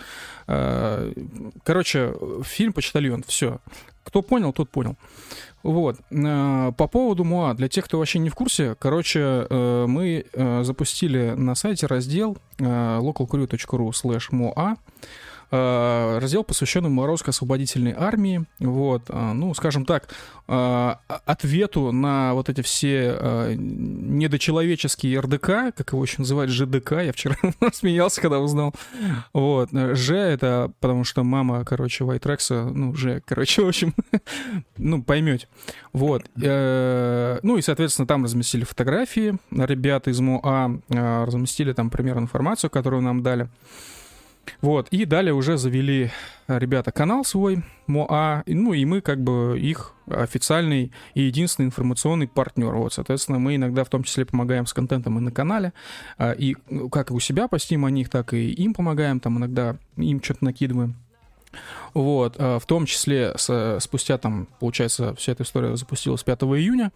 Короче, фильм «Почтальон». Все. Кто понял, тот понял. Вот. По поводу МУА. Для тех, кто вообще не в курсе, короче, мы запустили на сайте раздел локал крю точка ру слэш моа. раздел, посвященный Малоросской освободительной армии. Вот, ну, скажем так, ответу на вот эти все недочеловеческие эр дэ ка, как его еще называют, жэ дэ ка, я вчера смеялся, когда узнал. Вот, Ж это потому что мама, короче, Вайтрекса, ну, Ж, короче, в общем, ну, поймете. Вот, ну и, соответственно, там разместили фотографии, ребята из МОА разместили там примерно информацию, которую нам дали. Вот, и далее уже завели ребята канал свой, МОА, ну и мы как бы их официальный и единственный информационный партнер. Вот, соответственно, мы иногда в том числе помогаем с контентом и на канале, и как и у себя постим о них, так и им помогаем, там иногда им что-то накидываем. Вот, в том числе с, спустя там, получается, вся эта история запустилась пятого июня,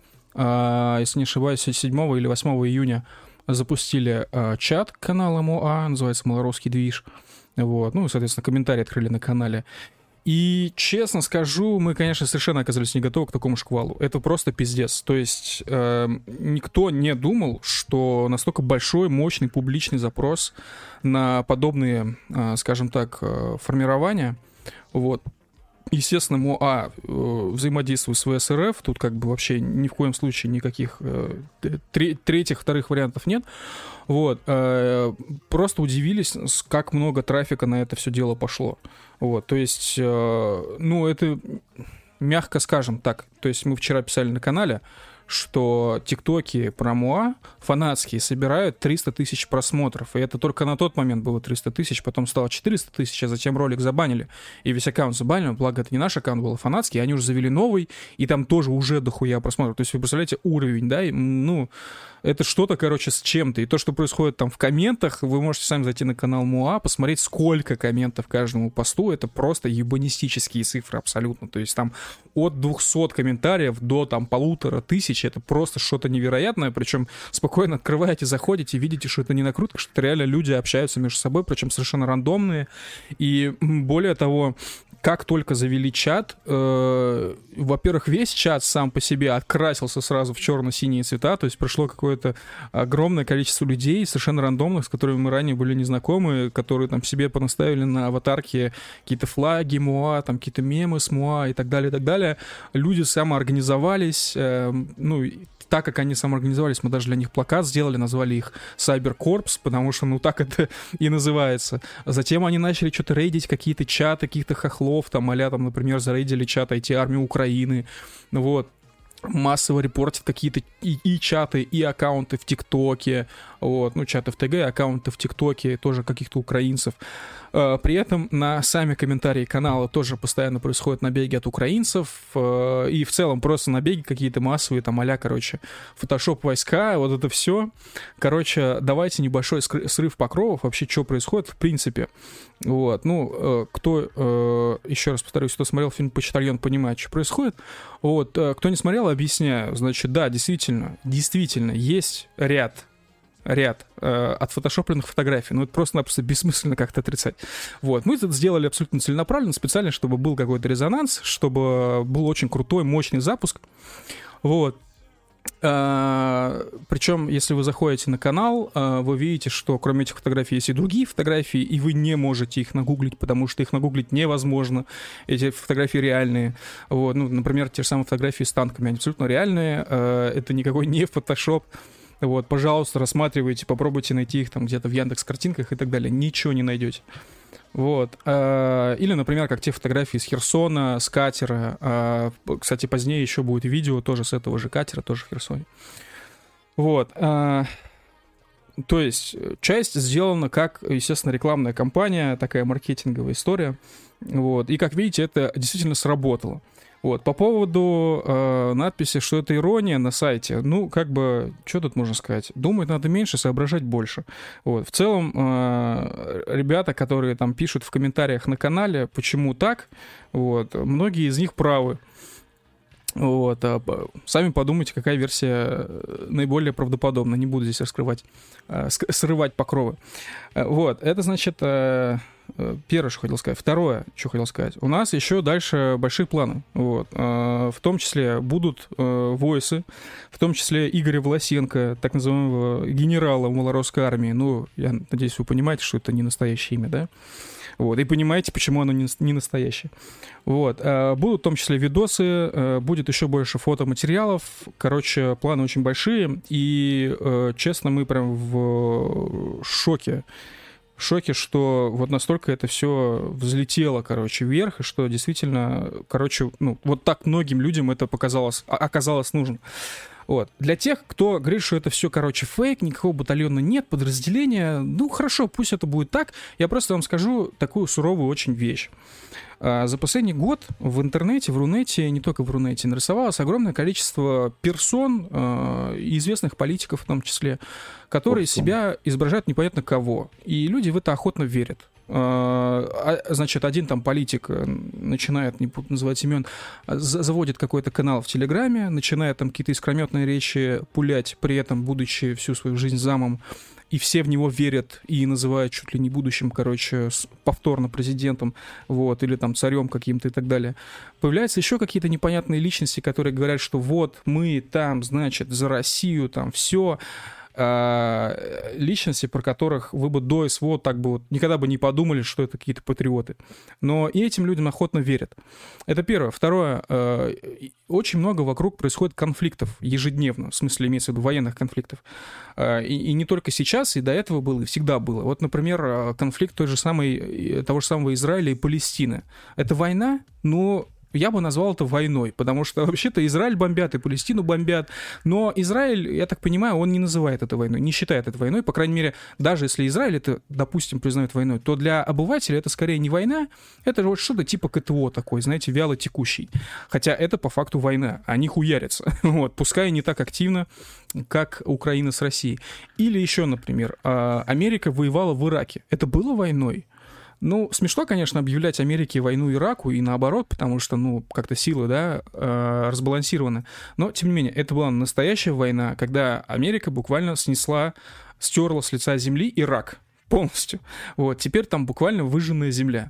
если не ошибаюсь, седьмого или восьмого июня запустили чат канала МОА, называется «Малоросский движ». Вот, ну, соответственно, комментарии открыли на канале. И, честно скажу, мы, конечно, совершенно оказались не готовы к такому шквалу. Это просто пиздец. То есть э, никто не думал, что настолько большой, мощный публичный запрос на подобные, э, скажем так, э, формирования. Вот. Естественно, МОА э, взаимодействует с вэ эс эр эф, тут как бы вообще ни в коем случае никаких э, третьих, вторых вариантов нет. Вот, э, просто удивились, как много трафика на это все дело пошло. Вот, то есть, э, ну, это, мягко скажем так, то есть мы вчера писали на канале, что тиктоки про МОА фанатские собирают триста тысяч просмотров. И это только на тот момент было триста тысяч, потом стало четыреста тысяч, а затем ролик забанили. И весь аккаунт забанили, благо это не наш аккаунт был, а фанатский, они уже завели новый, и там тоже уже дохуя просмотров. То есть вы представляете уровень, да, и, ну... Это что-то, короче, с чем-то. И то, что происходит там в комментах, вы можете сами зайти на канал МОА, посмотреть, сколько комментов каждому посту. Это просто ебанистические цифры абсолютно. То есть там от двухсот комментариев до там полутора тысяч. Это просто что-то невероятное. Причем спокойно открываете, заходите, видите, что это не накрутка, что это реально люди общаются между собой, причем совершенно рандомные. И более того, как только завели чат, э, во-первых, весь чат сам по себе открасился сразу в черно-синие цвета, то есть пришло какое-то огромное количество людей, совершенно рандомных, с которыми мы ранее были незнакомы, которые там себе понаставили на аватарке какие-то флаги МОА, там какие-то мемы с МОА и так далее, и так далее. Люди самоорганизовались, э, ну, так как они самоорганизовались, мы даже для них плакат сделали, назвали их Cybercorps, потому что, ну, так это и называется. Затем они начали что-то рейдить, какие-то чаты, каких-то хохлов, там, а-ля, там, например, зарейдили чат ай ти-армии Украины, вот. Массово репортят какие-то и, и чаты, и аккаунты в ТикТоке, вот, ну, чаты в ТГ, аккаунты в ТикТоке, тоже каких-то украинцев. При этом на сами комментарии канала тоже постоянно происходят набеги от украинцев, и в целом просто набеги какие-то массовые, там, а-ля, короче, фотошоп войска, вот это все. Короче, давайте небольшой срыв покровов, вообще, что происходит в принципе. Вот, ну, кто, еще раз повторюсь, кто смотрел фильм «Почтальон», понимает, что происходит. Вот, кто не смотрел, объясняю. Значит, да, действительно, действительно, есть ряд ряд э, отфотошопленных фотографий. Ну, это просто-напросто бессмысленно как-то отрицать. Вот. Мы это сделали абсолютно целенаправленно, специально, чтобы был какой-то резонанс, чтобы был очень крутой, мощный запуск. Вот. А, причем, если вы заходите на канал, а, вы видите, что кроме этих фотографий есть и другие фотографии, и вы не можете их нагуглить, потому что их нагуглить невозможно. Эти фотографии реальные. Вот. Ну, например, те же самые фотографии с танками, они абсолютно реальные. А, это никакой не фотошоп. Вот, пожалуйста, рассматривайте, попробуйте найти их там где-то в Яндекс.Картинках и так далее. Ничего не найдете. Вот. Или, например, как те фотографии с Херсона, с катера. Кстати, позднее еще будет видео тоже с этого же катера, тоже в Херсоне. Вот. То есть часть сделана как, естественно, рекламная кампания, такая маркетинговая история. Вот. И, как видите, это действительно сработало. Вот, по поводу э, надписи, что это ирония на сайте, ну, как бы, что тут можно сказать? Думать надо меньше, соображать больше. Вот, в целом, э, ребята, которые там пишут в комментариях на канале, почему так, вот, многие из них правы. Вот, а сами подумайте, какая версия наиболее правдоподобна. Не буду здесь раскрывать, э, срывать покровы. Вот, это значит... Э, Первое, что хотел сказать. Второе, что хотел сказать. У нас еще дальше большие планы. Вот. В том числе будут войсы, в том числе Игоря Власенко, так называемого генерала малоросской армии. Ну, я надеюсь, вы понимаете, что это не настоящее имя, да? Вот. И понимаете, почему оно не настоящее. Вот. Будут в том числе видосы, будет еще больше фотоматериалов. Короче, планы очень большие. И, честно, мы прям в шоке. В шоке, что вот настолько это все взлетело, короче, вверх, и что действительно, короче, ну, вот так многим людям это показалось, оказалось нужно. Вот. Для тех, кто говорит, что это все, короче, фейк, никакого батальона нет, подразделения, ну, хорошо, пусть это будет так. Я просто вам скажу такую суровую очень вещь. За последний год в интернете, в Рунете, не только в Рунете, нарисовалось огромное количество персон, известных политиков в том числе, которые себя изображают непонятно кого. И люди в это охотно верят. Значит, один там политик начинает, не буду называть имен, заводит какой-то канал в Телеграме, начинает там какие-то искрометные речи пулять, при этом будучи всю свою жизнь замом, и все в него верят и называют чуть ли не будущим, короче, повторно президентом, вот, или там царем каким-то и так далее. Появляются еще какие-то непонятные личности, которые говорят, что вот мы там, значит, за Россию, там все. Личности, про которых вы бы до СВО так бы вот никогда бы не подумали, что это какие-то патриоты. Но и этим людям охотно верят. Это первое. Второе. Очень много вокруг происходит конфликтов ежедневно, в смысле имеется в виду военных конфликтов. И, и не только сейчас, и до этого было, и всегда было. Вот, например, конфликт той же самой, того же самого Израиля и Палестины. Это война, но я бы назвал это войной, потому что вообще-то Израиль бомбят и Палестину бомбят, но Израиль, я так понимаю, он не называет это войной, не считает это войной, по крайней мере, даже если Израиль это, допустим, признает войной, то для обывателя это скорее не война, это вот что-то типа КТО такой, знаете, вяло текущий, хотя это по факту война, они хуярятся, вот, пускай не так активно, как Украина с Россией. Или еще, например, Америка воевала в Ираке, это было войной? Ну, смешно, конечно, объявлять Америке войну Ираку и наоборот, потому что, ну, как-то силы, да, э, разбалансированы. Но, тем не менее, это была настоящая война, когда Америка буквально снесла, стерла с лица земли Ирак полностью. Вот, теперь там буквально выжженная земля.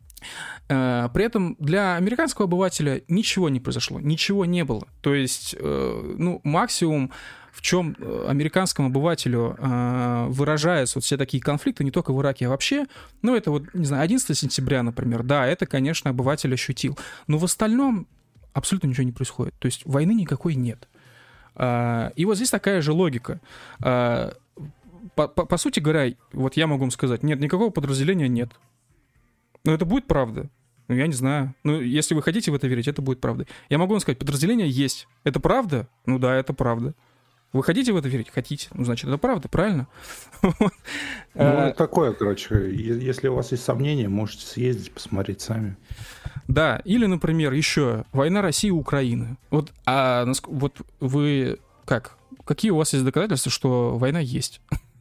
Э, при этом для американского обывателя ничего не произошло, ничего не было. То есть, э, ну, максимум, в чем американскому обывателю э, выражаются вот все такие конфликты, не только в Ираке, а вообще, ну, это вот, не знаю, одиннадцатого сентября, например, да, это, конечно, обыватель ощутил. Но в остальном абсолютно ничего не происходит. То есть войны никакой нет. Э, и вот здесь такая же логика. Э, по, по, по сути говоря, вот я могу вам сказать, нет, никакого подразделения нет. Но это будет правда. Ну, я не знаю. Ну, если вы хотите в это верить, это будет правдой. Я могу вам сказать, подразделение есть. Это правда? Ну да, это правда. Вы хотите в это верить? Хотите. Ну, значит, это правда, правильно? Ну, это такое, короче. Если у вас есть сомнения, можете съездить, посмотреть сами. Да, или, например, еще война России и Украины. Вот, а вот вы как? Какие у вас есть доказательства, что война есть?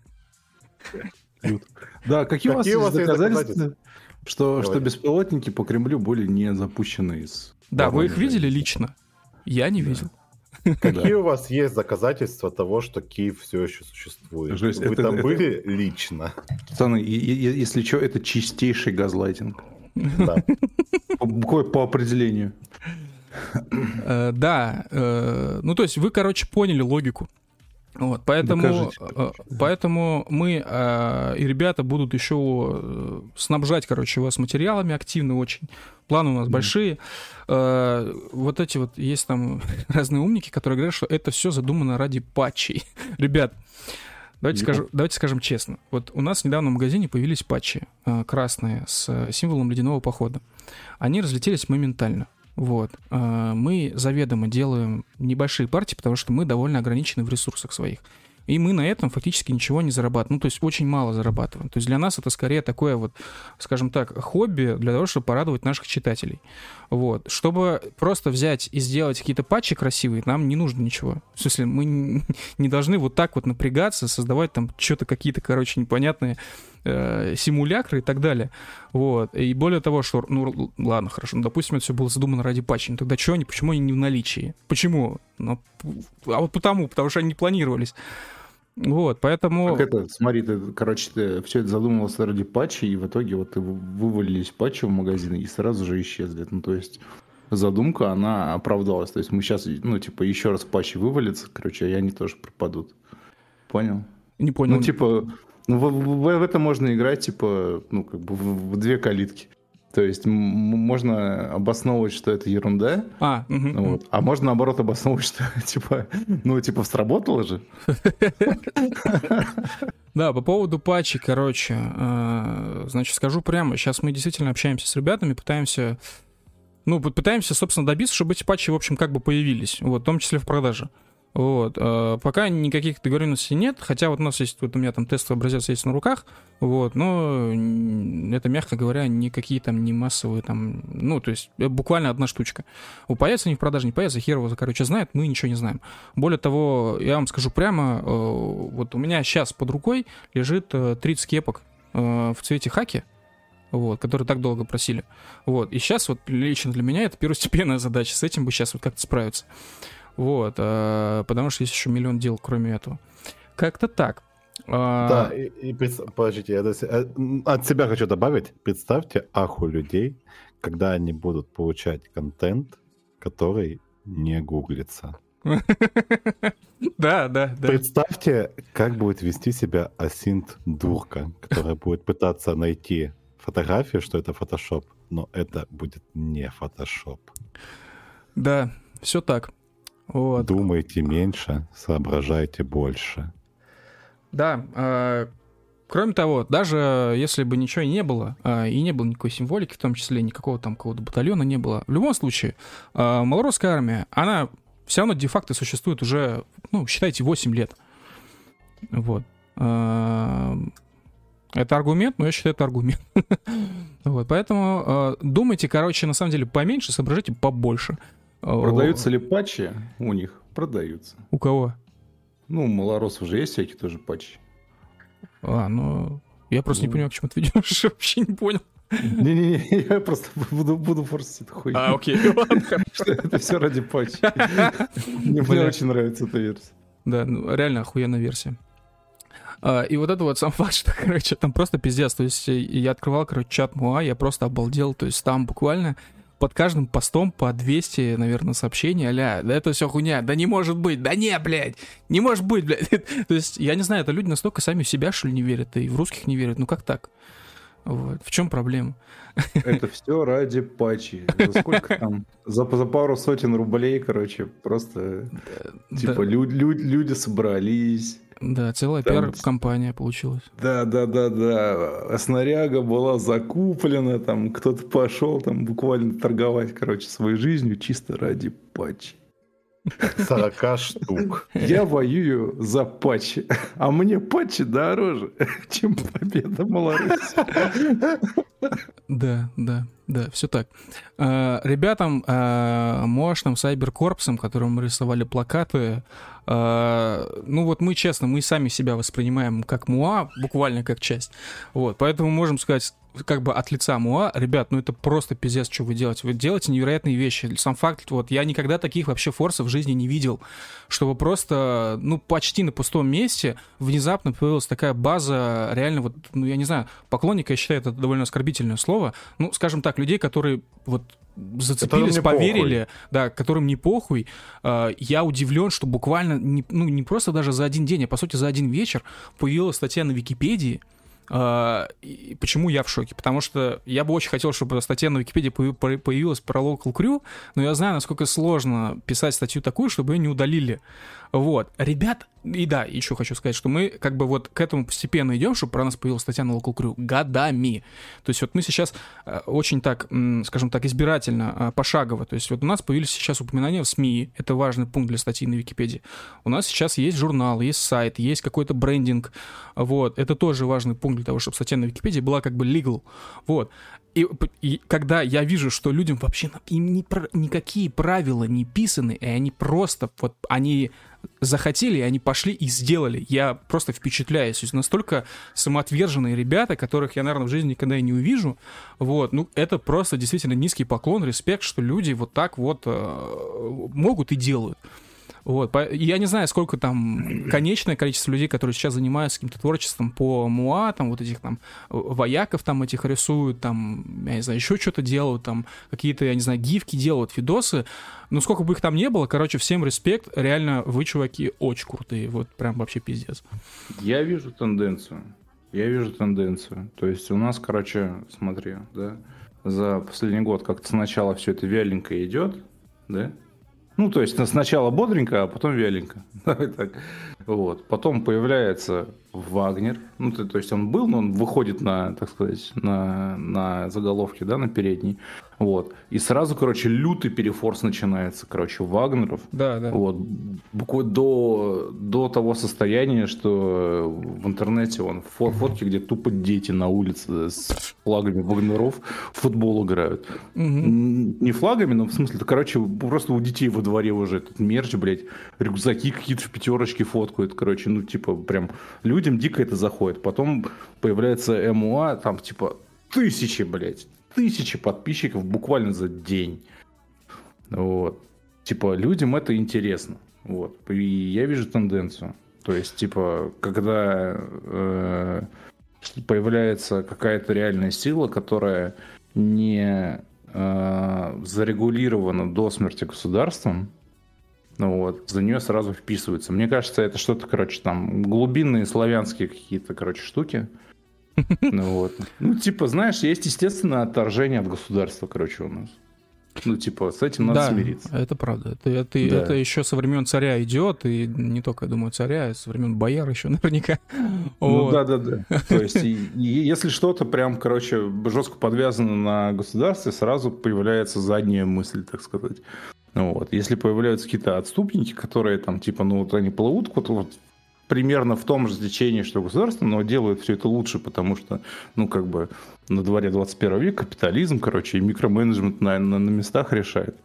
Да, какие у вас есть доказательства, что беспилотники по Кремлю были не запущены из... Да, вы их видели лично? Я не видел. Какие у вас есть доказательства того, что Киев все еще существует? Жесть, Вы это, там это... были лично? Пацаны, если что, это чистейший газлайтинг. Да. По, по определению. Да. Ну, то есть вы, короче, поняли логику. Вот, поэтому, поэтому мы э, и ребята будут еще снабжать, короче, вас материалами активно очень. Планы у нас mm. большие. Э, вот эти вот есть там разные умники, которые говорят, что это все задумано ради патчей. Ребят, давайте, yeah. скажу, давайте скажем честно. Вот у нас недавно в магазине появились патчи э, красные с символом ледяного похода. Они разлетелись моментально. Вот. Мы заведомо делаем небольшие партии, потому что мы довольно ограничены в ресурсах своих. И мы на этом фактически ничего не зарабатываем. Ну, то есть очень мало зарабатываем. То есть для нас это скорее такое вот, скажем так, хобби для того, чтобы порадовать наших читателей. Вот. Чтобы просто взять и сделать какие-то патчи красивые, нам не нужно ничего. В смысле, мы не должны вот так вот напрягаться, создавать там что-то какие-то, короче, непонятные э, симулякры и так далее. Вот. И более того, что, ну, ладно, хорошо, ну, допустим, это все было задумано ради патчей. Ну, тогда что они, почему они не в наличии? Почему? Ну, а вот потому, потому что они не планировались. Вот, поэтому... Как это, смотри, ты, короче, ты все это задумывался ради патчей, и в итоге вот вывалились патчи в магазины и сразу же исчезли. Ну, то есть задумка, она оправдалась. То есть мы сейчас, ну, типа, еще раз патчи вывалятся, короче, и они тоже пропадут. Понял? Не понял. Ну, типа, ну, в, в, в это можно играть, типа, ну, как бы в, в две калитки. То есть м- можно обосновывать, что это ерунда, а, угу, вот, угу. а можно, наоборот, обосновывать, что, типа, ну, типа, сработало же. Да, по поводу патчей, короче, значит, скажу прямо, сейчас мы действительно общаемся с ребятами, пытаемся, ну, пытаемся, собственно, добиться, чтобы эти патчи, в общем, как бы появились, вот, в том числе в продаже. Вот. Пока никаких договоренностей нет, хотя вот у нас есть, вот у меня там тестовый образец есть на руках, вот, но это, мягко говоря, никакие там не массовые там, ну, то есть буквально одна штучка. У появится они в продаже, не появится, хер его, короче, знает, мы ничего не знаем. Более того, я вам скажу прямо, вот у меня сейчас под рукой лежит тридцать кепок в цвете хаки, вот, которые так долго просили. Вот. И сейчас вот лично для меня это первостепенная задача, с этим бы сейчас вот как-то справиться. Вот, а, потому что есть еще миллион дел, кроме этого. Как-то так. А... Да, и, и подождите, я от себя хочу добавить. Представьте аху людей, когда они будут получать контент, который не гуглится. Да, да, да. Представьте, как будет вести себя асинт-дурка, которая будет пытаться найти фотографию, что это фотошоп, но это будет не фотошоп. Да, все так. Вот. Думайте меньше, соображайте больше. Да, э, кроме того, даже если бы ничего и не было, э, и не было никакой символики, в том числе никакого там какого-то батальона не было, в любом случае, э, малоросская армия, она все равно де-факто существует уже, ну, считайте, восемь лет. Вот. Э, это аргумент, но я считаю, это аргумент. Вот, поэтому э, думайте, короче, на самом деле поменьше, соображайте побольше. Продаются ли патчи у них? Продаются. У кого? Ну, у малоросов же есть всякие тоже патчи. А, ну... Я просто ну... не понимаю, к чему ты ведешь. Вообще не понял. Не-не-не, я просто буду, буду форсить эту хуйню. А, окей, ладно, хорошо. Это все ради патчи. Мне очень нравится эта версия. Да, ну, реально охуенная версия. И вот это вот сам факт, что, короче, там просто пиздец. То есть я открывал, короче, чат МУА, я просто обалдел. То есть там буквально... под каждым постом по двести, наверное, сообщений, а-ля, да это все хуйня, да не может быть, да не, блядь, не может быть, блядь. То есть, я не знаю, это люди настолько сами в себя, что ли, не верят, и в русских не верят, ну как так? Вот, в чем проблема? Это все ради патчи. За сколько там? За, за пару сотен рублей, короче, просто, да, типа, да. Лю- лю- люди собрались. Да, целая там... пиар-компания получилась. Да, да, да, да. Снаряга была закуплена, там кто-то пошел там буквально торговать, короче, своей жизнью чисто ради патчи. сорок штук. Я воюю за патчи, а мне патчи дороже, чем победа Малоруссии. Да, да, да, все так. А, ребятам, а, мощным сайберкорпсом, которым мы рисовали плакаты, а, ну вот мы, честно, мы сами себя воспринимаем как МУА, буквально как часть. Вот, поэтому можем сказать, как бы от лица МУА, ребят, ну это просто пиздец, что вы делаете. Вы делаете невероятные вещи. Сам факт, вот я никогда таких вообще форсов в жизни не видел, чтобы просто, ну почти на пустом месте внезапно появилась такая база, реально вот, ну я не знаю, поклонника, я считаю, это довольно оскорбительное слово, ну скажем так, людей, которые вот зацепились, поверили, похуй. Да, которым не похуй. Я удивлен, что буквально, не, ну не просто даже за один день, а по сути за один вечер появилась статья на Википедии. Uh, и почему я в шоке? Потому что я бы очень хотел, чтобы статья на Википедии появилась про Local Crew, но я знаю, насколько сложно писать статью такую, чтобы ее не удалили. Вот. Ребят, и да, еще хочу сказать, что мы как бы вот к этому постепенно идем, чтобы про нас появилась статья на Local Crew годами. То есть вот мы сейчас uh, очень так, м, скажем так, избирательно, uh, пошагово. То есть вот у нас появились сейчас упоминания в СМИ, это важный пункт для статьи на Википедии. У нас сейчас есть журнал, есть сайт, есть какой-то брендинг. Вот. Это тоже важный пункт для того, чтобы статья на Википедии была как бы legal. Вот. И, и когда я вижу, что людям вообще им не, никакие правила не писаны, и они просто вот они захотели, и они пошли и сделали, я просто впечатляюсь. То есть настолько самоотверженные ребята, которых я, наверное, в жизни никогда и не увижу. Вот. Ну, это просто действительно низкий поклон, респект, что люди вот так вот э, могут и делают. Вот. Я не знаю, сколько там конечное количество людей, которые сейчас занимаются каким-то творчеством по МУА, там вот этих там вояков там этих рисуют, там, я не знаю, еще что-то делают, там какие-то, я не знаю, гифки делают, видосы. Ну, сколько бы их там не было, короче, всем респект. Реально, вы, чуваки, очень крутые. Вот прям вообще пиздец. Я вижу тенденцию. Я вижу тенденцию. То есть у нас, короче, смотри, да, за последний год как-то сначала все это вяленько идет, да? Ну, то есть сначала бодренько, а потом вяленько. Вот. Потом появляется Вагнер. Ну, то, то есть он был, но он выходит на, так сказать, на, на заголовки, да, на передний. Вот. И сразу, короче, лютый перефорс начинается, короче, Вагнеров. Да, да. Вот. Буквально до, до того состояния, что в интернете он фотки, где тупо дети на улице с флагами Вагнеров в футбол играют. Угу. Не флагами, но в смысле, короче, просто у детей во дворе уже этот мерч, блядь, рюкзаки какие-то в пятерочке фоткают, короче, ну, типа, прям людям дико это заходит. Потом появляется МУА, там, типа, тысячи, блядь, тысячи подписчиков буквально за день. Вот. Типа, людям это интересно. Вот. И я вижу тенденцию. То есть, типа, когда э, появляется какая-то реальная сила, которая не э, зарегулирована до смерти государством, ну вот, за нее сразу вписываются. Мне кажется, это что-то, короче, там, глубинные славянские какие-то, короче, штуки. Ну вот. Ну, типа, знаешь, есть, естественно, отторжение от государства, короче, у нас. Ну, типа, с этим надо да, смириться. Это правда. Это, это, да. это еще со времен царя идет, и не только, я думаю, царя, а со времен бояр еще наверняка. Ну, вот. да, да, да. То есть, и, и если что-то прям, короче, жестко подвязано на государстве, сразу появляется задняя мысль, так сказать. Ну, вот. Если появляются какие-то отступники, которые там, типа, ну, вот они плывут, вот, вот примерно в том же течении, что государство, но делают все это лучше, потому что, ну, как бы, на дворе двадцать первого века капитализм, короче, и микроменеджмент на, на, на местах решает.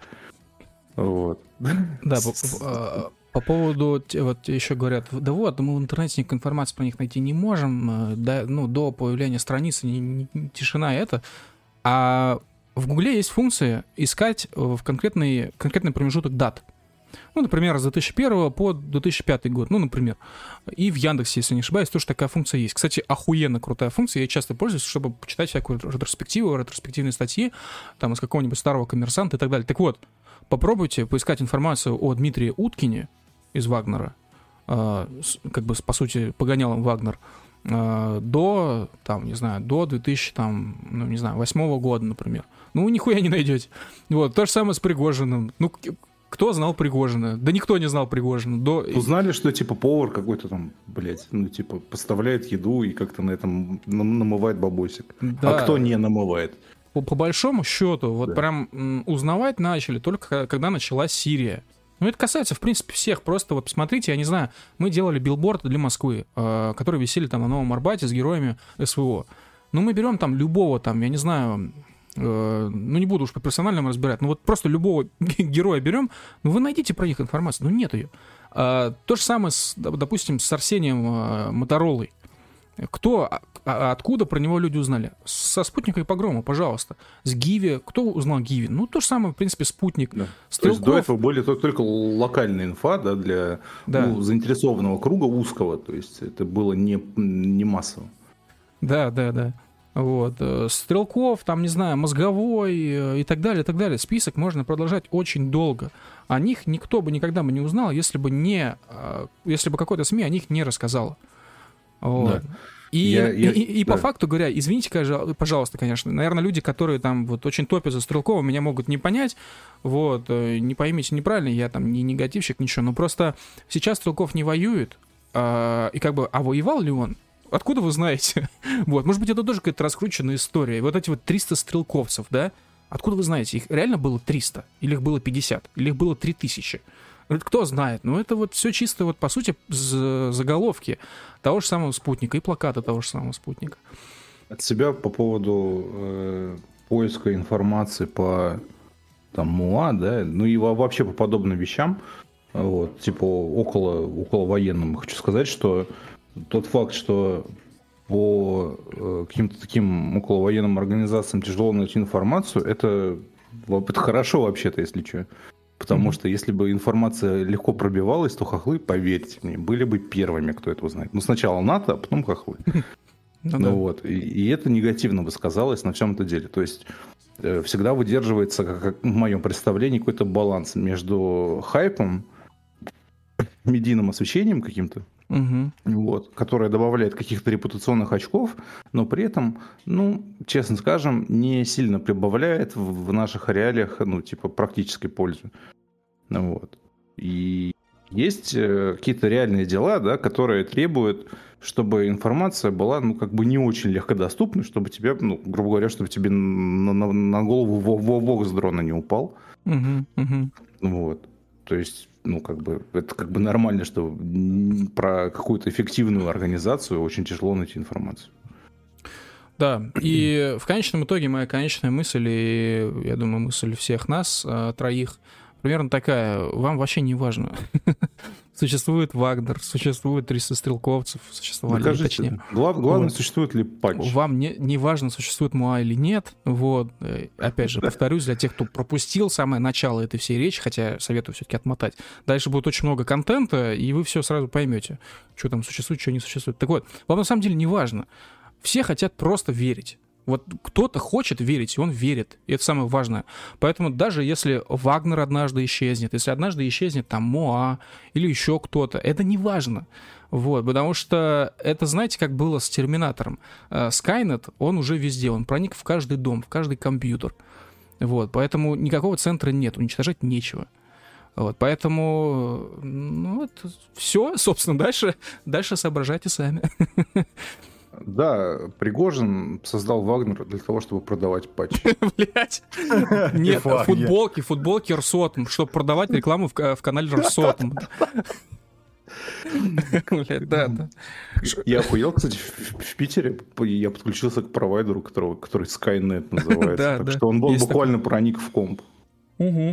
Вот. Да, по, по поводу, вот еще говорят, да вот, мы в интернете никакой информации про них найти не можем, да, ну, до появления страницы, не, не, тишина это, а в Гугле есть функция искать в конкретный, конкретный промежуток дат. Ну, например, с две тысячи первого по две тысячи пятый год, ну, например. И в Яндексе, если не ошибаюсь, тоже такая функция есть. Кстати, охуенно крутая функция, я часто пользуюсь, чтобы почитать всякую ретроспективу, ретроспективные статьи, там, из какого-нибудь старого коммерсанта и так далее. Так вот, попробуйте поискать информацию о Дмитрии Уткине из Вагнера, э, как бы, по сути, погонялом Вагнер, э, до, там, не знаю, до две тысячи, там, ну, не знаю, восьмого года, например. Ну, вы нихуя не найдете. Вот, то же самое с Пригожиным. Ну, кто знал Пригожина? Да никто не знал Пригожина. До... Узнали, что типа повар какой-то там, блядь, ну типа поставляет еду и как-то на этом намывает бабосик. Да. А кто не намывает? По, по большому счету, вот да. прям м, узнавать начали только когда началась Сирия. Ну, это касается, в принципе, всех. Просто вот посмотрите, я не знаю, мы делали билборды для Москвы, э, которые висели там на Новом Арбате с героями СВО. Ну, мы берем там любого там, я не знаю... ну, не буду уж по персональному разбирать, но вот просто любого героя берем, ну, вы найдите про них информацию, ну, нет ее. А, то же самое, с, допустим, с Арсением а, Моторолой. Кто, а, откуда про него люди узнали? Со «Спутника» и «Погрома», пожалуйста. С Гиви, кто узнал Гиви? Ну, то же самое, в принципе, «Спутник». Да. Стрелков. То есть до этого были только локальная инфа, да, для да. Ну, заинтересованного круга узкого, то есть это было не, не массово. Да, да, да. Вот. Стрелков, там, не знаю, Мозговой и так далее, и так далее. Список можно продолжать очень долго. О них никто бы никогда бы не узнал, если бы не, если бы какой-то СМИ о них не рассказало. Вот. Да. И, я, я, и, и, и да. по факту говоря, извините, пожалуйста, конечно, наверное, люди, которые там вот очень топят за Стрелкова, меня могут не понять, вот, не поймите неправильно, я там не негативщик, ничего, но просто сейчас Стрелков не воюет, а, и как бы, а воевал ли он? Откуда вы знаете? Вот, может быть, это тоже какая-то раскрученная история. Вот эти вот триста стрелковцев, да? Откуда вы знаете? Их реально было триста? Или их было пятьдесят? Или их было три тысячи? Кто знает? Ну, это вот все чисто, вот, по сути, заголовки того же самого «Спутника» и плакаты того же самого «Спутника». От себя по поводу э, поиска информации по там, МУА, да, ну и вообще по подобным вещам, вот, типа около, около военным, хочу сказать, что тот факт, что по э, каким-то таким околовоенным организациям тяжело найти информацию, это, это хорошо вообще-то, если что. Потому Mm-hmm. что если бы информация легко пробивалась, то хохлы, поверьте мне, были бы первыми, кто это узнает. Ну, сначала НАТО, а потом хохлы. Ну, ну вот, и, и это негативно бы сказалось на всем этом деле. То есть э, всегда выдерживается, как, как в моем представлении, какой-то баланс между хайпом, медийным освещением каким-то, угу. вот, которое добавляет каких-то репутационных очков, но при этом, ну, честно скажем, не сильно прибавляет в, в наших реалиях, ну, типа, практической пользы. Ну, вот. И есть э, какие-то реальные дела, да, которые требуют, чтобы информация была, ну, как бы не очень легкодоступной, чтобы тебе, ну, грубо говоря, чтобы тебе на, на, на голову вовок с дрона не упал. Угу, угу. Вот. То есть, ну, как бы, это как бы нормально, что про какую-то эффективную организацию очень тяжело найти информацию. Да, и в конечном итоге моя конечная мысль, и, я думаю, мысль всех нас, троих, примерно такая: вам вообще не важно. Существует Вагнер, существует триста стрелковцев, существовали, Докажите, точнее. Глав, главное, вот. Существует ли патч. Вам не, не важно, существует МУА или нет. Вот. Опять же, повторюсь, для тех, кто пропустил самое начало этой всей речи, хотя советую все-таки отмотать. Дальше будет очень много контента, и вы все сразу поймете, что там существует, что не существует. Так вот, вам на самом деле не важно. Все хотят просто верить. Вот кто-то хочет верить, и он верит. И это самое важное. Поэтому даже если Вагнер однажды исчезнет, если однажды исчезнет там МОА или еще кто-то, это не важно. Вот, потому что это, знаете, как было с Терминатором. Скайнет, он уже везде, он проник в каждый дом, в каждый компьютер. Вот, поэтому никакого центра нет, уничтожать нечего. Вот, поэтому, ну, это все, собственно, дальше, дальше соображайте сами. Да, Пригожин создал Вагнер для того, чтобы продавать патчи. Блять. Нет, футболки, футболки Росотом, чтобы продавать рекламу в, в канале Росотом. Да, да. Я охуел, кстати, в, в Питере я подключился к провайдеру, которого, который Skynet называется. Да, так да. что он был Есть буквально такой. проник в комп. Угу.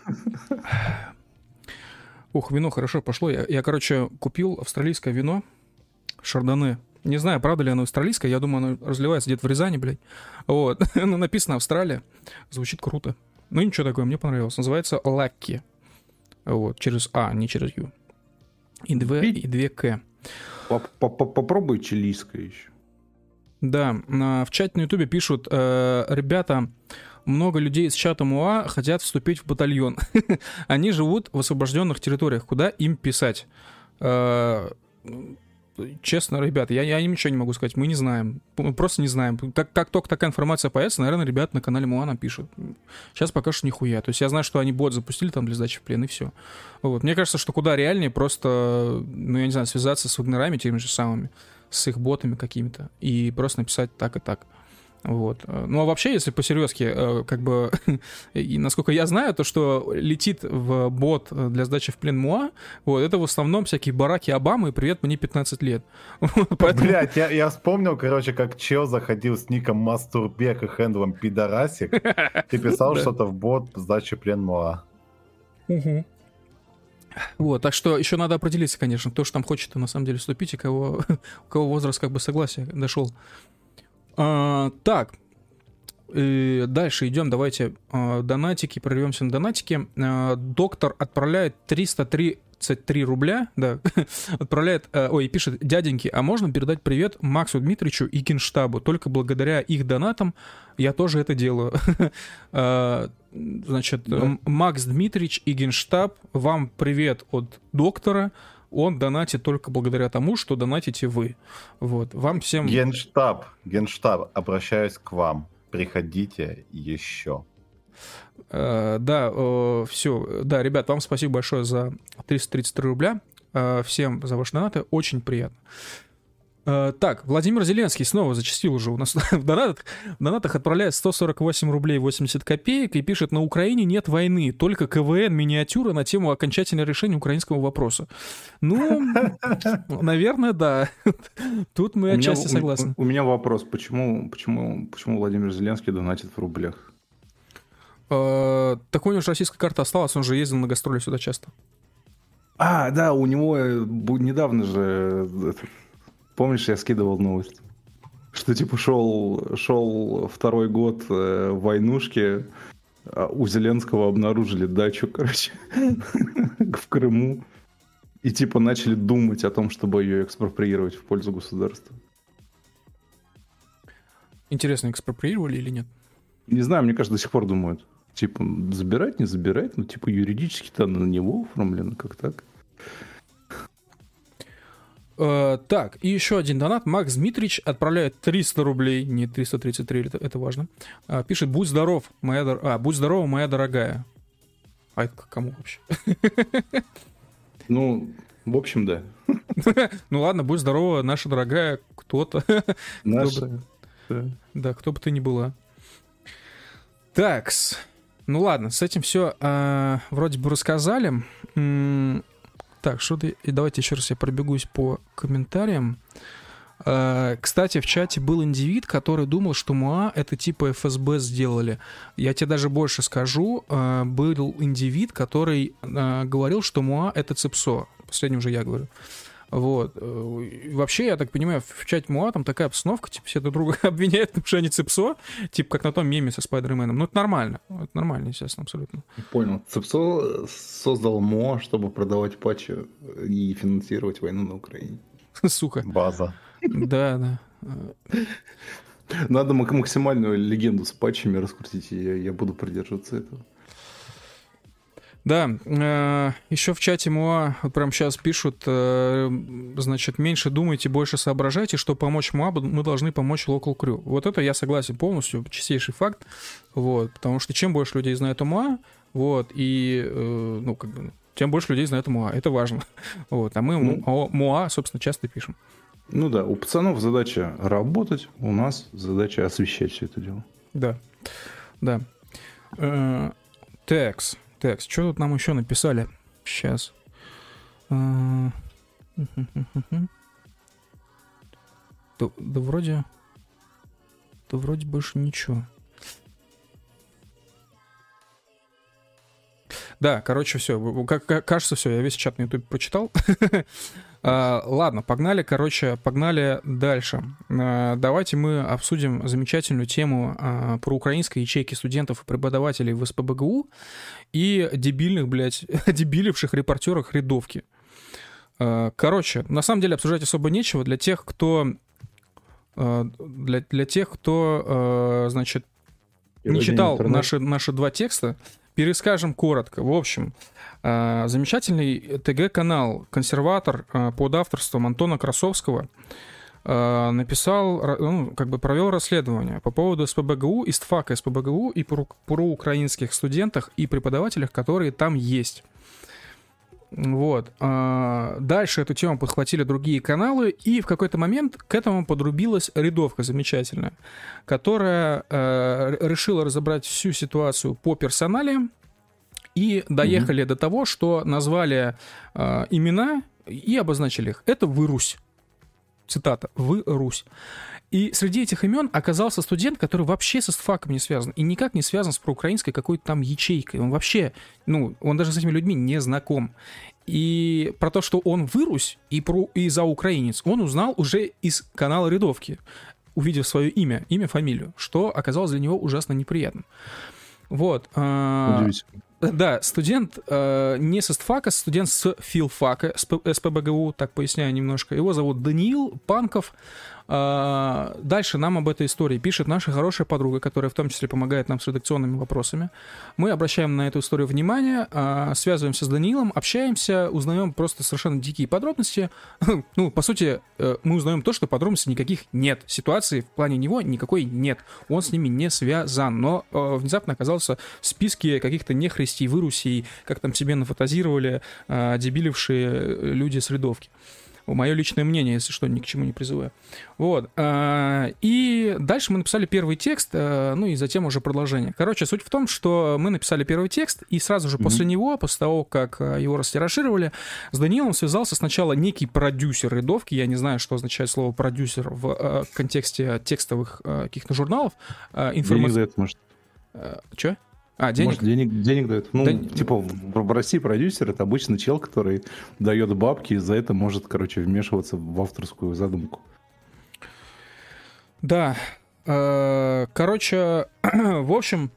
Ух, вино хорошо пошло. Я, я, короче, купил австралийское вино Шардоне. Не знаю, правда ли оно австралийское, я думаю, оно разливается где-то в Рязани, блядь. Вот. Ну, написано Австралия. Звучит круто. Ну, ничего такое, мне понравилось. Называется Lucky. Вот, через А, не через Ю. И две, и две К. Попробуй чилийское еще. Да, в чате на Ютубе пишут: э, ребята, много людей из чата МУА хотят вступить в батальон. Они живут в освобожденных территориях. Куда им писать? Э, Честно, ребята, я, я ничего не могу сказать, мы не знаем, мы просто не знаем. Как, как только такая информация появится, наверное, ребята на канале МУА напишут. Сейчас пока что нихуя. То есть я знаю, что они бот запустили там для сдачи в плен, и все. Вот. Мне кажется, что куда реальнее просто, ну, я не знаю, связаться с вагнерами теми же самыми, с их ботами какими-то, и просто написать так и так. Вот. Ну, а вообще, если по-серьезки, как бы, и насколько я знаю, то, что летит в бот для сдачи в плен МУА, вот, это в основном всякие Бараки Обамы и «Привет, мне пятнадцать лет». Поэтому... Блядь, я, я вспомнил, короче, как чел заходил с ником Мастурбек и хендлом Пидорасик и писал что-то в бот сдачи в плен МУА. Вот, так что еще надо определиться, конечно, кто же там хочет на самом деле вступить и кого, у кого возраст как бы согласия дошел. А, так, и дальше идем, давайте а, донатики, прорвемся на донатики. А, доктор отправляет триста тридцать три рубля, да, отправляет, а, ой, пишет: дяденьки, а можно передать привет Максу Дмитриевичу и Генштабу? Только благодаря их донатам я тоже это делаю. а, значит, да. Макс Дмитриевич и Генштаб, вам привет от доктора. Он донатит только благодаря тому, что донатите вы. Вот. Вам всем... Генштаб, Генштаб, обращаюсь к вам. Приходите еще. Uh, да, uh, все. Да, ребят, вам спасибо большое за триста тридцать три рубля. Uh, всем за ваши донаты. Очень приятно. Uh, так, Владимир Зеленский снова зачастил уже у нас в донатах. В донатах отправляет сто сорок восемь рублей восемьдесят копеек и пишет: на Украине нет войны, только КВН миниатюра на тему окончательного решения украинского вопроса. Ну, наверное, да. Тут мы отчасти согласны. У меня вопрос: почему, почему, почему Владимир Зеленский донатит в рублях? Uh, так у него же российская карта осталась, он же ездил на гастроли сюда часто. А, да, у него недавно же... Помнишь, я скидывал новость, что типа шел, шел второй год э, войнушки, у Зеленского обнаружили дачу, короче, в Крыму. И типа начали думать о том, чтобы ее экспроприировать в пользу государства. Интересно, экспроприировали или нет? Не знаю, мне кажется, до сих пор думают. Типа, забирать, не забирать, ну, типа, юридически-то на него оформлено, как так? Uh, так, и еще один донат. Макс Дмитриевич отправляет триста рублей, не триста тридцать три, это, это важно. Uh, пишет: будь здоров, моя дор... а, будь здорова, моя дорогая. А это к кому вообще? Ну, в общем, да. Ну ладно, будь здорова, наша дорогая, кто-то. Наша. Да, кто бы ты ни была. Такс. Ну ладно, с этим все вроде бы рассказали. Так, что-то... И давайте еще раз я пробегусь по комментариям. Uh, кстати, в чате был индивид, который думал, что МУА это типа эф эс бэ сделали. Я тебе даже больше скажу. Uh, был индивид, который uh, говорил, что МУА это ЦИПСО. Последним же я говорю. Вот. Uh, вообще, я так понимаю, в чате МУА там такая обстановка, типа все друг друга обвиняют, потому что они ЦИПСО, типа как на том меме со Спайдерменом. Ну, это нормально. Это нормально, естественно, абсолютно. Понял. ЦИПСО создал МУА, чтобы продавать патчи и финансировать войну на Украине. Сука. База. Да, да. Надо максимальную легенду с патчами раскрутить, и я, я буду придерживаться этого. Да, э, еще в чате МУА вот прямо сейчас пишут, э, значит, меньше думайте, больше соображайте, что помочь МУА мы должны помочь Local Crew. Вот это я согласен полностью, чистейший факт, вот, потому что чем больше людей знает о МУА, вот, и, э, ну, как бы, тем больше людей знает о МУА, это важно, вот, а мы ну, о МУА, собственно, часто пишем. Ну да, у пацанов задача работать, у нас задача освещать все это дело. Да, да. Э, текс, текс, что тут нам еще написали? Сейчас. Э, да, да вроде... Да вроде больше ничего. Да, короче, все. Как кажется, все, я весь чат на YouTube прочитал. Uh, ладно, погнали, короче, погнали дальше. Uh, давайте мы обсудим замечательную тему uh, про украинской ячейки студентов и преподавателей в эс пэ бэ гэ у и дебильных, блядь, дебиливших репортерах рядовки. Uh, короче, на самом деле обсуждать особо нечего для тех, кто... Uh, для, для тех, кто, uh, значит, не читал наши, наши два текста. Перескажем коротко. В общем, э, замечательный ТГ-канал «Консерватор» э, под авторством Антона Красовского э, написал, ну, как бы провел расследование по поводу эс пэ бэ гэ у, истфака эс пэ бэ гэ у и про, про украинских студентах и преподавателях, которые там есть. Вот. Дальше эту тему подхватили другие каналы, и в какой-то момент к этому подрубилась рядовка замечательная, которая э, решила разобрать всю ситуацию по персоналиям, и доехали mm-hmm. до того, что назвали э, имена и обозначили их. Это «Вы-Русь». Цитата. «Вы-Русь». И среди этих имен оказался студент, который вообще со СТФАКом не связан. И никак не связан с проукраинской какой-то там ячейкой. Он вообще, ну, он даже с этими людьми не знаком. И про то, что он вырусь и, про, и за украинец, он узнал уже из канала рядовки, увидев свое имя, имя, фамилию, что оказалось для него ужасно неприятным. Вот. Удивительно. Да, студент э, не с СТФАКа, студент с филфака, эс пэ бэ гэ у, так поясняю немножко. Его зовут Даниил Панков. Э, дальше нам об этой истории пишет наша хорошая подруга, которая в том числе помогает нам с редакционными вопросами. Мы обращаем на эту историю внимание, э, связываемся с Даниилом, общаемся, узнаем просто совершенно дикие подробности. Ну, по сути, э, мы узнаем то, что подробностей никаких нет. Ситуации в плане него никакой нет. Он с ними не связан, но э, внезапно оказался в списке каких-то нехристиан, Вырусей, как там себе нафантазировали а, дебилившие люди с рядовки. Мое личное мнение, если что, ни к чему не призываю. Вот. А, и дальше мы написали первый текст, а, ну и затем уже продолжение. Короче, суть в том, что мы написали первый текст, и сразу же mm-hmm. после него, после того, как его растиражировали, с Даниилом связался сначала некий продюсер рядовки. Я не знаю, что означает слово продюсер в а, контексте текстовых а, каких-то журналов. А, информа... Денег за это, может. А, Че? А, денег? Может, денег, денег дают. Ну, да... типа, в, в России продюсер — это обычно чел, который дает бабки, и за это может, короче, вмешиваться в авторскую задумку. Да. Короче, в общем,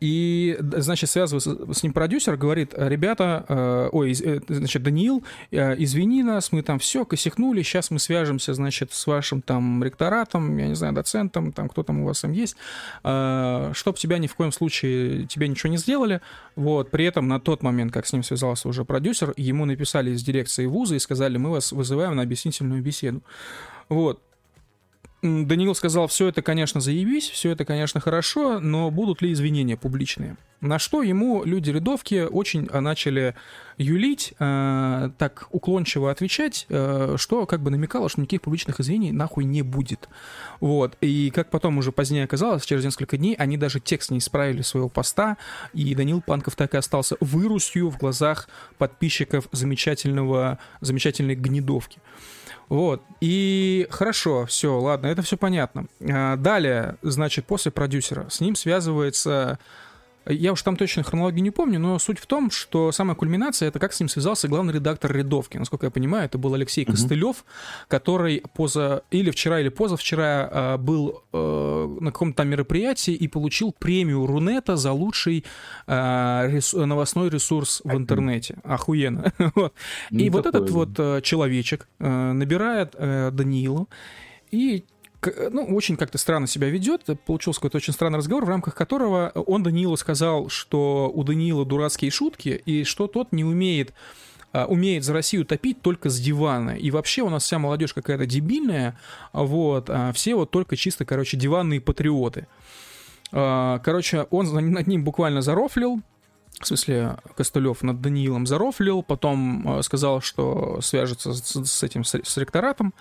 И, значит, связывается с ним продюсер, говорит: ребята, э, ой, э, значит, Даниил, э, извини нас, мы там все косякнули, сейчас мы свяжемся, значит, с вашим там ректоратом, я не знаю, доцентом, там, кто там у вас там есть, э, чтоб тебя ни в коем случае, тебе ничего не сделали. Вот, при этом на тот момент, как с ним связался уже продюсер, ему написали из дирекции вуза и сказали: мы вас вызываем на объяснительную беседу. Вот. Даниил сказал: все это, конечно, заебись, все это, конечно, хорошо, но будут ли извинения публичные? На что ему люди рядовки очень начали юлить, э, так уклончиво отвечать, э, что как бы намекало, что никаких публичных извинений нахуй не будет. Вот. И как потом уже позднее оказалось, через несколько дней они даже текст не исправили своего поста, и Даниил Панков так и остался вырусью в глазах подписчиков замечательного, замечательной гнидовки. Вот, и хорошо, все, ладно, это все понятно. Далее, значит, после продюсера с ним связывается... Я уж там точно хронологию не помню, но суть в том, что самая кульминация — это как с ним связался главный редактор «Рядовки». Насколько я понимаю, это был Алексей uh-huh. Костылев, который поза... или вчера, или позавчера был э, на каком-то там мероприятии и получил премию Рунета за лучший э, рес... новостной ресурс в интернете. Охуенно. вот. И вот этот вот э, человечек э, набирает э, Даниилу и... ну, очень как-то странно себя ведет. Получился какой-то очень странный разговор, в рамках которого он Даниилу сказал, что у Даниила дурацкие шутки, и что тот не умеет, а, умеет за Россию топить только с дивана. И вообще у нас вся молодежь какая-то дебильная, вот, а все вот только чисто, короче, диванные патриоты. А, короче, он над ним буквально зарофлил, в смысле, Костылев над Даниилом зарофлил, потом сказал, что свяжется с, с этим, с, с ректоратом.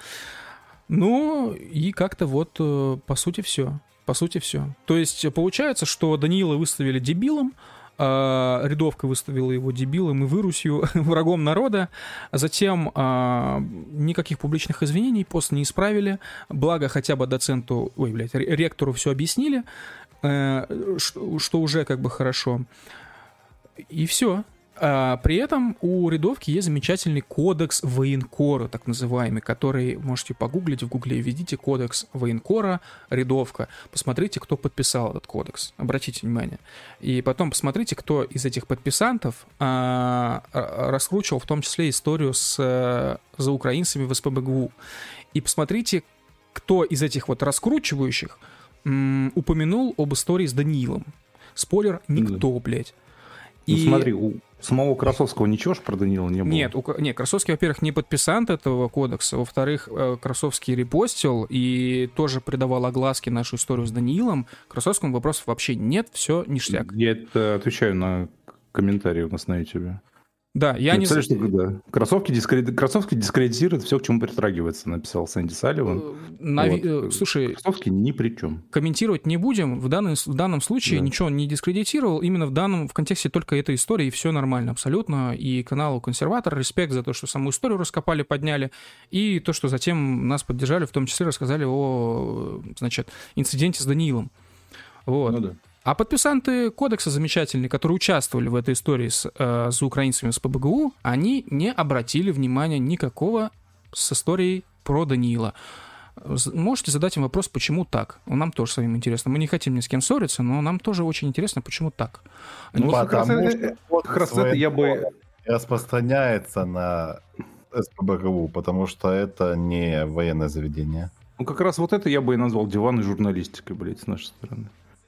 Ну, и как-то вот, по сути, все. По сути, все. То есть, получается, что Даниила выставили дебилом, а рядовка выставила его дебилом и вырусью, врагом народа. Затем а, никаких публичных извинений, пост не исправили. Благо, хотя бы доценту, ой, блядь, ректору все объяснили, а, что, что уже как бы хорошо. И все. А при этом у рядовки есть замечательный кодекс военкора, так называемый, который можете погуглить, в гугле введите кодекс военкора, рядовка, посмотрите, кто подписал этот кодекс, обратите внимание. И потом посмотрите, кто из этих подписантов а, раскручивал в том числе историю с а, за украинцами в СПбГУ. И посмотрите, кто из этих вот раскручивающих м, упомянул об истории с Даниилом. Спойлер, никто, да. блядь. Ну И... смотри, у самого Красовского ничего ж про Даниила не было? Нет, у, нет, Красовский, во-первых, не подписант этого кодекса, во-вторых, Красовский репостил и тоже придавал огласке нашу историю с Даниилом. Красовскому вопросов вообще нет, все ништяк. Я это отвечаю на комментарии у нас на YouTube. Да, я не... Что, да. Кроссовки, дискредит... Кроссовки дискредитируют все, к чему притрагивается, написал Сэнди Салливан. На... Вот. Слушай, кроссовки ни при чем. Комментировать не будем. В, данном, в данном случае да. ничего он не дискредитировал. Именно в данном, в контексте только этой истории, и все нормально абсолютно. И каналу «Консерватор» респект за то, что саму историю раскопали, подняли, и то, что затем нас поддержали, в том числе рассказали о, значит, инциденте с Даниилом. Вот. Ну да. А подписанты кодекса замечательные, которые участвовали в этой истории с, э, с украинцами с СПбГУ, они не обратили внимания никакого с историей про Даниила. Можете задать им вопрос, почему так? Нам тоже самим интересно. Мы не хотим ни с кем ссориться, но нам тоже очень интересно, почему так. Ну, потому что как раз это я бы распространяется на СПбГУ, потому что это не военное заведение. Ну, как раз вот это я бы и назвал диванной журналистикой, блядь, с нашей стороны.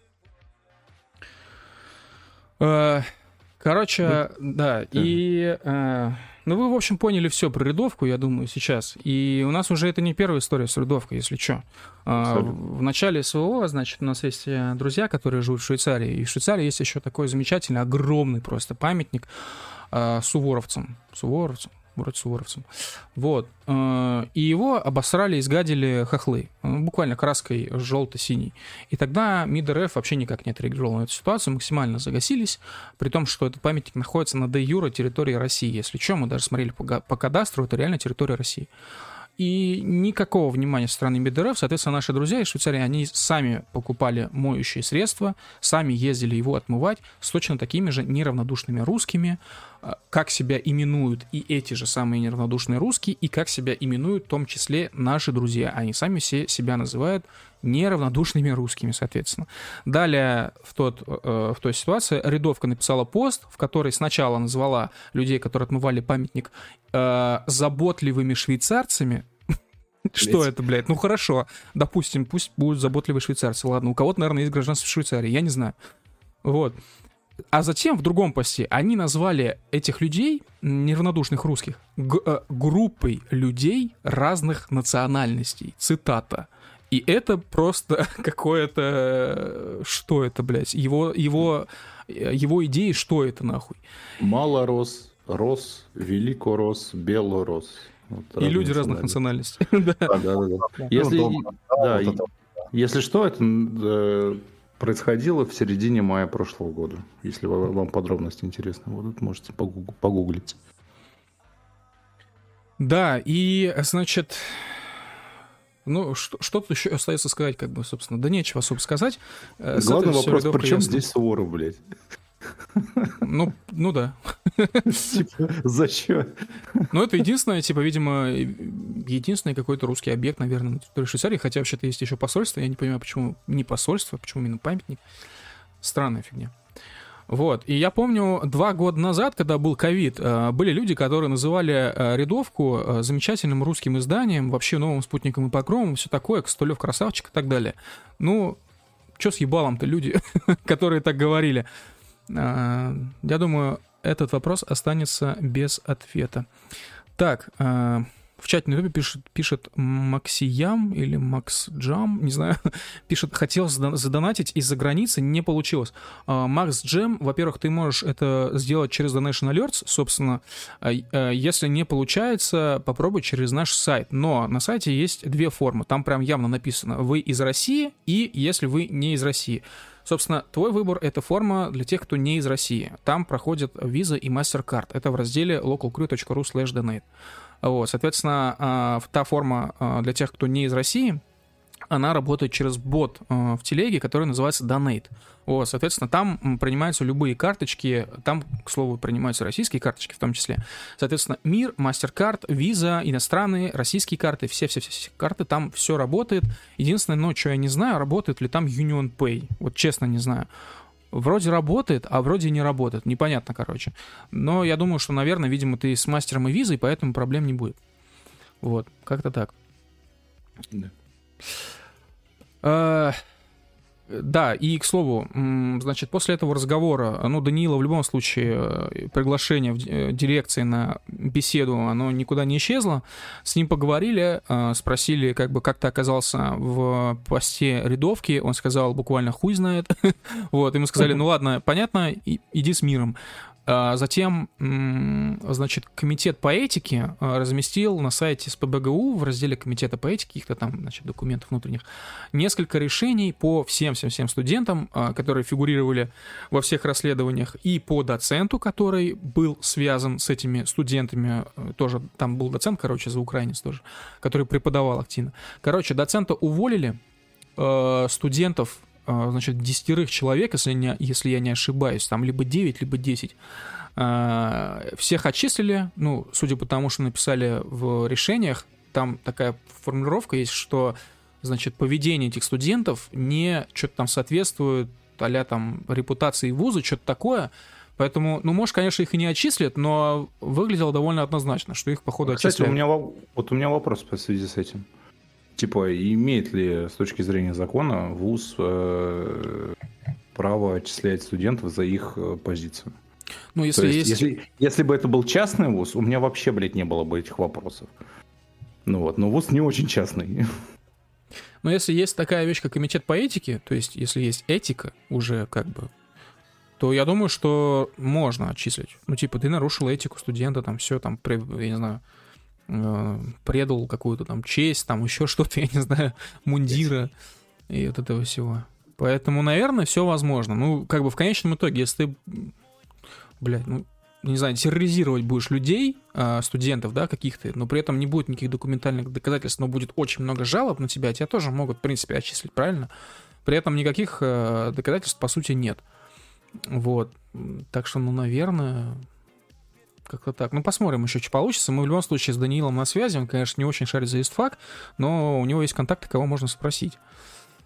Короче, да, да. и... Э, ну, вы, в общем, поняли все про рядовку, я думаю, сейчас. И у нас уже это не первая история с рядовкой, если что. Э, в, в начале СВО, значит, у нас есть друзья, которые живут в Швейцарии. И в Швейцарии есть еще такой замечательный, огромный просто памятник э, суворовцам. Суворовцам. Вроде суворовцам. Вот. И его обосрали, изгадили хохлы. Буквально краской желто-синий. И тогда МИД РФ вообще никак не отреагировал на эту ситуацию, максимально загасились, при том, что этот памятник находится на де-юре территории России. Если что, мы даже смотрели по, по кадастру, это реально территория России. И никакого внимания со стороны МИД РФ, соответственно, наши друзья из Швейцарии, они сами покупали моющие средства, сами ездили его отмывать с точно такими же неравнодушными русскими, как себя именуют и эти же самые неравнодушные русские, и как себя именуют в том числе наши друзья. Они сами все себя называют неравнодушными русскими, соответственно. Далее в, тот, э, в той ситуации рядовка написала пост, в которой сначала назвала людей, которые отмывали памятник, э, заботливыми швейцарцами. Что это, блядь? Ну хорошо, допустим, пусть будут заботливые швейцарцы. Ладно, у кого-то, наверное, есть гражданство в Швейцарии, я не знаю. Вот. А затем в другом посте они назвали этих людей, неравнодушных русских, г- э, группой людей разных национальностей. Цитата. И это просто какое-то... Что это, блядь? Его, его, его идеи, что это, нахуй? Малорос, рос, великорос, белорос. Вот и люди разных национальностей. Да, да, да. Если что, это происходило в середине мая прошлого года. Если вам подробности интересны, вот можете погуглить. Да, и, значит... Ну, что, что тут еще остается сказать, как бы, собственно, да нечего особо сказать. Главный вопрос, при чем здесь Суворов, блядь? Ну, ну да. Типа, зачем? Ну, это единственное, типа, видимо, единственный какой-то русский объект, наверное, на территории Швейцарии, хотя вообще-то есть еще посольство, я не понимаю, почему не посольство, почему именно памятник. Странная фигня. Вот, и я помню, два года назад, когда был ковид, были люди, которые называли рядовку замечательным русским изданием, вообще новым спутником и покровом, все такое, Костылев красавчик и так далее. Ну, что с ебалом-то люди, которые так говорили? Я думаю, этот вопрос останется без ответа. Так, в чате на ютубе пишет, пишет Максиям или Максджам, не знаю, пишет, хотел задонатить из-за границы, не получилось. Макс Джем, во-первых, ты можешь это сделать через Donation Alerts, собственно, если не получается, попробуй через наш сайт. Но на сайте есть две формы, там прям явно написано, вы из России и если вы не из России. Собственно, твой выбор — это форма для тех, кто не из России. Там проходят Visa и MasterCard. Это в разделе localcrew.ru slash donate. Вот, соответственно, та форма для тех, кто не из России, она работает через бот в телеге, который называется Donate. Вот, соответственно, там принимаются любые карточки, там, к слову, принимаются российские карточки в том числе. Соответственно, Мир, MasterCard, Visa, иностранные, российские карты, все-все-все карты, там все работает. Единственное, ну, что я не знаю, работает ли там UnionPay. Вот честно не знаю. Вроде работает, а вроде не работает. Непонятно, короче. Но я думаю, что, наверное, видимо, ты с мастером и визой, поэтому проблем не будет. Вот, как-то так. Да. А, да, и, к слову, значит, после этого разговора, ну, Даниила в любом случае приглашение в дирекции на беседу, оно никуда не исчезло. С ним поговорили, спросили, как бы, как ты оказался в посте рядовки. Он сказал, буквально хуй знает. Вот, ему сказали, ну ладно, понятно, иди с миром. Затем, значит, комитет по этике разместил на сайте СПбГУ в разделе комитета по этике, каких-то там, значит, документов внутренних, несколько решений по всем-всем-всем студентам, которые фигурировали во всех расследованиях, и по доценту, который был связан с этими студентами, тоже там был доцент, короче, заукраинец тоже, который преподавал активно. Короче, доцента уволили, студентов, значит, десятерых человек, если, не, если я не ошибаюсь, там либо девять, либо десять. Всех отчислили, ну, судя по тому, что написали в решениях, там такая формулировка есть, что, значит, поведение этих студентов не что-то там соответствует а-ля там репутации вуза, что-то такое. Поэтому, ну, может, конечно, их и не отчислят, но выглядело довольно однозначно, что их, походу, Кстати, отчисляют. Кстати, у меня, вот у меня вопрос в связи с этим. Типа, имеет ли с точки зрения закона вуз э, право отчислять студентов за их э, позицию? Ну, если, есть, есть... если, если бы это был частный вуз, у меня вообще, блядь, не было бы этих вопросов. Ну вот, но вуз не очень частный. Но если есть такая вещь, как комитет по этике, то есть если есть этика уже как бы, то я думаю, что можно отчислить. Ну, типа, ты нарушил этику студента, там все, там, я не знаю, предал какую-то там честь, там еще что-то, я не знаю, мундира и вот этого всего. Поэтому, наверное, все возможно. Ну, как бы в конечном итоге, если ты, блядь, ну, не знаю, терроризировать будешь людей, студентов, да, каких-то, но при этом не будет никаких документальных доказательств, но будет очень много жалоб на тебя, тебя тоже могут, в принципе, отчислить, правильно? При этом никаких доказательств, по сути, нет. Вот. Так что, ну, наверное... Как-то так. Ну, посмотрим еще, что получится. Мы в любом случае с Даниилом на связи. Он, конечно, не очень шарит за истфак, но у него есть контакты, кого можно спросить.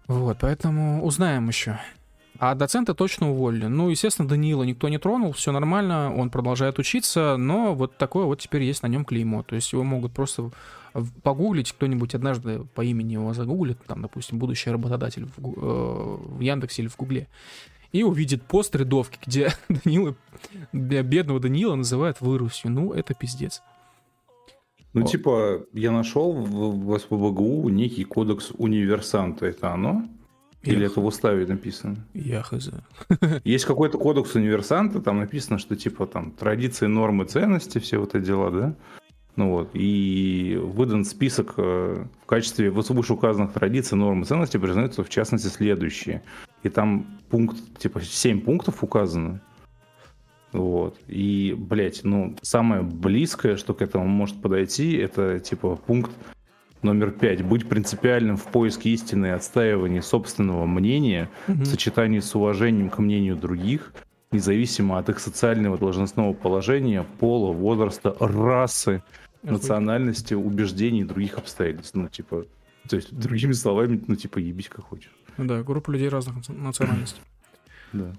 Вот, поэтому узнаем еще. А доцента точно уволили. Ну, естественно, Даниила никто не тронул, все нормально, он продолжает учиться, но вот такое вот теперь есть на нем клеймо. То есть его могут просто погуглить, кто-нибудь однажды по имени его загуглит, там, допустим, будущий работодатель в, э, в Яндексе или в Гугле, и увидит пост рядовки, где Данила, бедного Даниила называют вырусью. Ну, это пиздец. Ну, О. типа, я нашел в, в СПбГУ некий кодекс универсанта. Это оно? Или Эх. это в уставе написано? Я хз. Есть какой-то кодекс универсанта, там написано, что типа там традиции, нормы, ценности, все вот эти дела, да? Ну вот, и выдан список э, в качестве вышеуказанных традиций, норм и ценностей признаются в частности следующие. И там пункт, типа семь пунктов указано. Вот. И, блядь, ну, самое близкое, что к этому может подойти, это типа пункт номер пять. Быть принципиальным в поиске истины и отстаивании собственного мнения Мгм. в сочетании с уважением к мнению других, независимо от их социального должностного положения, пола, возраста, расы, национальности, убеждений и других обстоятельств. Ну, типа, то есть, другими словами, ну, типа, ебись как хочешь. Ну да, группа людей разных наци- национальностей. Да.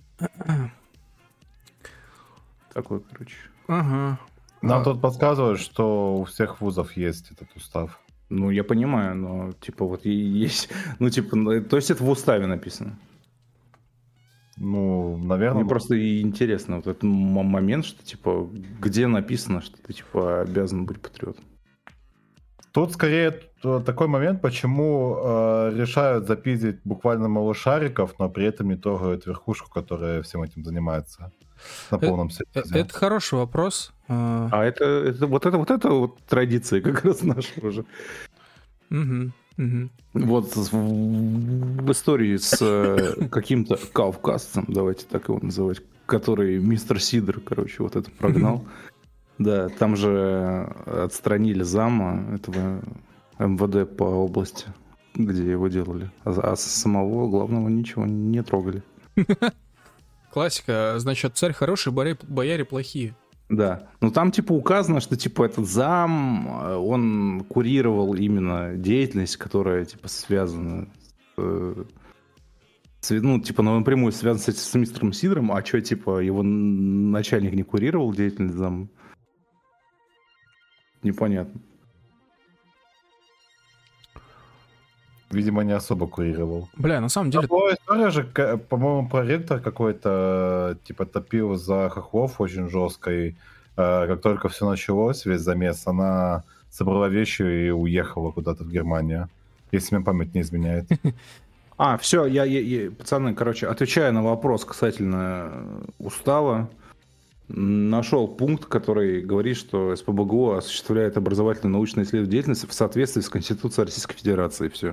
Такой, короче. Ага. Нам А, тут подсказывают, что у всех вузов есть этот устав. Ну, я понимаю, но, типа, вот и есть... Ну, типа, ну, то есть это в уставе написано. Ну, наверное. Мне просто и интересно вот этот м- момент, что, типа, где написано, что ты, типа, обязан быть патриотом. Тут скорее т- такой момент, почему э, решают запиздить буквально малышариков, но при этом не трогают верхушку, которая всем этим занимается на Э, полном э, серьезе. Это хороший вопрос. А, А это, это вот это вот это вот традиция как раз наша уже. мгм, мгм. Вот в, в истории с э, каким-то кавказцем, давайте так его называть, который мистер Сидор, короче, вот это прогнал. Да, там же отстранили зама этого эм вэ дэ по области, где его делали. А, а самого главного ничего не трогали. Классика. Значит, царь хороший, бояре, бояре плохие. Да. Ну там типа указано, что типа этот зам, э, он курировал именно деятельность, которая типа связана с, э, с- ну, типа, ну, напрямую связана с, этим- с мистером Сидором, а что, типа, его н- начальник не курировал деятельность зама? Непонятно. Видимо, не особо курировал. Бля, на самом Там деле... была история же, к- по-моему, проректор какой-то, типа, топил за хохлов очень жестко, и э, как только все началось, весь замес, она собрала вещи и уехала куда-то в Германию, если мне память не изменяет. А, все, я, я- я- пацаны, короче, отвечая на вопрос касательно э, устава, нашел пункт, который говорит, что СПбГУ осуществляет образовательную научную исследовательскую деятельность в соответствии с Конституцией Российской Федерации. Все.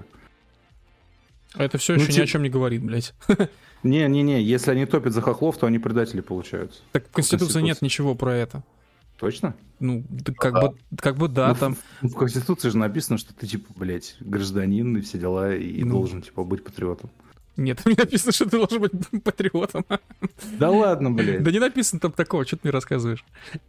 Это все Ну, еще ни тип- о чем не говорит, блядь. Не-не-не, если они топят за хохлов, то они предатели получаются. Так в Конституции Конституции. нет ничего про это. Точно? Ну, да как бы, как бы да, Ну, там... в, в Конституции же написано, что ты, типа, блядь, гражданин и все дела, и Ну. должен, типа, быть патриотом. Нет, там не написано, что ты должен быть патриотом. Да ладно, блядь. Да не написано там такого, что ты мне рассказываешь.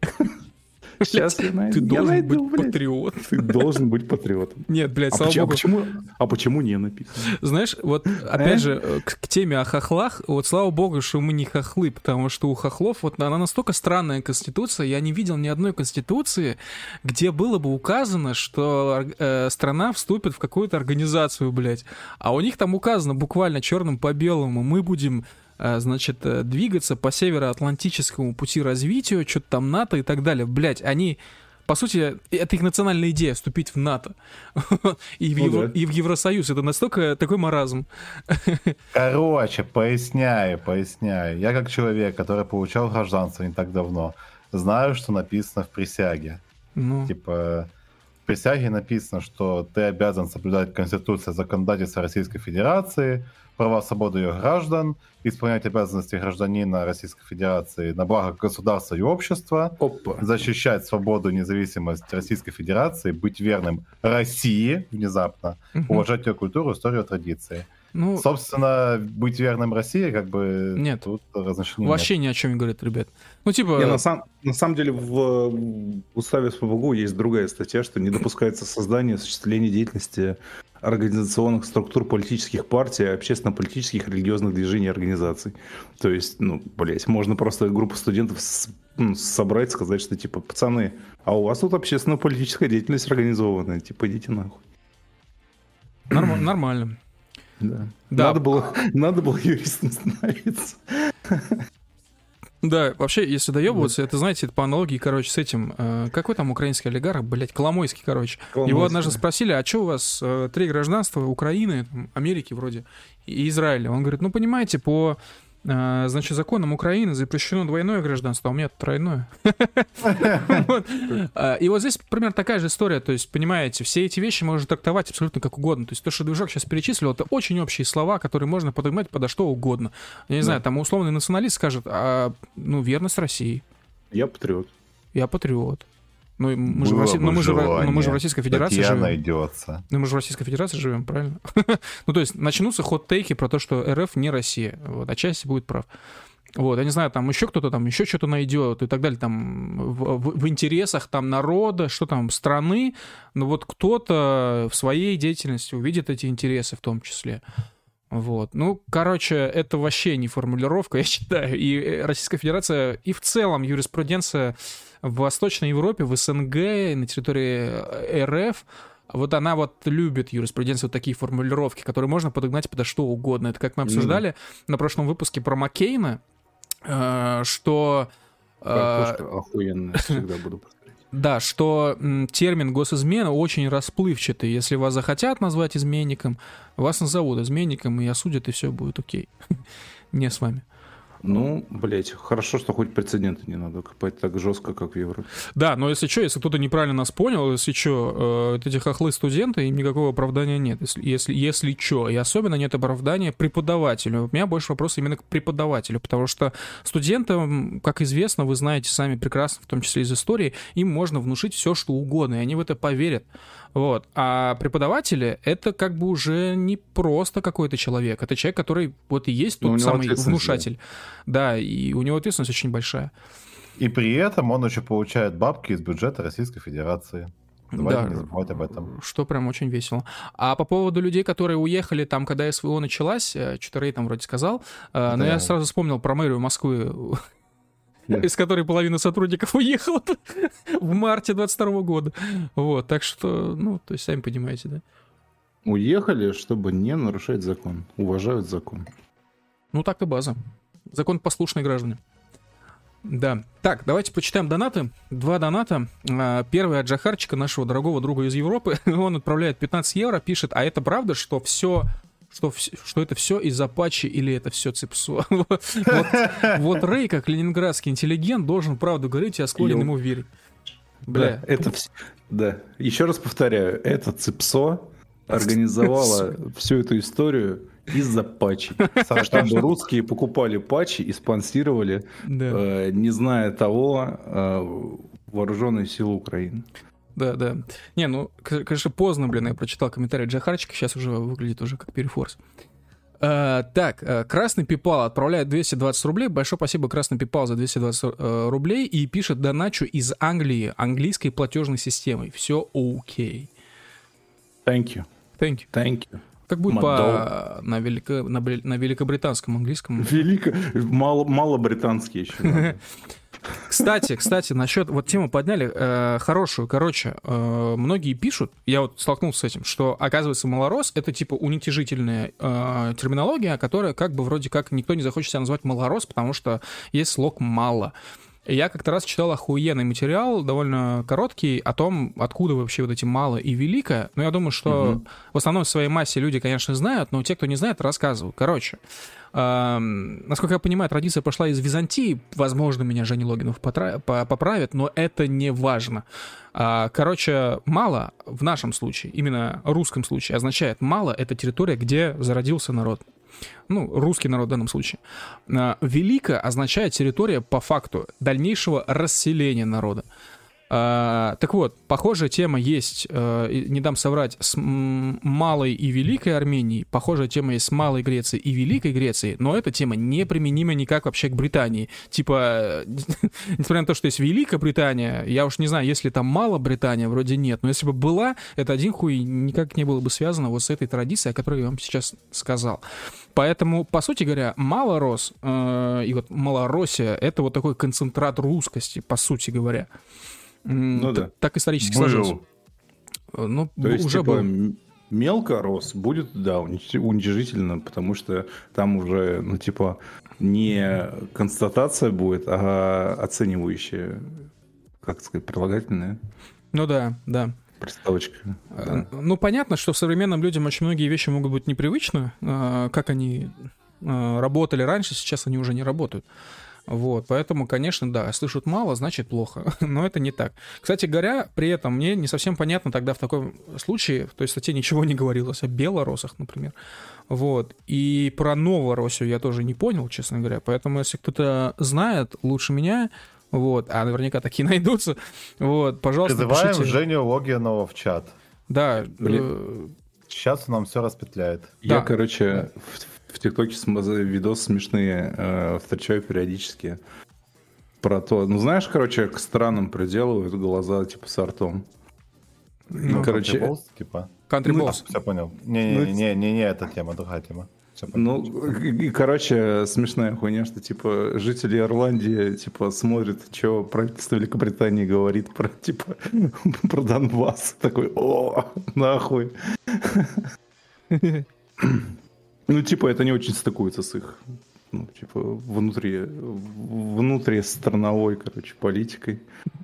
Сейчас я найду. Ты Я должен найду, быть блядь. патриот. Ты должен быть патриотом. Нет, блядь, А, слава поч- а богу. почему, а почему не написано? Знаешь, вот опять же, э, к, к теме о хохлах, вот слава богу, что мы не хохлы, потому что у хохлов, вот она настолько странная конституция, я не видел ни одной конституции, где было бы указано, что э, страна вступит в какую-то организацию, блядь. А у них там указано буквально черным по белому, мы будем, э, значит, э, двигаться по североатлантическому пути развития, что-то там НАТО и так далее. Блядь, они... По сути, это их национальная идея — вступить в НАТО и в, Ну Евро- да. и в Евросоюз. Это настолько такой маразм. Короче, поясняю, поясняю. Я как человек, который получал гражданство не так давно, знаю, что написано в присяге. Ну, Типа, в присяге написано, что ты обязан соблюдать Конституцию, законодательство Российской Федерации, права, свободы ее граждан, исполнять обязанности гражданина Российской Федерации на благо государства и общества, Опа. защищать свободу и независимость Российской Федерации, быть верным России внезапно, мгм. уважать ее культуру, историю, традиции. Ну, Собственно, быть верным России, как бы Нет. тут разночтений вообще ни о чем не говорит, ребят. Ну, типа, Не, на, сам- на самом деле в, в уставе СПбГУ есть другая статья, что не допускается создание и осуществление деятельности организационных структур политических партий, общественно-политических, религиозных движений и организаций. То есть, ну, блять, можно просто группу студентов с, ну, собрать, сказать, что, типа, пацаны, а у вас тут общественно-политическая деятельность организованная, типа, идите нахуй. Норм- нормально. Да. Да. Надо было, надо было юристом становиться. Да, вообще, если доебываться, это, знаете, это по аналогии, короче, с этим, э, какой там украинский олигарх, блядь, Коломойский, короче. Коломойский. Его однажды спросили, а что у вас э, три гражданства, Украины, там, Америки вроде, и Израиля? Он говорит, ну, понимаете, по, э, значит, законам Украины запрещено двойное гражданство, а у меня тройное. И вот здесь примерно такая же история, то есть, понимаете, все эти вещи можно трактовать абсолютно как угодно. То есть то, что Движок сейчас перечислил, это очень общие слова, которые можно поднимать подо что угодно. Я не знаю, там условный националист скажет, а, ну, верность России. Я патриот. Я патриот. Ну, мы же, в, Росси... ну, мы же, ну, мы же в Российской Федерации живем. Найдется. Ну, мы же в Российской Федерации живем, правильно? Ну, то есть начнутся хот-тейки про то, что РФ не Россия. Вот, отчасти будет прав. Вот, я не знаю, там еще кто-то там еще что-то найдет и так далее, там в, в, в интересах там народа, что там, страны, но вот кто-то в своей деятельности увидит эти интересы в том числе. Вот. Ну, короче, это вообще не формулировка, я считаю. И Российская Федерация, и в целом юриспруденция в Восточной Европе, в СНГ, на территории РФ, вот она вот любит юриспруденцию, вот такие формулировки, которые можно подогнать подо что угодно. Это как мы обсуждали mm. на прошлом выпуске про Маккейна, э, что... Картошка э, охуенная, всегда буду повторять. Да, что м, термин госизмена очень расплывчатый. Если вас захотят назвать изменником, вас назовут изменником и осудят, и все будет окей. Не с вами. Ну, блять, хорошо, что хоть прецеденты не надо копать так жестко, как в Европе. Да, но если что, если кто-то неправильно нас понял, если что, э, эти хохлы-студенты, им никакого оправдания нет. Если, если, если что, и особенно нет оправдания преподавателю. У меня больше вопрос именно к преподавателю, потому что студентам, как известно, вы знаете сами прекрасно, в том числе из истории, им можно внушить все, что угодно, и они в это поверят. Вот. А преподаватели — это как бы уже не просто какой-то человек, это человек, который вот и есть тот самый внушатель. Да, и у него ответственность очень большая. И при этом он еще получает бабки из бюджета Российской Федерации. Давайте да, не забывать об этом. Что прям очень весело. А по поводу людей, которые уехали там, когда СВО началась, что-то Рей там вроде сказал, да. Но я сразу вспомнил про мэрию Москвы, yeah. из которой половина сотрудников уехала в марте двадцать второго года. Вот, так что, ну, то есть, сами понимаете, да. Уехали, чтобы не нарушать закон. Уважают закон. Ну, так и база. Закон послушные граждане. Да. Так, давайте почитаем донаты. Два доната. Первый от Джахарчика, нашего дорогого друга из Европы. Он отправляет пятнадцать евро, пишет, а это правда, что все... Что, что это все из Апачи или это все ЦИПСО? вот, вот Рэй, как ленинградский интеллигент, должен правду говорить, я склонен ему верить. Бля. Да, это все... да. Еще раз повторяю, это ЦИПСО организовала всю эту историю из-за патчей. Чтобы русские покупали патчи и спонсировали, э, не зная того, э, вооруженные силы Украины. Да, да. Не, ну, конечно, поздно, блин, я прочитал комментарий Джахарчика, сейчас уже выглядит уже как перефорс. А, так, Красный Пипал отправляет двести двадцать рублей. Большое спасибо, Красный Пипал, за двести двадцать э, рублей. И пишет, доначу из Англии, английской платежной системой. Все окей. Thank you. Thank you. Thank you. Как будет по, на, велико, на, на великобританском английском? Велико... Мало, мало британский еще. Кстати, кстати, насчет, вот тему подняли э, хорошую, короче, э, многие пишут, я вот столкнулся с этим, что, оказывается, малорос — это типа уничижительная э, терминология, которая как бы вроде как никто не захочет себя назвать малорос, потому что есть слог «мало». Я как-то раз читал охуенный материал, довольно короткий, о том, откуда вообще вот эти «мало» и «велико». Но я думаю, что угу. в основном в своей массе люди, конечно, знают, но те, кто не знает, рассказывают. Короче, э, насколько я понимаю, традиция пошла из Византии. Возможно, меня Женя Логинов потра- поправит, но это не важно. Э, короче, «мало» в нашем случае, именно в русском случае, означает «мало» — это территория, где зародился народ. Ну, русский народ в данном случае. Велико означает территория по факту дальнейшего расселения народа. А, так вот, похожая тема есть, а, не дам соврать, с Малой и Великой Арменией, похожая тема есть с Малой Грецией и Великой Грецией, но эта тема не применима никак вообще к Британии. Типа, несмотря на то, что есть Великая Британия, я уж не знаю, если там Мала Британия, вроде нет, но если бы была, это один хуй никак не было бы связано вот с этой традицией, о которой я вам сейчас сказал. Поэтому, по сути говоря, Малорос э, и вот Малороссия — это вот такой концентрат русскости, по сути говоря. Ну Т- да. Так исторически Был. сложилось. Ну, То есть, уже типа, был. мелко рос будет, да, уничижительно, потому что там уже, ну, типа, не констатация будет, а оценивающая, как сказать, прилагательная. Ну да, да. Приставочка. Да. Ну, понятно, что современным людям очень многие вещи могут быть непривычны. Как они работали раньше, сейчас они уже не работают. Вот, поэтому, конечно, да, слышат мало, значит плохо, но это не так. Кстати говоря, при этом мне не совсем понятно тогда в таком случае, то есть в статье ничего не говорилось о белоросах, например, вот, и про Новороссию я тоже не понял, честно говоря, поэтому если кто-то знает лучше меня, вот, а наверняка такие найдутся, вот, пожалуйста, Призываем пишите. Женю Логинова в чат. Да, Блин. Сейчас он нам все распетляет. Я, Да. короче, в В ТикТоке видосы смешные э, встречаю периодически про то, ну знаешь, короче, к странам приделывают глаза типа с ртом. Ну, и, короче, Country Balls, типа. Country Ну, Balls. Все понял. Ну, Не-не-не, эта тема, другая тема. Всё понял. Ну, и, и, короче, смешная хуйня, что, типа, жители Ирландии, типа, смотрят, что правительство Великобритании говорит про, типа, про Донбасс. Такой, о, нахуй. Ну, типа, это не очень стыкуется с их, ну, типа, внутри, внутри страновой, короче, политикой.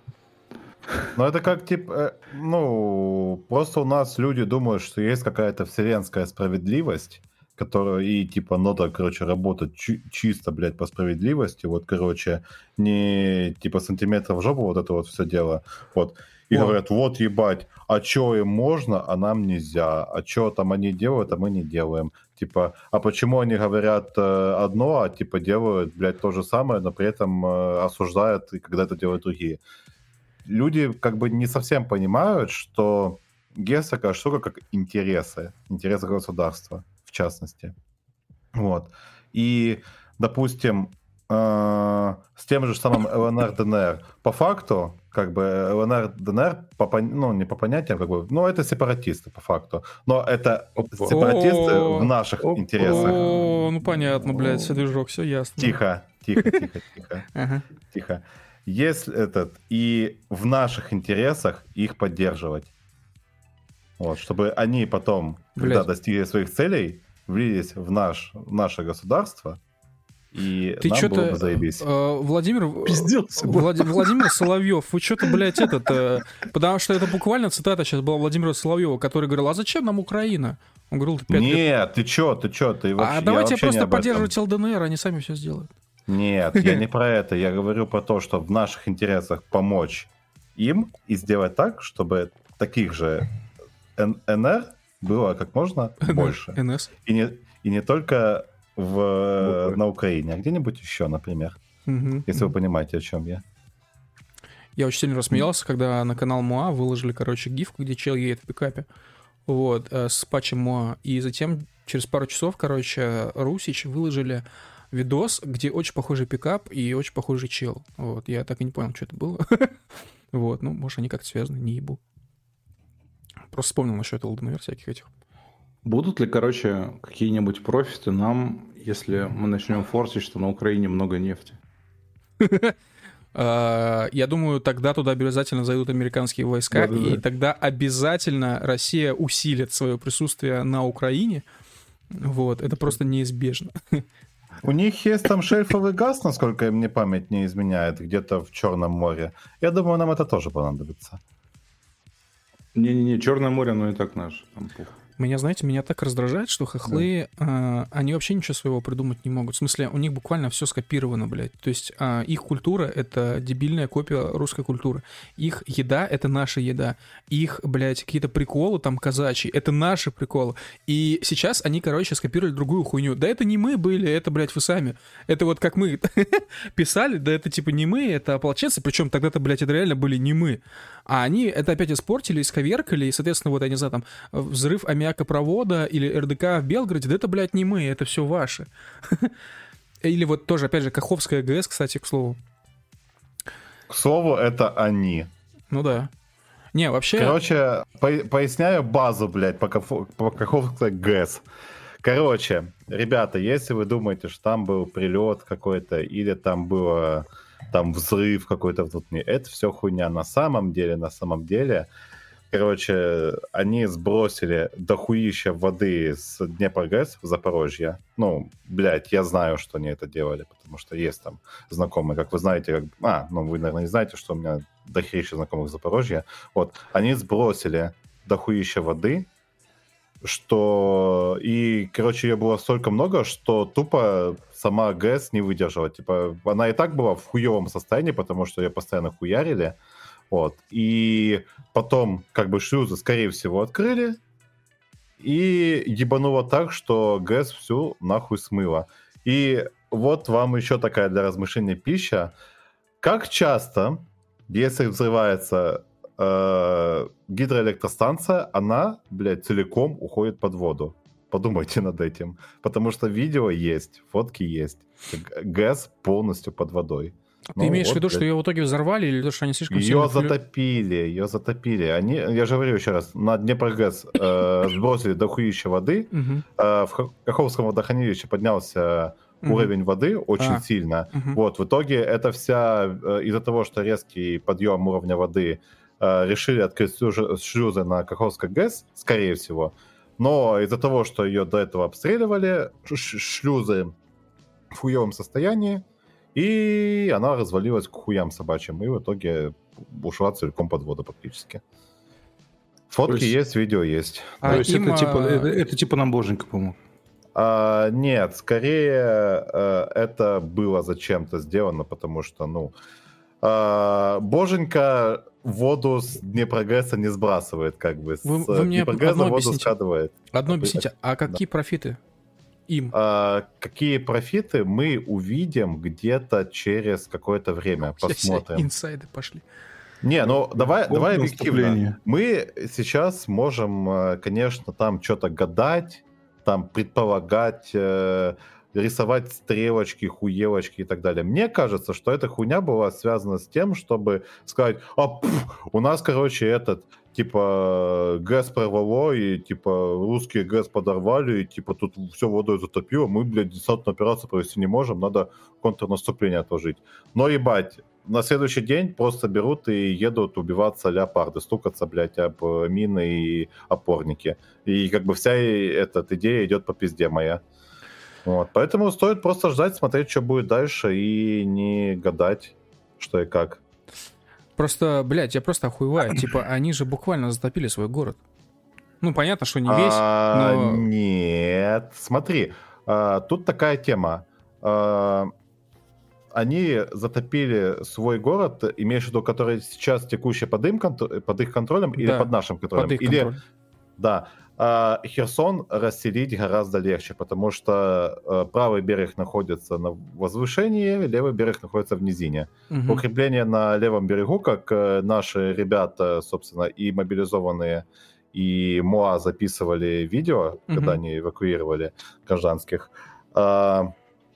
Ну, это как, типа, ну, просто у нас люди думают, что есть какая-то вселенская справедливость, которая и, типа, нота, короче, работает чи- чисто, блядь, по справедливости, вот, короче, не, типа, сантиметров в жопу вот это вот все дело, вот. И О. говорят, вот, ебать, а чё им можно, а нам нельзя, а чё там они делают, а мы не делаем. Типа, а почему они говорят э, одно, а, типа, делают, блядь, то же самое, но при этом э, осуждают, когда это делают другие. Люди, как бы, не совсем понимают, что есть такая штука, как интересы, интересы государства, в частности. Вот. И, допустим, э, с тем же самым ЛНР, ДНР, по факту, как бы ЛНР, ДНР, по, пон- ну, не по понятиям, как бы, ну, это сепаратисты, по факту. Но это Опа. сепаратисты О. в наших Опа. интересах. О, ну понятно, блядь, все движок, все ясно. Тихо, тихо, тихо, тихо, Ага. тихо. Если этот, и в наших интересах их поддерживать. Вот, чтобы они потом, когда Блядь. достигли своих целей, влились в, наш, в наше государство, и Ты нам было что-то, бы заебись. э, Владимир, э, Пиздец. Влад- Владимир Соловьев, вы что-то, блядь, этот, э, потому что это буквально цитата сейчас была Владимира Соловьева, который говорил, а зачем нам Украина? Он говорил, пять лет. Нет, ты чё, ты чё, ты вообще... А я давайте вообще не просто об этом. поддерживать ЛДНР, они сами все сделают. Нет, я не про это. Я говорю про то, что в наших интересах помочь им и сделать так, чтобы таких же Н- НР было как можно больше. НС. И не, и не только в, на Украине, а где-нибудь еще, например. Мгм. Если вы понимаете, о чем я. Я очень сильно рассмеялся, когда на канал Моа выложили, короче, гифку, где чел едет в пикапе. Вот, э, с патчем Моа. И затем, через пару часов, короче, Русич выложили видос, где очень похожий пикап и очень похожий чел. Вот, я так и не понял, что это было. Вот, ну, может, они как-то связаны, не ебу. Просто вспомнил насчет ЛДНР всяких этих. Будут ли, короче, какие-нибудь профиты нам, если мы начнем форсить, что на Украине много нефти? А, Я думаю, тогда туда обязательно зайдут американские войска, Да-да-да. и тогда обязательно Россия усилит свое присутствие на Украине. Вот, это просто неизбежно. У них есть там шельфовый газ, насколько мне память не изменяет, где-то в Черном море. Я думаю, нам это тоже понадобится. Не-не-не, Черное море, оно и так наше. Там пух. Меня, знаете, меня так раздражает, что хохлы, да. э, они вообще ничего своего придумать не могут. В смысле, у них буквально все скопировано, блядь. То есть э, их культура — это дебильная копия русской культуры. Их еда — это наша еда. Их, блядь, какие-то приколы там казачьи — это наши приколы. И сейчас они, короче, скопировали другую хуйню. Да это не мы были, это, блядь, вы сами. Это вот как мы писали, да это типа не мы, это ополченцы. Причем тогда-то, блядь, это реально были не мы. А они это опять испортили, исковеркали, и, соответственно, вот, я не знаю, там, взрыв аммиакопровода или эр дэ ка в Белгороде, да это, блядь, не мы, это все ваше. Или вот тоже, опять же, Каховская ГЭС, кстати, к слову. К слову, это они. Ну да. Не, вообще... Короче, по- поясняю базу, блядь, по, Кахов... по Каховской ГЭС. Короче, ребята, если вы думаете, что там был прилет какой-то, или там было... там взрыв какой-то внутри. Это все хуйня. На самом деле, на самом деле, короче, они сбросили дохуища воды с Днепрогэс в Запорожье. Ну, блядь, я знаю, что они это делали, потому что есть там знакомые, как вы знаете, как... а, ну, вы, наверное, не знаете, что у меня дохерища знакомых в Запорожье. Вот, они сбросили дохуища воды, что... И, короче, ее было столько много, что тупо сама ГЭС не выдержала. Типа, она и так была в хуевом состоянии, потому что ее постоянно хуярили. Вот. И потом, как бы, шлюзы, скорее всего, открыли. И ебануло так, что ГЭС всю нахуй смыло. И вот вам еще такая для размышления пища. Как часто, если взрывается... гидроэлектростанция, она, блядь, целиком уходит под воду. Подумайте над этим. Потому что видео есть, фотки есть. ГЭС полностью под водой. Ты ну, имеешь вот, в виду, блядь. что ее в итоге взорвали, или то, что они слишком ее сильно... затопили, ее затопили. Они, я же говорю еще раз, на Днепрогэс э, сбросили дохуища воды. Э, в Каховском водохранилище поднялся уровень воды очень сильно. Вот, в итоге это вся из-за того, что резкий подъем уровня воды решили открыть шлюзы на Каховской ГЭС, скорее всего. Но из-за того, что ее до этого обстреливали, шлюзы в хуевом состоянии, и она развалилась к хуям собачьим, и в итоге ушла целиком под воду практически. Фотки есть... есть, видео есть. А то есть им... это, типа, это, это типа нам Боженька помог? А, нет, скорее это было зачем-то сделано, потому что, ну, Боженька воду с Днепрогэса не сбрасывает, как бы. С вы, вы мне Днепрогэса воду объясните. складывает. Одно объясните, а какие да. профиты им? А, какие профиты мы увидим где-то через какое-то время, посмотрим. Инсайды пошли. Не, ну давай, давай объективно. Мы сейчас можем, конечно, там что-то гадать, там предполагать, э, рисовать стрелочки, хуелочки и так далее. Мне кажется, что эта хуйня была связана с тем, чтобы сказать, а, пф, у нас, короче, этот, типа, ГЭС прорвало, и, типа, русские ГЭС подорвали, и, типа, тут все водой затопило, мы, блядь, десантную операцию провести не можем, надо контрнаступление отложить. Но, ебать, на следующий день просто берут и едут убиваться леопарды, стукаться, блядь, об мины и опорники. И как бы вся эта идея идет по пизде моя. Вот. Поэтому стоит просто ждать, смотреть, что будет дальше, и не гадать, что и как. Просто, блядь, я просто охуеваю. Типа, они же буквально затопили свой город. Ну, понятно, что не весь, а, но... Нет, смотри, а, тут такая тема. А, они затопили свой город, имеешь в виду, который сейчас текущий под, им, под их контролем или да, под нашим контролем? Под их или... контролем. Да. А Херсон расселить гораздо легче, потому что э, правый берег находится на возвышении, левый берег находится в низине. Угу. Укрепление на левом берегу, как э, наши ребята, собственно, и мобилизованные, и МОА записывали видео, угу. когда они эвакуировали гражданских. Э,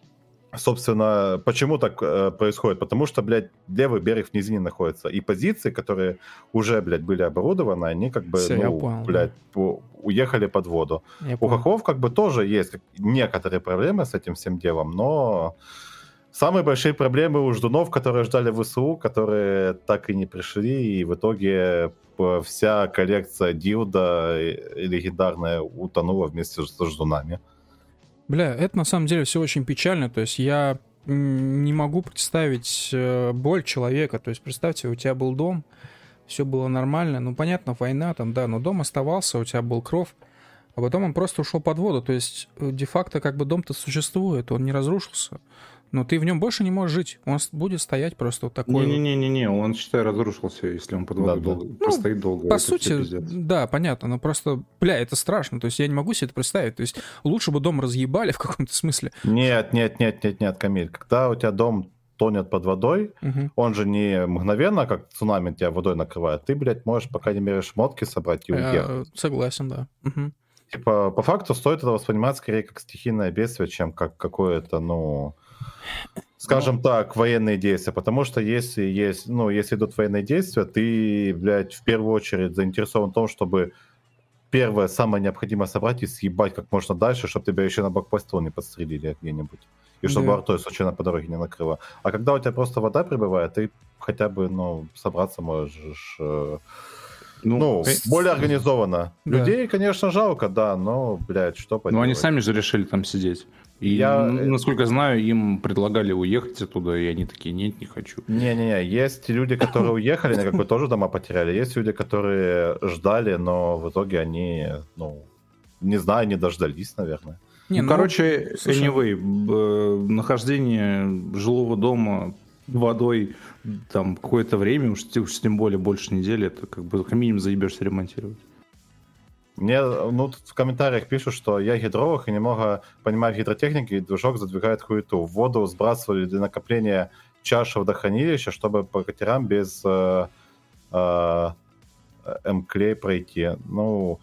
Собственно, почему так э, происходит? Потому что, блядь, левый берег в низине находится. И позиции, которые уже, блядь, были оборудованы, они как бы, Все, ну, понял, блядь, по- уехали под воду. Я У понял. Хохлов как бы тоже есть некоторые проблемы с этим всем делом, но самые большие проблемы у ждунов, которые ждали ВСУ, которые так и не пришли, и в итоге вся коллекция дилда легендарная утонула вместе с ждунами. Бля, это на самом деле все очень печально, то есть я не могу представить боль человека, то есть представьте, у тебя был дом, все было нормально, ну понятно, война там, да, но дом оставался, у тебя был кров, а потом он просто ушел под воду. То есть, де-факто, как бы дом-то существует, он не разрушился. Но ты в нем больше не можешь жить. Он будет стоять просто вот такой. Не-не-не, он, считай, разрушился, если он под водой да, долго, да. постоит ну, долго. По сути, да, понятно, но просто, бля, это страшно. То есть я не могу себе это представить. То есть лучше бы дом разъебали в каком-то смысле. Нет, нет, нет, нет, нет, Камиль. Когда у тебя дом тонет под водой, угу. он же не мгновенно, как цунами тебя водой накрывает. Ты, блядь, можешь, по крайней мере, шмотки собрать и уехать. Согласен, да. Угу. Типа, по факту стоит это воспринимать скорее как стихийное бедствие, чем как какое-то, ну... Скажем ну, так, военные действия, потому что если есть, ну, если идут военные действия, ты, блядь, в первую очередь заинтересован в том, чтобы первое, самое необходимое собрать и съебать как можно дальше, чтобы тебя еще на блокпосту не подстрелили где-нибудь. И чтобы да. артой случайно по дороге не накрыло. А когда у тебя просто вода прибывает, ты хотя бы, ну, собраться можешь... Э, ну, ну э... более организованно. Да. Людей, конечно, жалко, да, но, блядь, что поделать. Ну, они сами же решили там сидеть. И, я, насколько знаю, им предлагали уехать оттуда, и они такие, нет, не хочу. Не-не-не, есть люди, которые уехали, они как бы тоже дома потеряли. Есть люди, которые ждали, но в итоге они, ну, не знаю, не дождались, наверное. Не, ну, ну, короче, слушай... anyway, нахождение жилого дома водой там какое-то время, уж, уж тем более больше недели, это как бы как минимум заебешься ремонтировать. Мне, ну, тут в комментариях пишут, что я гидролог и немного понимаю в гидротехнике, и движок задвигает хуету. В воду сбрасывали для накопления чаши водохранилища, чтобы по катерам без э, э, М-клей пройти. Ну,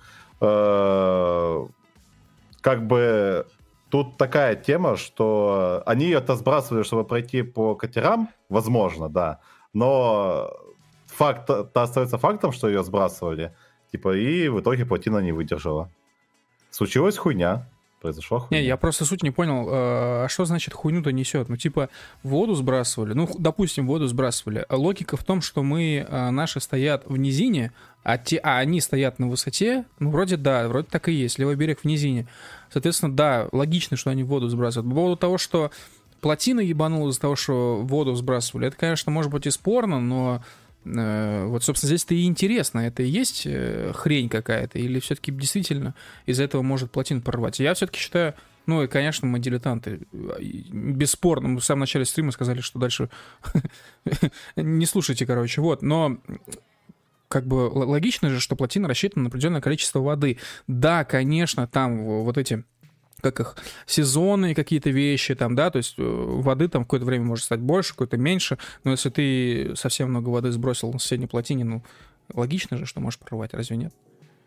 э, как бы тут такая тема, что они это сбрасывали, чтобы пройти по катерам, возможно, да, но факт-то остается фактом, что ее сбрасывали. Типа, и в итоге плотина не выдержала. Случилась хуйня. Произошла хуйня. Не, я просто суть не понял, а что значит хуйню-то несет? Ну, типа, воду сбрасывали, ну, допустим, воду сбрасывали. Логика в том, что мы, наши стоят в низине, а, те, а они стоят на высоте, ну, вроде да, вроде так и есть, левый берег в низине. Соответственно, да, логично, что они воду сбрасывают. По поводу того, что плотина ебанула из-за того, что воду сбрасывали, это, конечно, может быть и спорно, но... Вот, собственно, здесь-то и интересно, это и есть хрень какая-то, или все-таки действительно из-за этого может плотину прорвать. Я все-таки считаю, ну и, конечно, мы дилетанты, бесспорно, мы в самом начале стрима сказали, что дальше не слушайте, короче, вот, но как бы логично же, что плотина рассчитана на определенное количество воды. Да, конечно, там вот эти... как их, сезонные какие-то вещи, там, да, то есть воды там в какое-то время может стать больше, какое-то меньше, но если ты совсем много воды сбросил на соседней плотине, ну, логично же, что можешь прорвать, разве нет?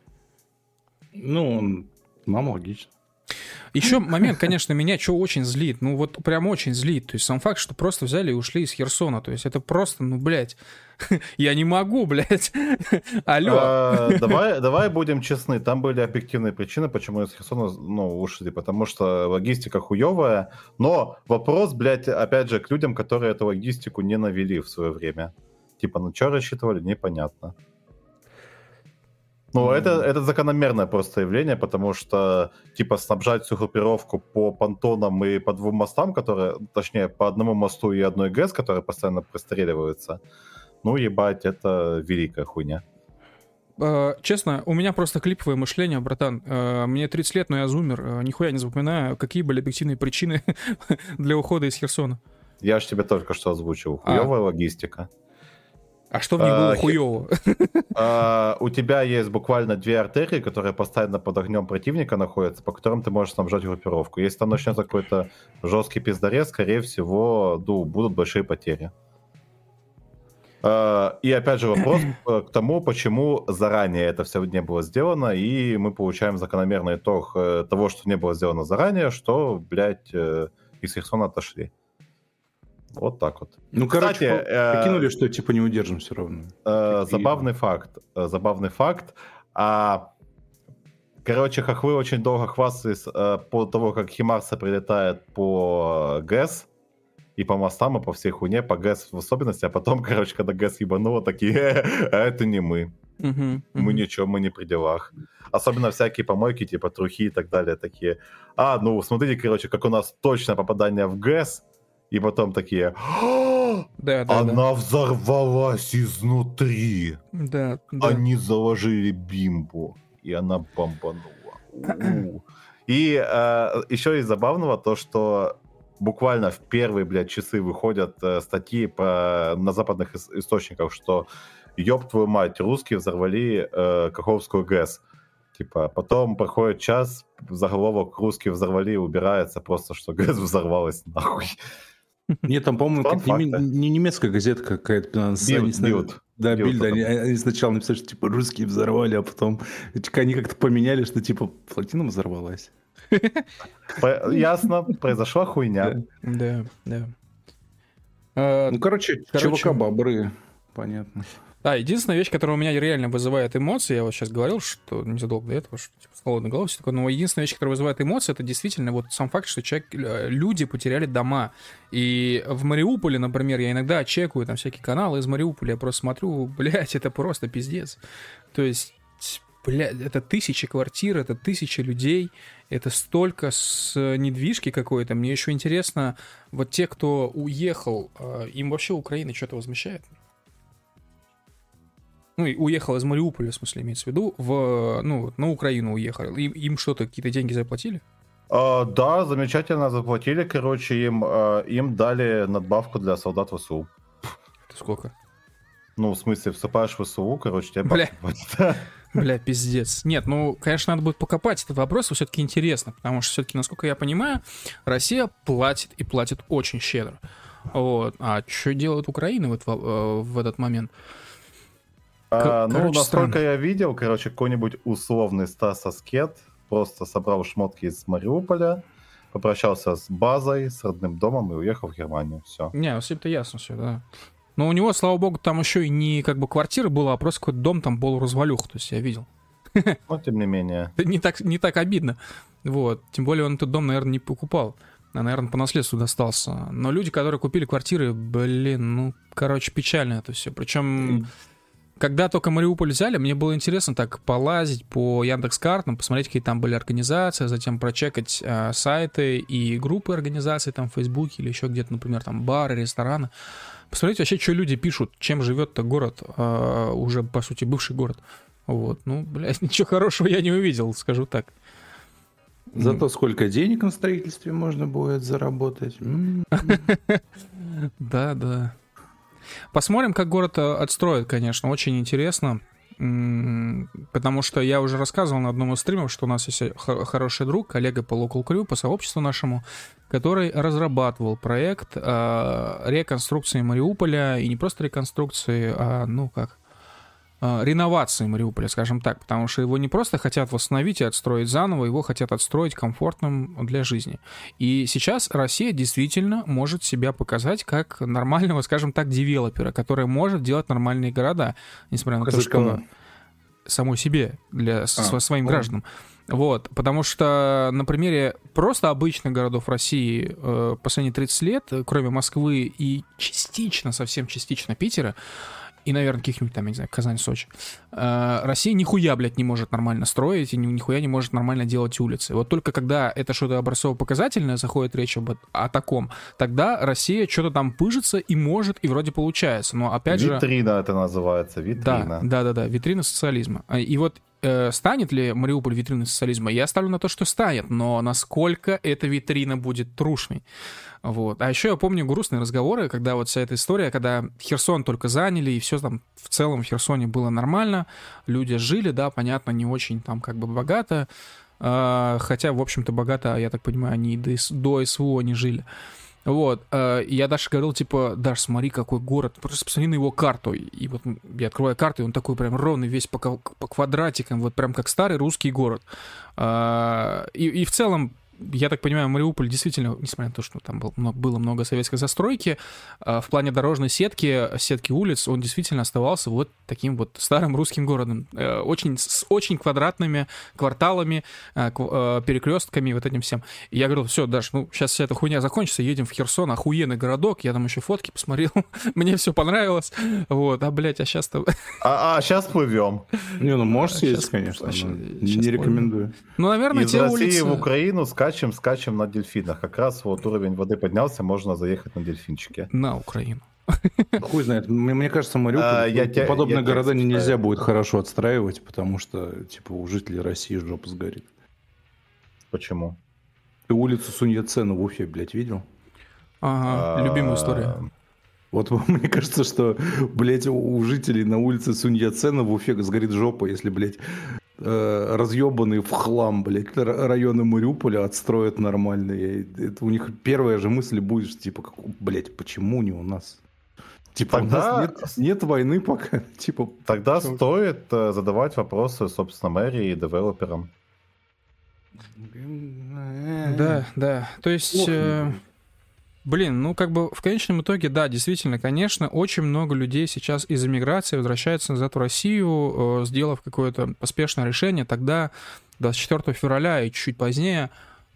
Ну, нам логично. Еще момент, конечно, меня что очень злит, ну вот прям очень злит, то есть сам факт, что просто взяли и ушли из Херсона, то есть это просто, ну, блядь, я не могу, блядь, алло. А, давай, давай будем честны, там были объективные причины, почему из Херсона, ну, ушли, потому что логистика хуевая, но вопрос, блядь, опять же, к людям, которые эту логистику не навели в свое время. Типа, ну, что рассчитывали, непонятно. Ну, mm-hmm. это, это закономерное просто явление, потому что, типа, снабжать всю группировку по понтонам и по двум мостам, которые, точнее, по одному мосту и одной ГЭС, которые постоянно простреливаются, ну, ебать, это великая хуйня. Uh, честно, у меня просто клиповое мышление, братан. Uh, мне тридцать лет, но я зумер. Uh, нихуя не запоминаю, какие были объективные причины для ухода из Херсона. Я же тебе только что озвучил. Хуевая а. логистика. А что в ней было хуёво? У тебя есть буквально две артерии, которые постоянно под огнем противника находятся, по которым ты можешь снабжать группировку. Если там начнется какой-то жесткий пиздорез, скорее всего, ну, будут большие потери. И опять же вопрос к тому, почему заранее это все не было сделано, и мы получаем закономерный итог того, что не было сделано заранее, что, блядь, из Херсона отошли. Вот так вот. Ну, Кстати, короче, покинули, э, что типа не удержим все равно. Э, забавный факт. Э, забавный факт. А, короче, хохлы очень долго хвастались э, по того, как Химарса прилетает по ГЭС и по мостам, и по всей хуйне, по ГЭС в особенности, а потом, короче, когда ГЭС ебануло, такие, а это не мы. Uh-huh, uh-huh. Мы ничего, мы не при делах. Особенно всякие помойки, типа трухи и так далее, такие. А, ну, смотрите, короче, как у нас точное попадание в ГЭС. И потом такие, да, да, она да. взорвалась изнутри. Да, да. Они заложили бимбу, и она бомбанула. И э, еще из забавного то, что буквально в первые, блядь, часы выходят э, статьи по, на западных ис- источниках, что ёб твою мать, русские взорвали э, Каховскую ГЭС. Типа, потом проходит час, заголовок «Русские взорвали» убирается просто, что ГЭС взорвалась нахуй. Нет, там, по-моему, как не, не немецкая газета какая-то. Билд, Билд. Да, Билд. Они, они сначала написали, что типа русские взорвали, а потом они как-то поменяли, что типа плотина взорвалась. Ясно, произошла хуйня. Да, да. Ну, короче, ЧВК-бобры, понятно. Да, единственная вещь, которая у меня реально вызывает эмоции, я вот сейчас говорил, что незадолго до этого, что типа, с холодной головой все такое, но единственная вещь, которая вызывает эмоции, это действительно вот сам факт, что человек, люди потеряли дома. И в Мариуполе, например, я иногда чекаю там всякие каналы из Мариуполя, я просто смотрю, блядь, это просто пиздец. То есть, блядь, это тысячи квартир, это тысячи людей, это столько с недвижки какой-то. Мне еще интересно, вот те, кто уехал, им вообще Украина что-то возмещает? Ну, и уехал из Мариуполя, в смысле, имеется в виду, в, ну, на Украину уехал. Им, им что-то, какие-то деньги заплатили? А, да, замечательно заплатили. Короче, им, а, им дали надбавку для солдат ВСУ. Это сколько? Ну, в смысле, вступаешь в ВСУ, короче, тебе Бля. Бля, пиздец. Нет, ну, конечно, надо будет покопать этот вопрос, все-таки интересно, потому что все-таки, насколько я понимаю, Россия платит и платит очень щедро. Вот. А что делает Украина в, в, в этот момент? А, ну, насколько странно. Я видел, короче, какой-нибудь условный Стас Аскет просто собрал шмотки из Мариуполя, попрощался с базой, с родным домом и уехал в Германию. Все. Не, все-то ясно все, да. Но у него, слава богу, там еще и не как бы квартира была, а просто какой-то дом там полуразвалюх, то есть я видел. Но тем не менее. Не так, не так обидно. Вот. Тем более он этот дом, наверное, не покупал. А, наверное, по наследству достался. Но люди, которые купили квартиры, блин, ну, короче, печально это все. Причем... Когда только Мариуполь взяли, мне было интересно так полазить по Яндекс.Картам, посмотреть, какие там были организации, затем прочекать э, сайты и группы организаций там в Фейсбуке или еще где-то, например, там бары, рестораны. Посмотреть вообще, что люди пишут, чем живет-то город, э, уже, по сути, бывший город. Вот, ну, блядь, ничего хорошего я не увидел, скажу так. Зато сколько денег на строительстве можно будет заработать. Да, да. Посмотрим, как город отстроит, конечно, очень интересно, потому что я уже рассказывал на одном из стримов, что у нас есть хороший друг, коллега по Local Crew, по сообществу нашему, который разрабатывал проект реконструкции Мариуполя, и не просто реконструкции, а, ну как, реновации Мариуполя, скажем так, потому что его не просто хотят восстановить и отстроить заново, его хотят отстроить комфортным для жизни. И сейчас Россия действительно может себя показать как нормального, скажем так, девелопера, который может делать нормальные города, несмотря на то, что самой себе, для а, со, своим он. гражданам. Вот, потому что на примере просто обычных городов России э, последние тридцать лет, кроме Москвы и частично, совсем частично Питера, и, наверное, каких-нибудь там, я не знаю, Казань, Сочи. Россия нихуя, блядь, не может нормально строить и нихуя не может нормально делать улицы. Вот только когда это что-то образцово-показательное, заходит речь об, о таком, тогда Россия что-то там пыжится и может, и вроде получается. Но опять витрина же... Витрина это называется, витрина. Да, да, да, да, витрина социализма. И вот э, станет ли Мариуполь витриной социализма? Я ставлю на то, что станет, но насколько эта витрина будет трушной. Вот. А еще я помню грустные разговоры, когда вот вся эта история, когда Херсон только заняли, и все там в целом в Херсоне было нормально, люди жили, да, понятно, не очень там как бы богато, э, хотя, в общем-то, богато, я так понимаю, они и до, до СВО не жили. Вот, э, я даже говорил, типа, Даш, смотри, какой город, просто посмотри на его карту, и вот я открываю карту, и он такой прям ровный, весь по, по квадратикам, вот прям как старый русский город. Э, и, и в целом, я так понимаю, Мариуполь действительно, несмотря на то, что там было много советской застройки, в плане дорожной сетки, сетки улиц, он действительно оставался вот таким вот старым русским городом. Очень, с очень квадратными кварталами, перекрестками, вот этим всем. И я говорю, все, Даш, ну сейчас вся эта хуйня закончится, едем в Херсон, охуенный городок, я там еще фотки посмотрел, мне все понравилось. Вот, а, блядь, а сейчас-то... А, а сейчас плывем. Не, ну можешь съездить, конечно, не рекомендую. Ну, наверное, те улицы... Из России в Украину скачем, скачем на дельфинах. Как раз вот уровень воды поднялся, можно заехать на дельфинчике. На Украину. Хуй знает. Мне кажется, Мариуполь, а, я подобные я города нельзя будет хорошо отстраивать, потому что, типа, у жителей России жопа сгорит. Почему? Ты улицу Сунь Яцена в Уфе, блядь, видел? Ага, любимая история. Вот мне кажется, что, блядь, у жителей на улице Сунь Яцена в Уфе сгорит жопа, если, блядь, разъебанные в хлам, блядь, районы Мариуполя отстроят нормально. Это у них первая же мысль будет, типа, как, блядь, почему не у нас? Типа, тогда... у нас нет, нет войны пока. Типа, тогда что? Стоит задавать вопросы, собственно, мэрии и девелоперам. Да, да. То есть, э, блин, ну как бы в конечном итоге, да, действительно, конечно, очень много людей сейчас из эмиграции возвращаются назад в Россию, э, сделав какое-то поспешное решение тогда, двадцать четвёртого февраля и чуть-чуть позднее,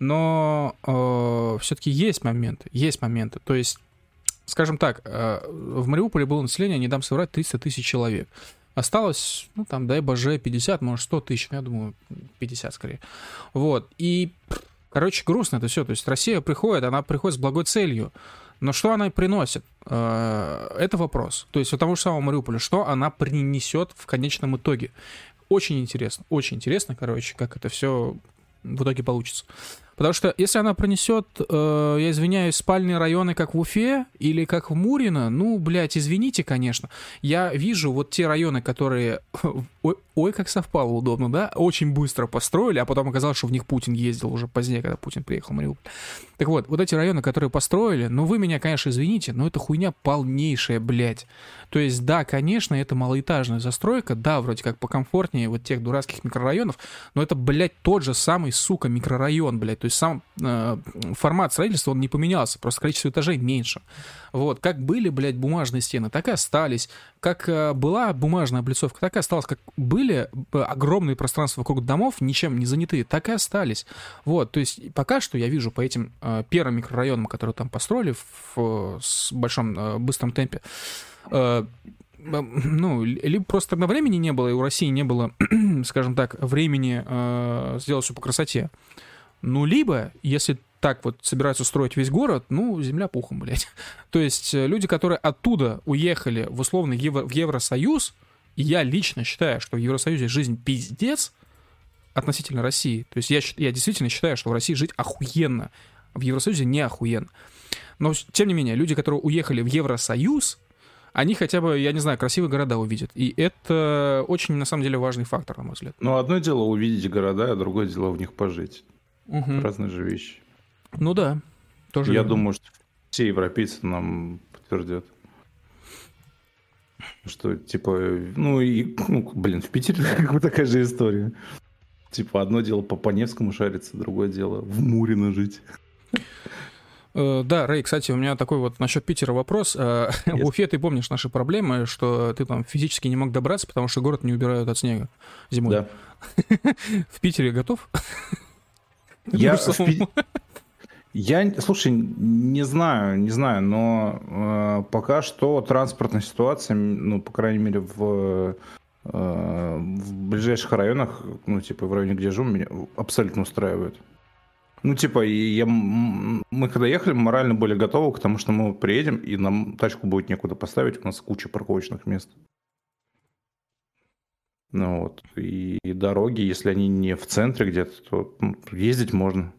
но э, все-таки есть моменты, есть моменты. То есть, скажем так, э, в Мариуполе было население, не дам соврать, триста тысяч человек. Осталось, ну, там, дай боже, пятьдесят, может, сто тысяч, я думаю, пятьдесят скорее. Вот, и, короче, грустно это все. То есть Россия приходит, она приходит с благой целью, но что она приносит? Это вопрос. То есть у того же самого Мариуполя, что она принесет в конечном итоге? Очень интересно, очень интересно, короче, как это все в итоге получится. Потому что если она пронесет, э, я извиняюсь, спальные районы, как в Уфе или как в Мурино, ну, блядь, извините, конечно. Я вижу вот те районы, которые, ой, ой, как совпало удобно, да, очень быстро построили, а потом оказалось, что в них Путин ездил уже позднее, когда Путин приехал в Мариуполь. Так вот, вот эти районы, которые построили, ну, вы меня, конечно, извините, но это хуйня полнейшая, блядь. То есть, да, конечно, это малоэтажная застройка, да, вроде как покомфортнее вот тех дурацких микрорайонов, но это, блядь, тот же самый, сука, микрорайон, блядь. То есть сам э, формат строительства, он не поменялся, просто количество этажей меньше. Вот, как были, блядь, бумажные стены, так и остались. Как э, была бумажная облицовка, так и осталась. Как были огромные пространства вокруг домов, ничем не занятые, так и остались. Вот, то есть пока что я вижу по этим э, первым микрорайонам, которые там построили в, в, с большом э, быстром темпе, э, ну, либо просто тогда времени не было, и у России не было, скажем так, времени э, сделать все по красоте. Ну, либо, если так вот собираются строить весь город, ну, земля пухом, блядь. То есть люди, которые оттуда уехали в условный Евро, в Евросоюз, и я лично считаю, что в Евросоюзе жизнь пиздец относительно России. То есть я, я действительно считаю, что в России жить охуенно, в Евросоюзе не охуенно. Но, тем не менее, люди, которые уехали в Евросоюз, они хотя бы, я не знаю, красивые города увидят. И это очень, на самом деле, важный фактор, на мой взгляд. Ну, одно дело увидеть города, а другое дело в них пожить. Угу. Разные же вещи. Ну да. Тоже Я верно. думаю, что все европейцы нам подтвердят. Что, типа, ну и, ну, блин, в Питере как бы такая же история. Типа, одно дело по, по Невскому шариться, другое дело в Мурино жить. Да, Рэй, кстати, у меня такой вот насчет Питера вопрос. Yes. В Уфе ты помнишь наши проблемы, что ты там физически не мог добраться, потому что город не убирают от снега зимой. Да. В Питере готов? Я, Пи... я, слушай, не знаю, не знаю, но э, пока что транспортная ситуация, ну, по крайней мере, в, э, в ближайших районах, ну, типа в районе, где живу, меня абсолютно устраивает. Ну, типа, и я, мы когда ехали, мы морально были готовы к тому, что мы приедем, и нам тачку будет некуда поставить, у нас куча парковочных мест. Ну вот, и, и дороги, если они не в центре где-то, то ну, ездить можно.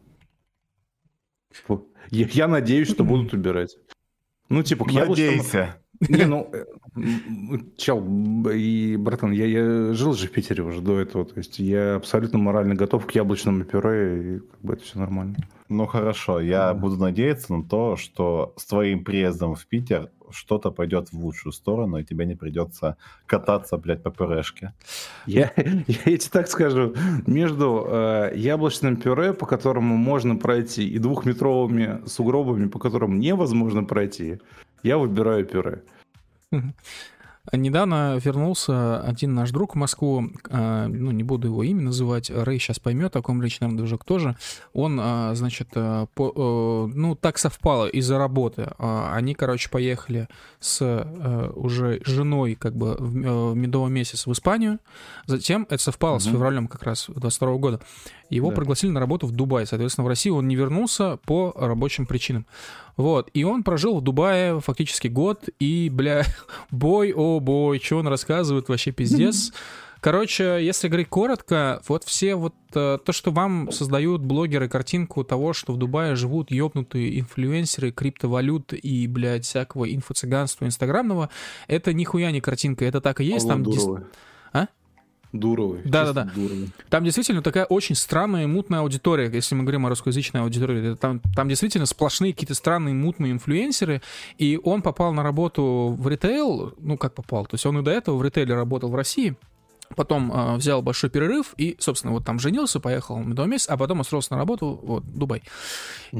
Я, я надеюсь, что будут убирать. Ну, типа, к Надейся. Не, ну, чел, и, братан, я, я жил же в Питере уже до этого, то есть я абсолютно морально готов к яблочному пюре, и как бы это все нормально. Ну, хорошо, я да. буду надеяться на то, что с твоим приездом в Питер что-то пойдет в лучшую сторону, и тебе не придется кататься, блядь, по пюрешке. Я, я тебе так скажу, между э, яблочным пюре, по которому можно пройти, и двухметровыми сугробами, по которым невозможно пройти, я выбираю пюре. Недавно вернулся один наш друг в Москву, ну, не буду его имя называть, Рэй сейчас поймет, о ком речь, наверное, движок тоже. Он, значит, по, ну, так совпало из-за работы. Они, короче, поехали с уже женой, как бы, в медовый месяц в Испанию. Затем это совпало mm-hmm. с февралем как раз двадцать второго года. Его да. пригласили на работу в Дубай. Соответственно, в Россию он не вернулся по рабочим причинам. Вот, и он прожил в Дубае фактически год, и, бля, бой, о бой, что он рассказывает, вообще пиздец. Короче, если говорить коротко, вот все вот то, что вам создают блогеры картинку того, что в Дубае живут ёбнутые инфлюенсеры, криптовалют и, блядь, всякого инфо-цыганства инстаграмного, это нихуя не картинка, это так и есть. Там дис... А? Дуровый. Да-да-да. Там действительно такая очень странная и мутная аудитория, если мы говорим о русскоязычной аудитории. Там, там действительно сплошные какие-то странные мутные инфлюенсеры, и он попал на работу в ритейл, ну как попал, то есть он и до этого в ритейле работал в России, потом э, взял большой перерыв и, собственно, вот там женился, поехал медовый месяц, а потом устроился на работу, вот, в Дубай. Угу.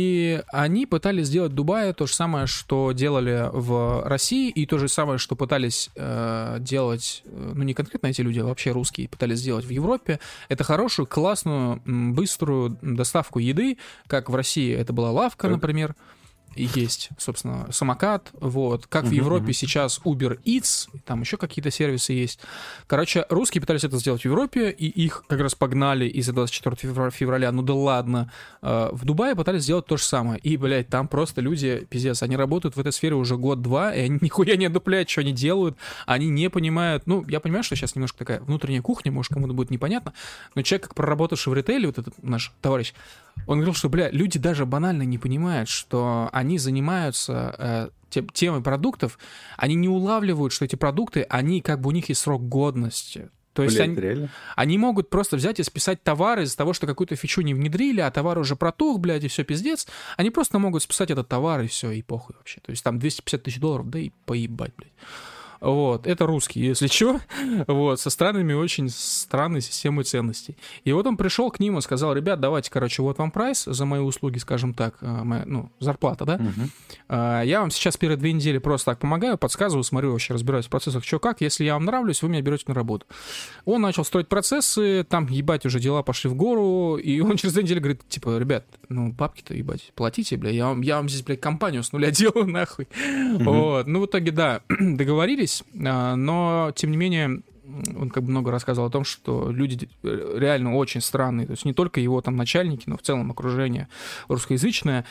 И они пытались сделать в Дубае то же самое, что делали в России, и то же самое, что пытались э, делать, ну, не конкретно эти люди, а вообще русские, пытались сделать в Европе. Это хорошую, классную, быструю доставку еды, как в России это была лавка, так. например, и есть, собственно, самокат, вот, как uh-huh, в Европе uh-huh. сейчас Uber Eats, там еще какие-то сервисы есть. Короче, русские пытались это сделать в Европе, и их как раз погнали из-за двадцать четвёртого февраля, ну да ладно. В Дубае пытались сделать то же самое, и, блядь, там просто люди, пиздец, они работают в этой сфере уже год-два, и они нихуя не одупляют, что они делают, они не понимают, ну, я понимаю, что сейчас немножко такая внутренняя кухня, может, кому-то будет непонятно, но человек, как проработавший в ритейле, вот этот наш товарищ, он говорил, что, бля, люди даже банально не понимают, что они занимаются э, тем, темой продуктов, они не улавливают, что эти продукты, они как бы у них есть срок годности. То есть Блядь, они, реально? они могут просто взять и списать товар из-за того, что какую-то фичу не внедрили, а товар уже протух, блядь, и все пиздец. Они просто могут списать этот товар, и все, и похуй вообще. То есть там двести пятьдесят тысяч долларов, да и поебать, блядь. Вот, это русский, если что, вот, со странными, очень странной системой ценностей. И вот он пришел к ним и сказал: ребят, давайте, короче, вот вам прайс за мои услуги, скажем так, моя, ну, зарплата, да? Uh-huh. Я вам сейчас первые две недели просто так помогаю, подсказываю, смотрю, вообще разбираюсь в процессах, что как. Если я вам нравлюсь, вы меня берете на работу. Он начал строить процессы, там, ебать, уже дела пошли в гору, и он через две недели говорит, типа, ребят, ну, бабки-то, ебать, платите, бля, я вам, я вам здесь, блядь, компанию с нуля делаю, нахуй. Uh-huh. Вот, ну, в итоге, да, договорились, но, тем не менее, он как бы много рассказывал о том, что люди реально очень странные, то есть не только его там начальники, но в целом окружение русскоязычное,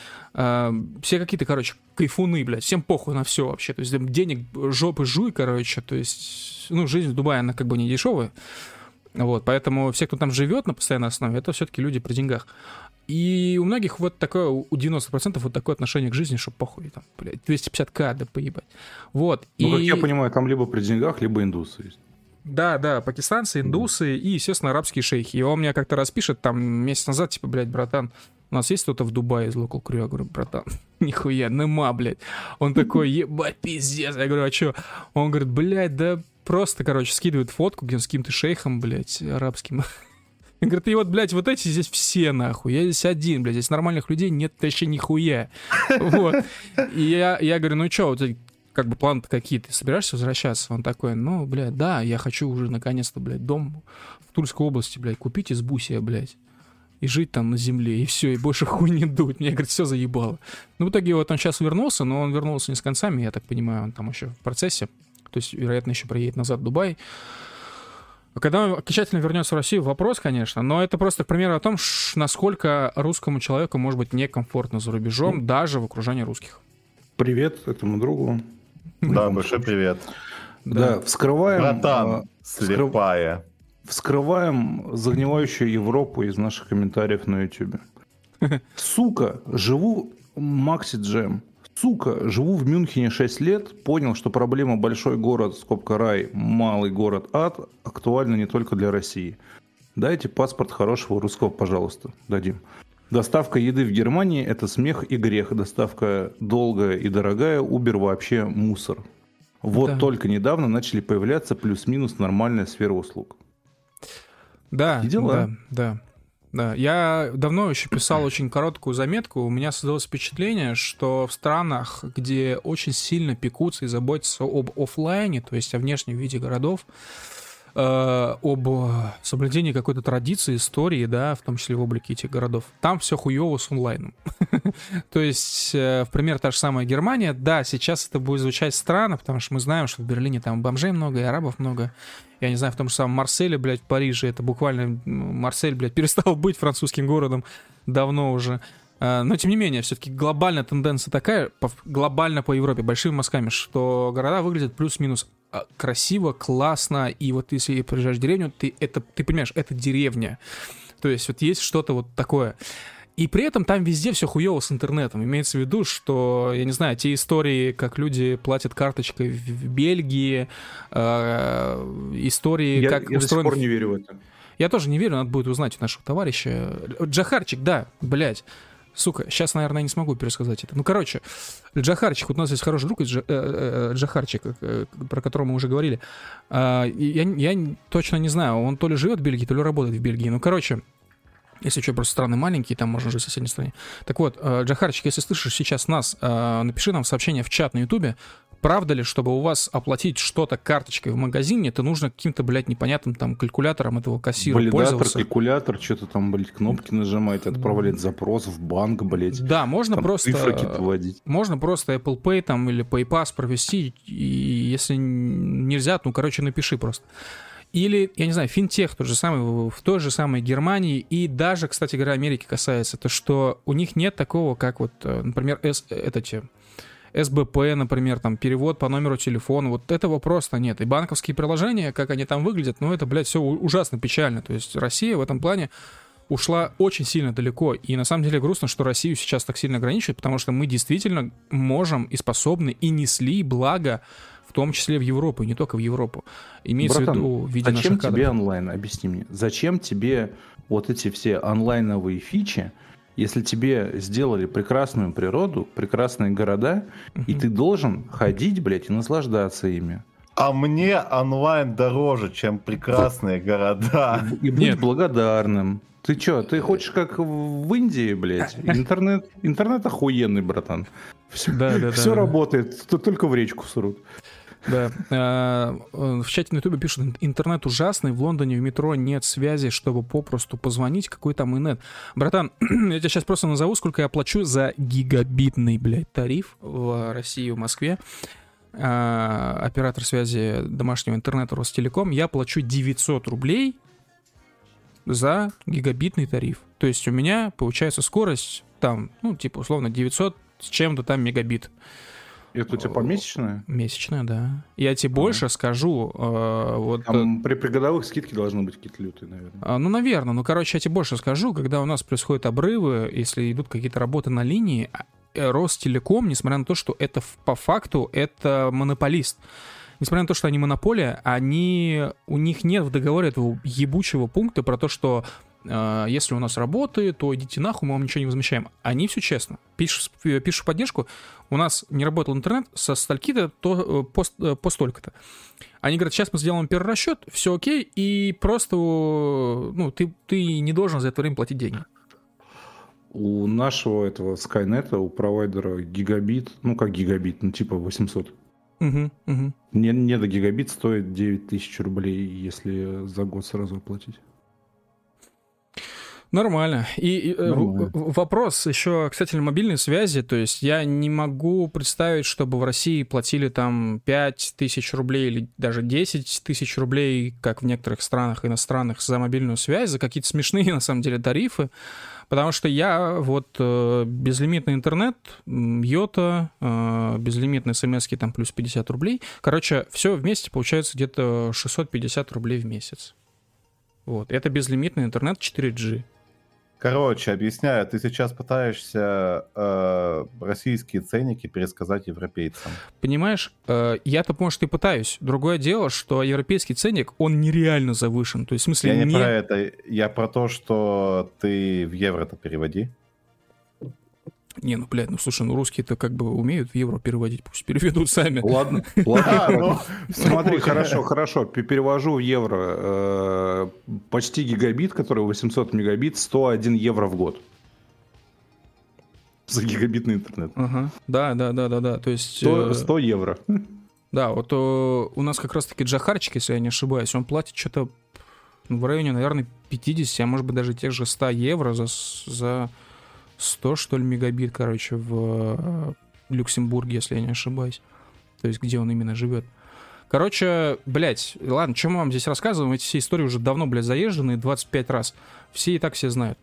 все какие-то, короче, кайфуны, блядь, всем похуй на все вообще, то есть денег жопы жуй, короче, то есть, ну, жизнь в Дубае, она как бы не дешевая, вот, поэтому все, кто там живет на постоянной основе, это все-таки люди при деньгах. И у многих вот такое, у девяноста процентов вот такое отношение к жизни, что похуй, там, блядь, двести пятьдесят тысяч, да поебать. Вот. Ну, и... как я понимаю, там либо при деньгах, либо индусы есть. Да, да, пакистанцы, индусы и, естественно, арабские шейхи. И он мне как-то раз пишет, там, месяц назад, типа, блядь, братан, у нас есть кто-то в Дубае из Local Crew? Я говорю, братан, нихуя, нема, блядь. Он такой, ебать, пиздец. Я говорю, а чё? Он говорит, блядь, да просто, короче, скидывает фотку, где он с каким-то шейхом, блядь, арабским. Он говорит, и вот, блядь, вот эти здесь все, нахуй. Я здесь один, блядь, здесь нормальных людей нет вообще нихуя. Вот. И я, я говорю, ну чё, вот как бы планы-то какие? Ты собираешься возвращаться? Он такой, ну, блядь, да, я хочу уже наконец-то, блядь, дом в Тульской области, блядь, купить из Бусия, блядь, и жить там на земле, и все, и больше хуй не дуть. Мне, говорит, все заебало. Ну, в итоге вот он сейчас вернулся, но он вернулся не с концами, я так понимаю, он там еще в процессе. То есть, вероятно, еще приедет назад в Дубай. Когда он окончательно вернется в Россию, вопрос, конечно, но это просто, к примеру, о том, насколько русскому человеку может быть некомфортно за рубежом, даже в окружении русских. Привет этому другу. Да, большой привет. Да, да, вскрываем... Братан, а, слепая. Вскрываем загнивающую Европу из наших комментариев на YouTube. Сука, живу Макси Джем. Сука, живу в Мюнхене шесть лет, понял, что проблема большой город, скобка рай, малый город ад, актуальна не только для России. Дайте паспорт хорошего русского, пожалуйста. Дадим. Доставка еды в Германии – это смех и грех. Доставка долгая и дорогая, Uber вообще мусор. Вот да. Только недавно начали появляться плюс-минус нормальная сфера услуг. Да, да, да. Да, я давно еще писал очень короткую заметку. У меня создалось впечатление, что в странах, где очень сильно пекутся и заботятся об офлайне, то есть о внешнем виде городов, э, об соблюдении какой-то традиции, истории, да, в том числе в облике этих городов, там все хуево с онлайном. То есть, в пример, та же самая Германия. Да, сейчас это будет звучать странно, потому что мы знаем, что в Берлине там бомжей много и арабов много. Я не знаю, в том же самом Марселе, блядь, в Париже, это буквально Марсель, блядь, перестал быть французским городом давно уже. Но, тем не менее, все-таки глобальная тенденция такая, глобально по Европе, большими мазками, что города выглядят плюс-минус красиво, классно, и вот если приезжаешь в деревню, ты, это, ты понимаешь, это деревня. То есть вот есть что-то вот такое. И при этом там везде все хуёво с интернетом. Имеется в виду, что, я не знаю, те истории, как люди платят карточкой в Бельгии, э, истории, я, как я устроен... до сих пор не верю в это. Я тоже не верю, надо будет узнать у нашего товарища. Джахарчик, да, блядь. Сука, сейчас, наверное, не смогу пересказать это. Ну, короче, Джахарчик, вот у нас есть хороший друг, Джахарчик, про которого мы уже говорили. Я, я точно не знаю, он то ли живет в Бельгии, то ли работает в Бельгии. Ну, короче... Если что, просто страны маленькие, там можно жить в соседней стране. Так вот, Джахарчик, если слышишь сейчас нас, напиши нам сообщение в чат на Ютубе. Правда ли, чтобы у вас оплатить что-то карточкой в магазине, это нужно каким-то, блядь, непонятным там калькулятором этого кассира валидатор, пользоваться? калькулятор, что-то там, блядь, кнопки нажимать, отправлять запрос в банк, блядь. Да, можно там просто... цифры какие-то вводить. Можно просто Apple Pay там или PayPass провести, и если нельзя, ну, короче, напиши просто. Или, я не знаю, финтех тот же самый, в той же самой Германии, и даже, кстати говоря, Америки касается, то, что у них нет такого, как вот, например, S, это те, эс бэ пэ, например, там, перевод по номеру телефона, вот этого просто нет. И банковские приложения, как они там выглядят, ну, это, блядь, все ужасно печально. То есть Россия в этом плане ушла очень сильно далеко, и на самом деле грустно, что Россию сейчас так сильно ограничивают, потому что мы действительно можем и способны, и несли благо, в том числе в Европу, и не только в Европу. Имеется Братан, в виду в виде зачем наших кадров. тебе онлайн? Объясни мне. Зачем тебе вот эти все онлайновые фичи, если тебе сделали прекрасную природу, прекрасные города, uh-huh. и ты должен ходить, блядь, и наслаждаться ими? А мне онлайн дороже, чем прекрасные города. И, и быть благодарным. Ты чё, ты хочешь как в Индии, блядь? Интернет, интернет охуенный, братан. Все, да, да, все да, работает, да. Только в речку срут. Да. В чате на ютубе пишут: интернет ужасный, в Лондоне в метро нет связи, чтобы попросту позвонить, какой там инет. Братан, я тебе сейчас просто назову, сколько я плачу за гигабитный, блядь, тариф в России, в Москве. Оператор связи домашнего интернета Ростелеком. Я плачу девятьсот рублей за гигабитный тариф. То есть у меня получается скорость там, ну, типа, условно, девятьсот с чем-то там мегабит. Это у тебя помесячная? Месячная, да. Я тебе ага. больше скажу. Э, вот, там при, при годовых скидки должны быть какие-то лютые, наверное. Э, ну, наверное. Ну, короче, я тебе больше скажу. Когда у нас происходят обрывы, если идут какие-то работы на линии, Ростелеком, несмотря на то, что это по факту это монополист, несмотря на то, что они монополия, они, у них нет в договоре этого ебучего пункта про то, что э, если у нас работает, то идите нахуй, мы вам ничего не возмещаем. Они все честно. Пишут, пишут поддержку, у нас не работал интернет со стольки-то то, по, по столько-то. Они говорят, сейчас мы сделаем перерасчет, все окей, и просто ну, ты, ты не должен за это время платить деньги. У нашего этого Skynet, у провайдера гигабит, ну как гигабит, ну типа восемьсот. Угу, угу. Не, не до гигабит стоит девять тысяч рублей, если за год сразу оплатить. Нормально. И Нормально. Вопрос еще, кстати, мобильной связи. То есть я не могу представить, чтобы в России платили там пять тысяч рублей или даже десять тысяч рублей, как в некоторых странах иностранных, за мобильную связь, за какие-то смешные, на самом деле, тарифы. Потому что я вот э, безлимитный интернет, йота, э, безлимитные смс-ки там плюс пятьдесят рублей. Короче, все вместе получается где-то шестьсот пятьдесят рублей в месяц. Вот. Это безлимитный интернет четыре джи. Короче, объясняю, ты сейчас пытаешься э, российские ценники пересказать европейцам. Понимаешь, э, я-то, может, и пытаюсь. Другое дело, что европейский ценник, он нереально завышен. То есть, в смысле, я не, не про это, я про то, что ты в евро-то переводи. Не, ну, блядь, ну, слушай, ну, русские-то как бы умеют в евро переводить, пусть переведут сами. Ладно, ладно. Смотри, хорошо, хорошо, перевожу в евро. Почти гигабит, который восемьсот мегабит, сто один евро в год. За гигабитный интернет. Ага. Да, да, да, да, да. То есть... сто евро. Да, вот у нас как раз-таки Джахарчик, если я не ошибаюсь, он платит что-то в районе, наверное, пятьдесят, а может быть даже тех же сто евро за... за... сто, что ли, мегабит, короче, в Люксембурге, если я не ошибаюсь. То есть, где он именно живет. Короче, блядь, ладно, что мы вам здесь рассказываем? Эти все истории уже давно, блядь, заезжены двадцать пять раз. Все и так все знают.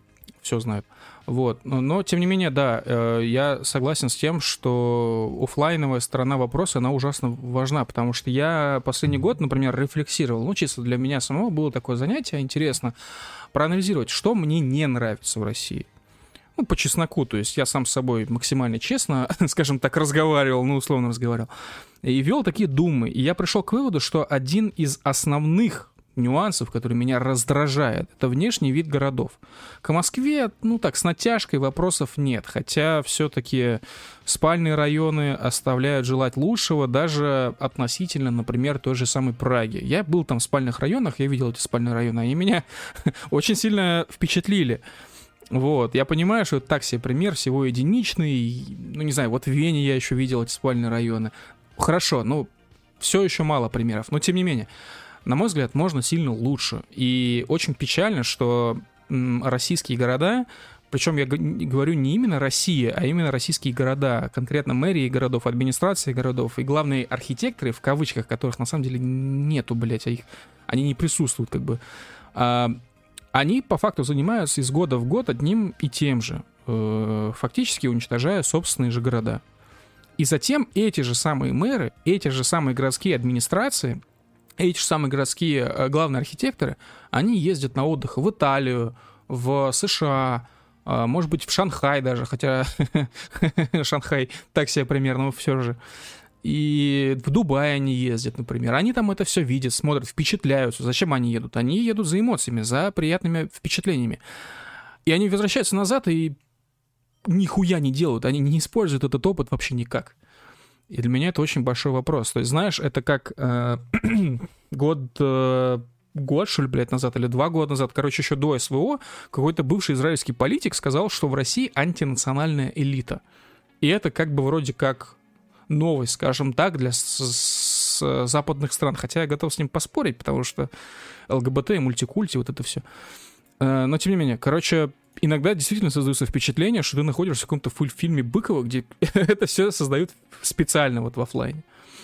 все знают. Вот. Но, но, тем не менее, да, э, я согласен с тем, что офлайновая сторона вопроса, она ужасно важна, потому что я последний год, например, рефлексировал, ну, чисто для меня самого было такое занятие, интересно, проанализировать, что мне не нравится в России. Ну, по чесноку, то есть я сам с собой максимально честно, скажем так, разговаривал, ну, условно разговаривал, и вел такие думы. И я пришел к выводу, что один из основных нюансов, который меня раздражает, это внешний вид городов. К Москве, ну так, с натяжкой вопросов нет, хотя все-таки спальные районы оставляют желать лучшего, даже относительно, например, той же самой Праги. Я был там в спальных районах, я видел эти спальные районы, они меня очень сильно впечатлили. Вот, я понимаю, что это так себе пример, всего единичный, ну, не знаю, вот в Вене я еще видел эти спальные районы. Хорошо, ну, все еще мало примеров, но тем не менее, на мой взгляд, можно сильно лучше. И очень печально, что м, российские города, причем я г- говорю не именно Россия, а именно российские города, конкретно мэрии городов, администрации городов и главные архитекторы, в кавычках, которых на самом деле нету, блядь, а их, они не присутствуют, как бы, а, они по факту занимаются из года в год одним и тем же, э, фактически уничтожая собственные же города. И затем эти же самые мэры, эти же самые городские администрации, эти же самые городские э, главные архитекторы, они ездят на отдых в Италию, в США, э, может быть, в Шанхай даже, хотя Шанхай так себе примерно, но все же. И в Дубай они ездят, например. Они там это все видят, смотрят, впечатляются. Зачем они едут? Они едут за эмоциями, за приятными впечатлениями. И они возвращаются назад и нихуя не делают. Они не используют этот опыт вообще никак. И для меня это очень большой вопрос. То есть, знаешь, это как э, год... Э, год, что ли, блядь, назад, или два года назад, короче, еще до СВО, какой-то бывший израильский политик сказал, что в России антинациональная элита. И это как бы вроде как... новость, скажем так, для с- с- западных стран. Хотя я готов с ним поспорить, потому что ЛГБТ и мультикульти, вот это все. Но тем не менее, короче, иногда действительно создается впечатление, что ты находишься в каком-то фильме Быкова, где это все создают специально вот в офлайне.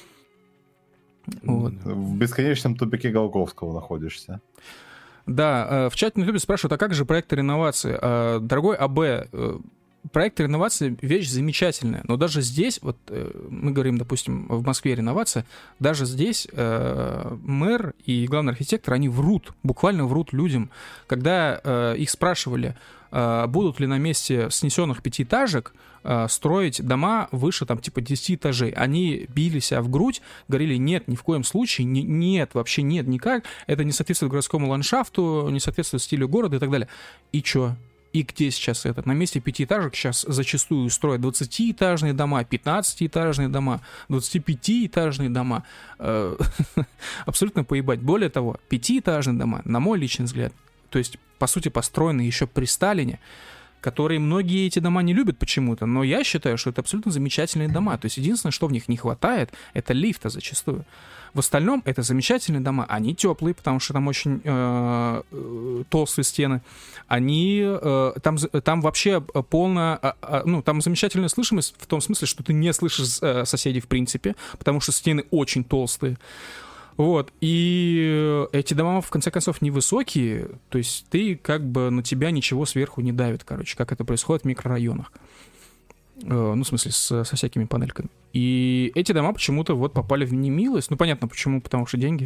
Вот. В бесконечном тупике Голговского находишься. Да, в чате на YouTube спрашивают, а как же проект реновации? Дорогой АБ, проект реновации — вещь замечательная, но даже здесь, вот мы говорим, допустим, в Москве реновация, даже здесь э, мэр и главный архитектор, они врут, буквально врут людям. Когда э, их спрашивали, э, будут ли на месте снесенных пятиэтажек э, строить дома выше, там, типа десять этажей, они били себя в грудь, говорили, нет, ни в коем случае, не, нет, вообще нет, никак, это не соответствует городскому ландшафту, не соответствует стилю города и так далее. И чё? И где сейчас это? На месте пятиэтажек сейчас зачастую строят двадцатиэтажные дома, пятнадцатиэтажные дома, двадцатипятиэтажные дома. Абсолютно поебать. Более того, пятиэтажные дома, на мой личный взгляд, то есть, по сути, построены еще при Сталине, которые многие эти дома не любят почему-то, но я считаю, что это абсолютно замечательные дома. То есть единственное, что в них не хватает, это лифта зачастую. В остальном это замечательные дома. Они теплые, потому что там очень э, э, толстые стены. Они э, там, там вообще полная, э, э, ну, там замечательная слышимость в том смысле, что ты не слышишь э, соседей в принципе, потому что стены очень толстые. Вот, и эти дома, в конце концов, невысокие, то есть ты как бы на тебя ничего сверху не давит, короче, как это происходит в микрорайонах. Ну, в смысле, с, со всякими панельками. И эти дома почему-то вот попали в немилость. Ну, понятно, почему, потому что деньги.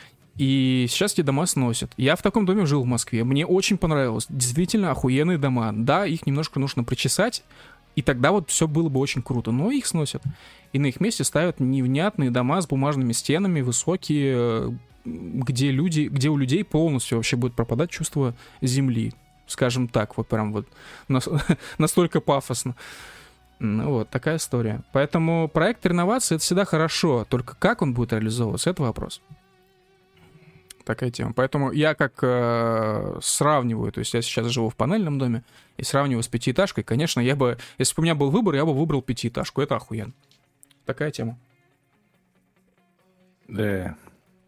И сейчас эти дома сносят. Я в таком доме жил в Москве, мне очень понравилось. Действительно охуенные дома. Да, их немножко нужно причесать, и тогда вот все было бы очень круто. Но их сносят. И на их месте ставят невнятные дома с бумажными стенами, высокие, где люди, где у людей полностью вообще будет пропадать чувство земли. Скажем так, вот прям вот настолько пафосно. Ну вот, такая история. Поэтому проект реновации — это всегда хорошо. Только как он будет реализовываться — это вопрос. Такая тема. Поэтому я как э, сравниваю, то есть я сейчас живу в панельном доме и сравниваю с пятиэтажкой, конечно, я бы, если бы у меня был выбор, я бы выбрал пятиэтажку. Это охуенно. Такая тема. Да.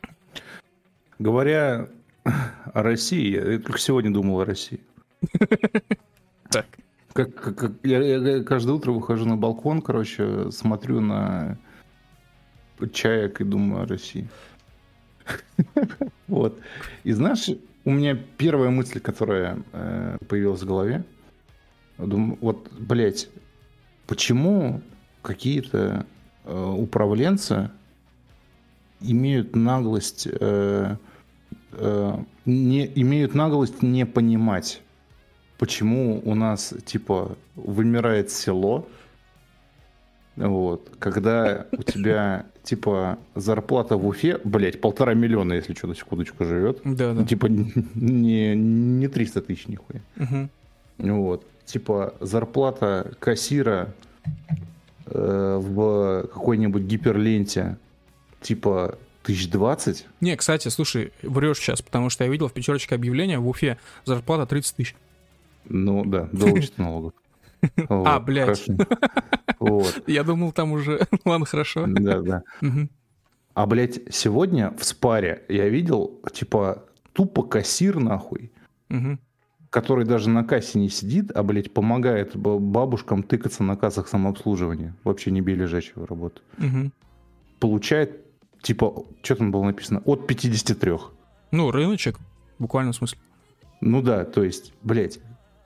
Говоря о России, я только сегодня думал о России. Так. Как, как, как я, я каждое утро выхожу на балкон, короче, смотрю на чаек и думаю о России. Вот. И знаешь, у меня первая мысль, которая э, появилась в голове, Думаю, вот, блядь, почему какие-то э, управленцы имеют наглость, э, э, не, имеют наглость не понимать, почему у нас, типа, вымирает село, вот, когда у тебя, типа, зарплата в Уфе, блядь, полтора миллиона, если что, на секундочку живет. Да, да. Типа, не, не триста тысяч нихуя. Угу. Вот, типа, зарплата кассира э, в какой-нибудь гиперленте, типа, тысяч двадцать. Не, кстати, слушай, врешь сейчас, потому что я видел в пятерочке объявление, в Уфе зарплата тридцать тысяч. Ну, да, до вычета налогов. А, блядь. Вот. Я думал, там уже... Ладно, хорошо. Да, да. Угу. А, блядь, сегодня в Спаре я видел, типа, тупо кассир, нахуй, Угу. который даже на кассе не сидит, а, блядь, помогает бабушкам тыкаться на кассах самообслуживания. Вообще не бей лежачего работы. Угу. Получает, типа, что там было написано? От пятидесяти трёх. Ну, рыночек, в буквальном смысле. Ну да, то есть, блядь...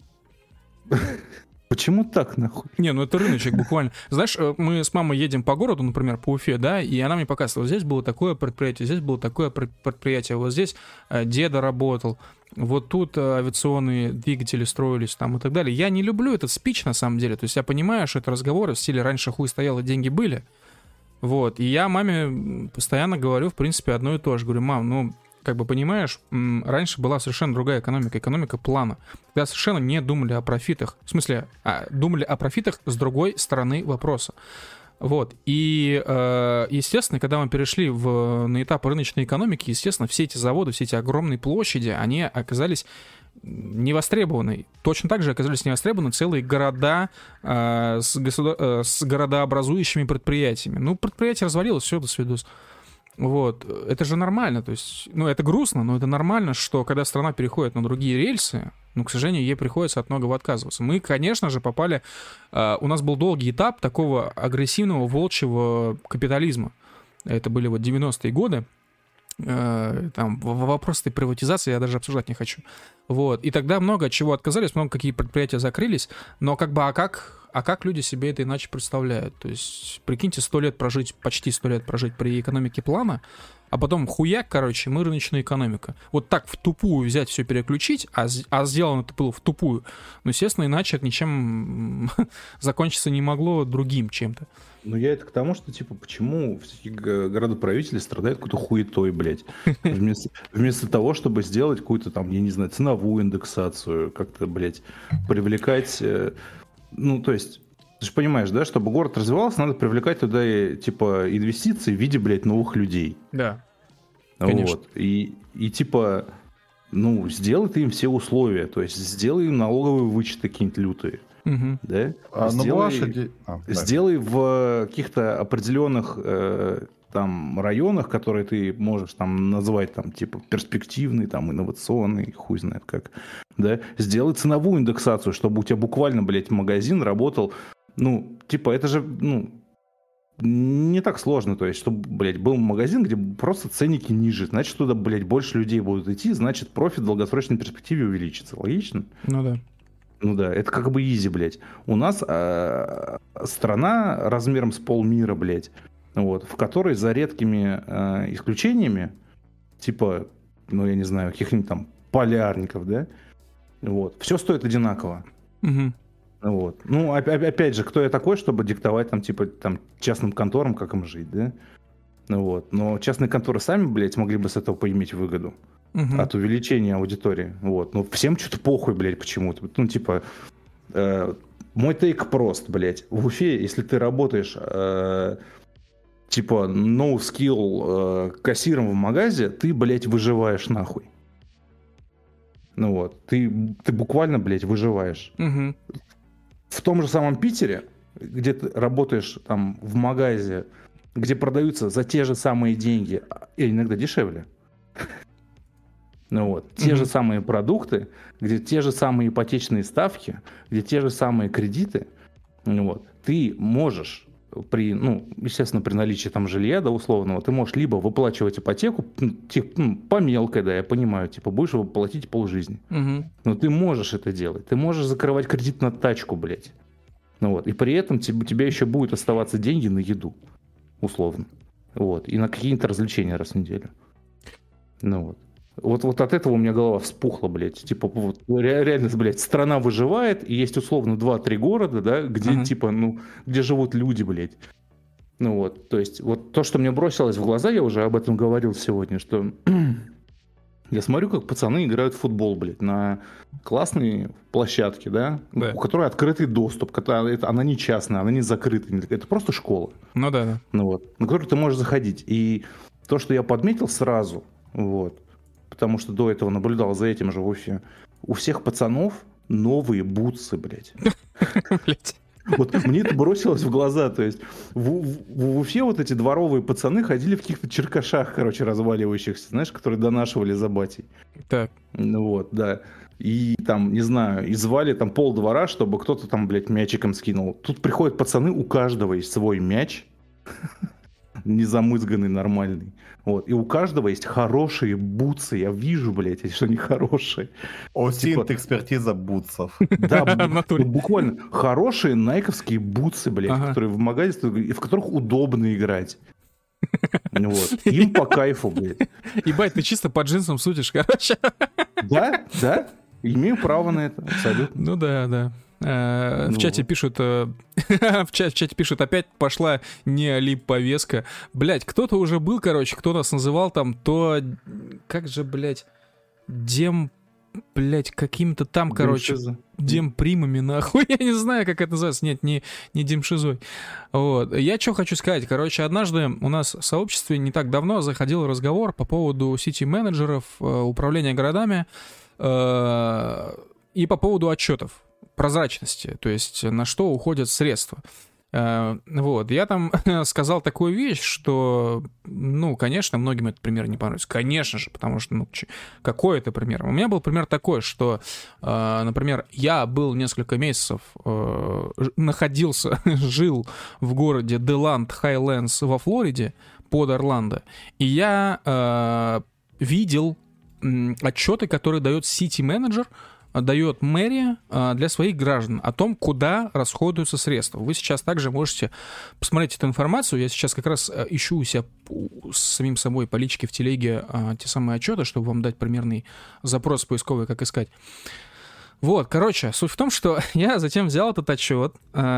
Почему так, нахуй? Не, ну это рыночек буквально. Знаешь, мы с мамой едем по городу, например, по Уфе, да, и она мне показывает, вот здесь было такое предприятие, здесь было такое предприятие, вот здесь деда работал, вот тут авиационные двигатели строились там и так далее. Я не люблю этот спич, на самом деле, то есть я понимаю, что это разговоры в стиле «раньше хуй стоял, и деньги были». Вот, и я маме постоянно говорю, в принципе, одно и то же. Говорю, мам, ну... Как бы понимаешь, раньше была совершенно другая экономика, экономика плана. Когда совершенно не думали о профитах. В смысле, а, думали о профитах с другой стороны вопроса. Вот. И, э, естественно, когда мы перешли в, на этап рыночной экономики, естественно, все эти заводы, все эти огромные площади, они оказались невостребованы. Точно так же оказались невостребованы целые города э, с, государ... э, с городообразующими предприятиями. Ну, предприятие развалилось, все, до свидос. Вот, это же нормально, то есть, ну, это грустно, но это нормально, что когда страна переходит на другие рельсы, ну, к сожалению, ей приходится от многого отказываться. Мы, конечно же, попали, uh, у нас был долгий этап такого агрессивного волчьего капитализма. Это были вот девяностые годы, uh, там, вопрос этой приватизации я даже обсуждать не хочу. Вот, и тогда много от чего отказались, много какие предприятия закрылись, но как бы, а как... А как люди себе это иначе представляют? То есть, прикиньте, сто лет прожить, почти сто лет прожить при экономике плана, а потом хуяк, короче, мы рыночная экономика. Вот так в тупую взять все переключить, а, а сделано это было в тупую, ну, естественно, иначе это ничем закончиться не могло другим чем-то. Ну, я это к тому, что, типа, почему все городоправители страдают какой-то хуетой, блядь, вместо, вместо того, чтобы сделать какую-то там, я не знаю, ценовую индексацию, как-то, блядь, привлекать... Ну, то есть, ты же понимаешь, да, чтобы город развивался, надо привлекать туда, типа, инвестиции в виде, блядь, новых людей. Да, конечно. Вот. И, и, типа, ну, сделай ты им все условия, то есть, сделай им налоговые вычеты какие-нибудь лютые, угу. да? А, сделай, ну, ваши... а, сделай в каких-то определенных... Э, там районах, которые ты можешь там назвать там типа перспективный, там инновационный, хуй знает как, да, сделай ценовую индексацию, чтобы у тебя буквально, блядь, магазин работал, ну, типа, это же, ну, не так сложно, то есть, чтобы, блядь, был магазин, где просто ценники ниже, значит, туда, блядь, больше людей будут идти, значит, профит в долгосрочной перспективе увеличится, логично? Ну да. Ну да, это как бы изи, блядь. У нас э, страна размером с полмира, блядь, вот, в которой за редкими э, исключениями, типа, ну, я не знаю, каких-нибудь там полярников, да, вот, все стоит одинаково. Угу. Вот. Ну, опять, опять же, кто я такой, чтобы диктовать там, типа, там, частным конторам, как им жить, да? Ну, вот. Но частные конторы сами, блядь, могли бы с этого поиметь выгоду. Угу. От увеличения аудитории. Вот. Но всем что-то похуй, блядь, почему-то. Ну, типа, э, мой тейк прост, блядь. В Уфе, если ты работаешь... Э, типа, no skill э, кассиром в магазе, ты, блядь, выживаешь нахуй. Ну вот, ты, ты буквально, блядь, выживаешь. Угу. В том же самом Питере, где ты работаешь там в магазе, где продаются за те же самые деньги, и иногда дешевле. Ну вот, те угу. же самые продукты, где те же самые ипотечные ставки, где те же самые кредиты, ну вот, ты можешь при, ну, естественно, при наличии там жилья, да, условного, ты можешь либо выплачивать ипотеку, типа, ну, по мелкой, да, я понимаю, типа, будешь платить полжизни. Угу. Но ты можешь это делать. Ты можешь закрывать кредит на тачку, блядь. Ну вот. И при этом тебе, у тебя еще будут оставаться деньги на еду, условно. Вот. И на какие-то развлечения раз в неделю. Ну вот. Вот, вот от этого у меня голова вспухла, блядь. Типа, вот, реально, блядь, страна выживает, и есть условно два-три города, да, где, uh-huh. типа, ну, где живут люди, блядь. Ну вот, то есть, вот то, что мне бросилось в глаза, я уже об этом говорил сегодня, что я смотрю, как пацаны играют в футбол, блядь, на классной площадке, да, да. у которой открытый доступ, она не частная, она не закрытая, это просто школа. Ну да, да. Ну вот, на которую ты можешь заходить. И то, что я подметил сразу, вот, потому что до этого наблюдал за этим же в Уфе. У всех пацанов новые бутсы, блядь. Вот мне это бросилось в глаза. То есть в, в, в Уфе вот эти дворовые пацаны ходили в каких-то черкашах, короче, разваливающихся, знаешь, которые донашивали за батей. Так. Ну вот, да. И там, не знаю, и звали там полдвора, чтобы кто-то там, блядь, мячиком скинул. Тут приходят пацаны, у каждого есть свой мяч. Незамызганный, нормальный. Вот. И у каждого есть хорошие бутсы. Я вижу, блядь, что они хорошие. Осинт типа... экспертиза бутсов. Да, б- буквально хорошие найковские бутсы, блядь, ага. которые в магазине, в которых удобно играть. Вот. Им по кайфу, блядь. Ебать, ты чисто по джинсам судишь, короче. Да, да. Имею право на это, абсолютно. Ну да, да. Uh, ну. В чате пишут, uh, в, чате, в чате пишут, опять пошла не лип-повестка. Блять, кто-то уже был, короче, кто нас называл там, то, как же, блять, дем, блять, какими-то там, дем короче, шиза. Демпримами, нахуй, я не знаю, как это называется, нет, не, не демшизой. Вот, я что хочу сказать, короче, однажды у нас в сообществе не так давно заходил разговор по поводу сити-менеджеров, uh, управления городами uh, и по поводу отчетов. Прозрачности, то есть на что уходят средства. Вот, я там сказал такую вещь, что, ну, конечно, многим этот пример не понравится. Конечно же, потому что, ну, какой это пример? У меня был пример такой, что, например, я был несколько месяцев, находился, жил в городе Деланд Хайлендс во Флориде, под Орландо, и я видел отчеты, которые дает сити-менеджер, дает мэрия для своих граждан о том, куда расходуются средства. Вы сейчас также можете посмотреть эту информацию. Я сейчас как раз ищу у себя с самим собой по личке в телеге те самые отчеты, чтобы вам дать примерный запрос поисковый, как искать. Вот, короче, суть в том, что я затем взял этот отчет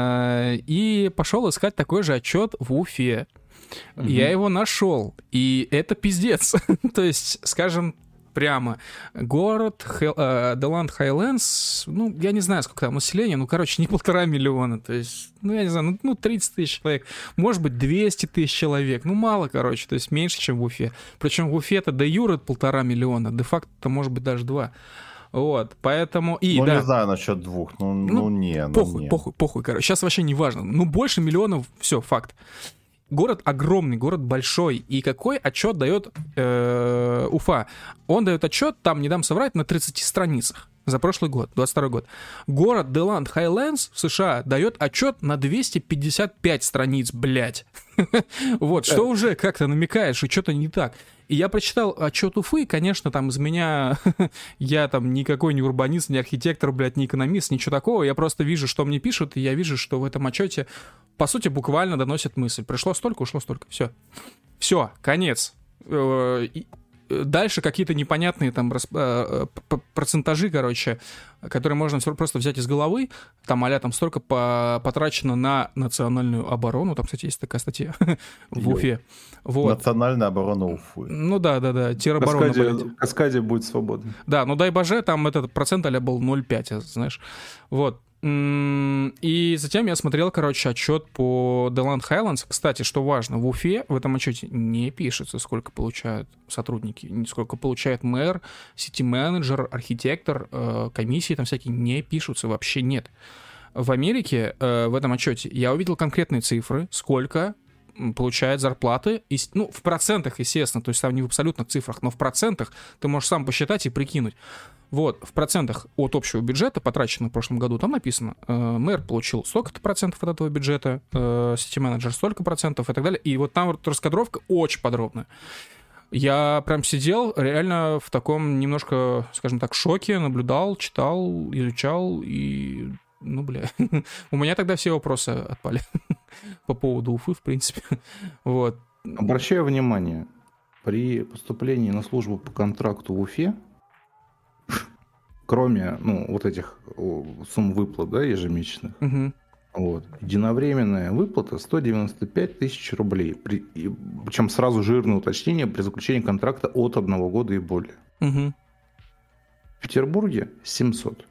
и пошел искать такой же отчет в Уфе. Угу. Я его нашел, и это пиздец. То есть, скажем, прямо. Город Деланд Хайлендс, ну, я не знаю, сколько там населения, ну, короче, не полтора миллиона, то есть, ну, я не знаю, ну, ну тридцать тысяч человек, может быть, двести тысяч человек, ну, мало, короче, то есть меньше, чем в Уфе. Причем в Уфе-то де юре полтора миллиона, де-факто, может быть, даже два. Вот, поэтому... И, ну, да, не знаю насчет двух, ну, ну, ну не. Ну, похуй, не. похуй, похуй, короче, сейчас вообще не важно. Ну, больше миллионов, все, факт. Город огромный, город большой. И какой отчет дает э, Уфа? Он дает отчет, там, не дам соврать, на тридцати страницах за прошлый год, двадцать второй год. Город Деланд Хайлендс в США дает отчет на двести пятьдесят пять страниц, блядь. Вот, что уже как-то намекает, что что-то не так. И я прочитал отчет Уфы, конечно, там из меня, я там никакой не урбанист, не архитектор, блядь, не экономист, ничего такого, я просто вижу, что мне пишут, и я вижу, что в этом отчете, по сути, буквально доносят мысль. Пришло столько, ушло столько, все. Все, конец. Дальше какие-то непонятные там процентажи, короче, которые можно просто взять из головы, там а-ля там столько потрачено на национальную оборону, там, кстати, есть такая статья в Уфе. Вот. Национальная оборона Уфы. Ну да, да, да, тероборона. Каскаде, Каскаде будет свободно. Да, ну дай боже, там этот процент а-ля был ноль целых пять десятых, знаешь. Вот. И затем я смотрел, короче, отчет по Деланд Хайлендс. Кстати, что важно, в Уфе в этом отчете не пишется, сколько получают сотрудники, сколько получает мэр, сити-менеджер, архитектор, комиссии там всякие не пишутся, вообще нет. В Америке в этом отчете я увидел конкретные цифры, сколько получает зарплаты, и, ну, в процентах, естественно, то есть там не в абсолютных цифрах, но в процентах ты можешь сам посчитать и прикинуть. Вот, в процентах от общего бюджета, потраченного в прошлом году, там написано, э, мэр получил столько-то процентов от этого бюджета, э, сити-менеджер столько процентов и так далее. И вот там вот раскадровка очень подробная. Я прям сидел реально в таком немножко, скажем так, шоке, наблюдал, читал, изучал, и, ну, бля, у меня тогда все вопросы отпали по поводу Уфы, в принципе. Вот. Обращаю внимание, при поступлении на службу по контракту в Уфе, кроме, ну, вот этих сумм выплат, да, ежемесячных, угу. вот, единовременная выплата сто девяносто пять тысяч рублей. При, и, причем сразу жирное уточнение при заключении контракта от одного года и более. Угу. В Петербурге семьсот.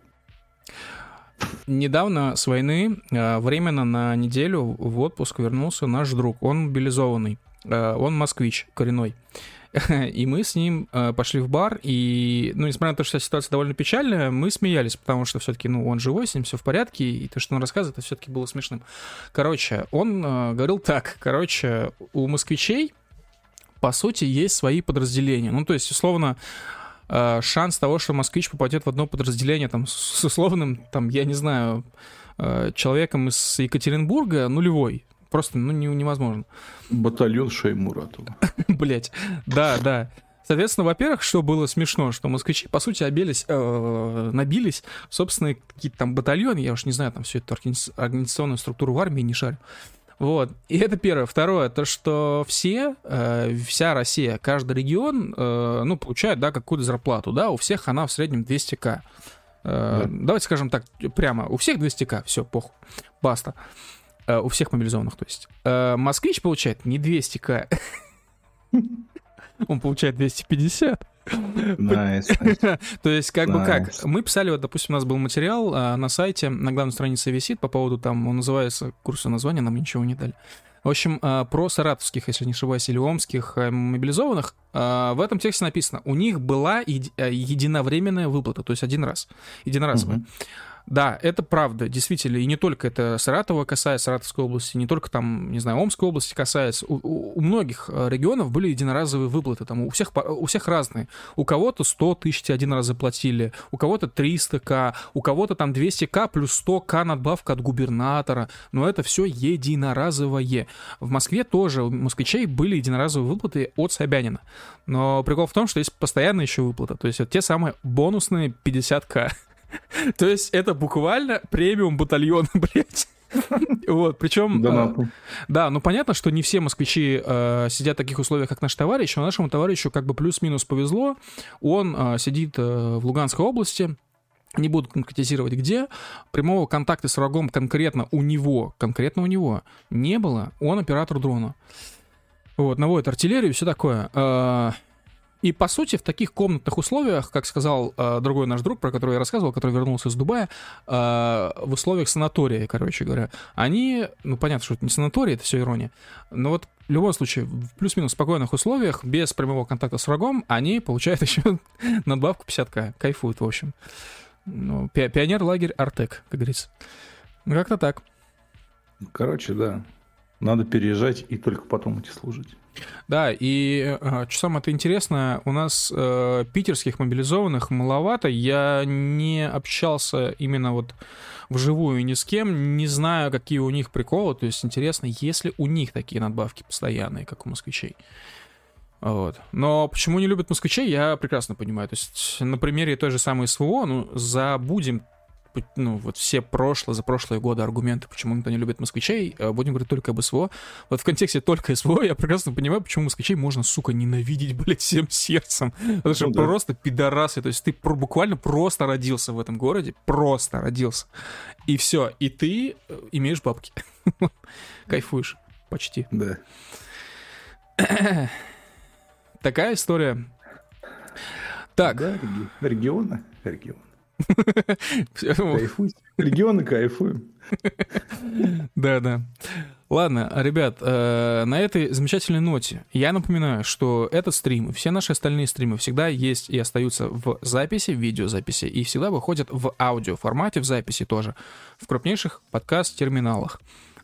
Недавно с войны временно на неделю в отпуск вернулся наш друг. Он мобилизованный. Он москвич коренной. И мы с ним э, пошли в бар, и, ну, несмотря на то, что ситуация довольно печальная, мы смеялись, потому что все-таки, ну, он живой, с ним все в порядке, и то, что он рассказывает, это все-таки было смешным. Короче, он э, говорил так, короче, у москвичей, по сути, есть свои подразделения. Ну, то есть, условно, э, шанс того, что москвич попадет в одно подразделение, там, с условным, там, я не знаю, э, человеком из Екатеринбурга, нулевой. Просто, ну, не, невозможно. Батальон Шаймуратова. Блять, да, да. Соответственно, во-первых, что было смешно, что москвичи, по сути, обелись, э, набились собственные какие-то там батальоны, я уж не знаю, там всю эту организационную структуру в армии не шарю. Вот, и это первое. Второе, то, что все, э, вся Россия, каждый регион, э, ну, получает, да, какую-то зарплату, да, у всех она в среднем двести тысяч. Э, да. Давайте скажем так, прямо, у всех двести тысяч, все, похуй, баста. У всех мобилизованных, то есть. Москвич получает не двести тысяч. Он получает двести пятьдесят. Nice, nice. То есть, как nice. бы как, мы писали, вот, допустим, у нас был материал а, на сайте, на главной странице висит по поводу, там, он называется, курсы названия, нам ничего не дали. В общем, а, про саратовских, если не ошибаюсь, или омских а, мобилизованных, а, в этом тексте написано, у них была еди- единовременная выплата, то есть один раз, единоразовая. Uh-huh. Да, это правда, действительно, и не только это Саратова касается, Саратовской области, не только там, не знаю, Омской области касается, у, у, у многих регионов были единоразовые выплаты, там у всех, у всех разные, у кого-то сто тысяч один раз заплатили, у кого-то триста тысяч, у кого-то там двести тысяч плюс сто тысяч надбавка от губернатора, но это все единоразовое. В Москве тоже у москвичей были единоразовые выплаты от Собянина, но прикол в том, что есть постоянная еще выплата, то есть это те самые бонусные пятьдесят тысяч. То есть это буквально премиум батальона, блядь. Вот, причем... Да, э, да, ну понятно, что не все москвичи э, сидят в таких условиях, как наш товарищ, но нашему товарищу как бы плюс-минус повезло. Он э, сидит э, в Луганской области, не буду конкретизировать где, прямого контакта с врагом конкретно у него, конкретно у него не было, он оператор дрона. Вот, наводит артиллерию и все такое. Э, И, по сути, в таких комнатных условиях, как сказал э, другой наш друг, про которого я рассказывал, который вернулся из Дубая, э, в условиях санатория, короче говоря, они, ну, понятно, что это не санаторий, это все ирония, но вот в любом случае, в плюс-минус спокойных условиях, без прямого контакта с врагом, они получают еще надбавку пятьдесят тысяч, кайфуют, в общем. Ну, пи- пионер-лагерь Артек, как говорится. Ну, как-то так. Короче, да, надо переезжать и только потом идти служить. Да, и э, что самое-то интересное, у нас э, питерских мобилизованных маловато, я не общался именно вот вживую ни с кем, не знаю, какие у них приколы, то есть интересно, есть ли у них такие надбавки постоянные, как у москвичей. Вот. Но почему не любят москвичей, я прекрасно понимаю, то есть на примере той же самой СВО, ну, забудем, ну, вот все прошлые, за прошлые годы аргументы, почему никто не любит москвичей, будем говорить только об СВО. Вот в контексте только СВО я прекрасно понимаю, почему москвичей можно, сука, ненавидеть, блядь, всем сердцем. Потому что ну, да. просто пидорасы, то есть ты про- буквально просто родился в этом городе, просто родился. И все, и ты имеешь бабки. Кайфуешь почти. Да. Такая история. Так. Да, регионы, регионы. Кайфуй. Регионы кайфуем. Да, да. Ладно, ребят, э, на этой замечательной ноте я напоминаю, что этот стрим и все наши остальные стримы всегда есть и остаются в записи, в видеозаписи, и всегда выходят в аудиоформате, в записи тоже, в крупнейших подкаст-терминалах.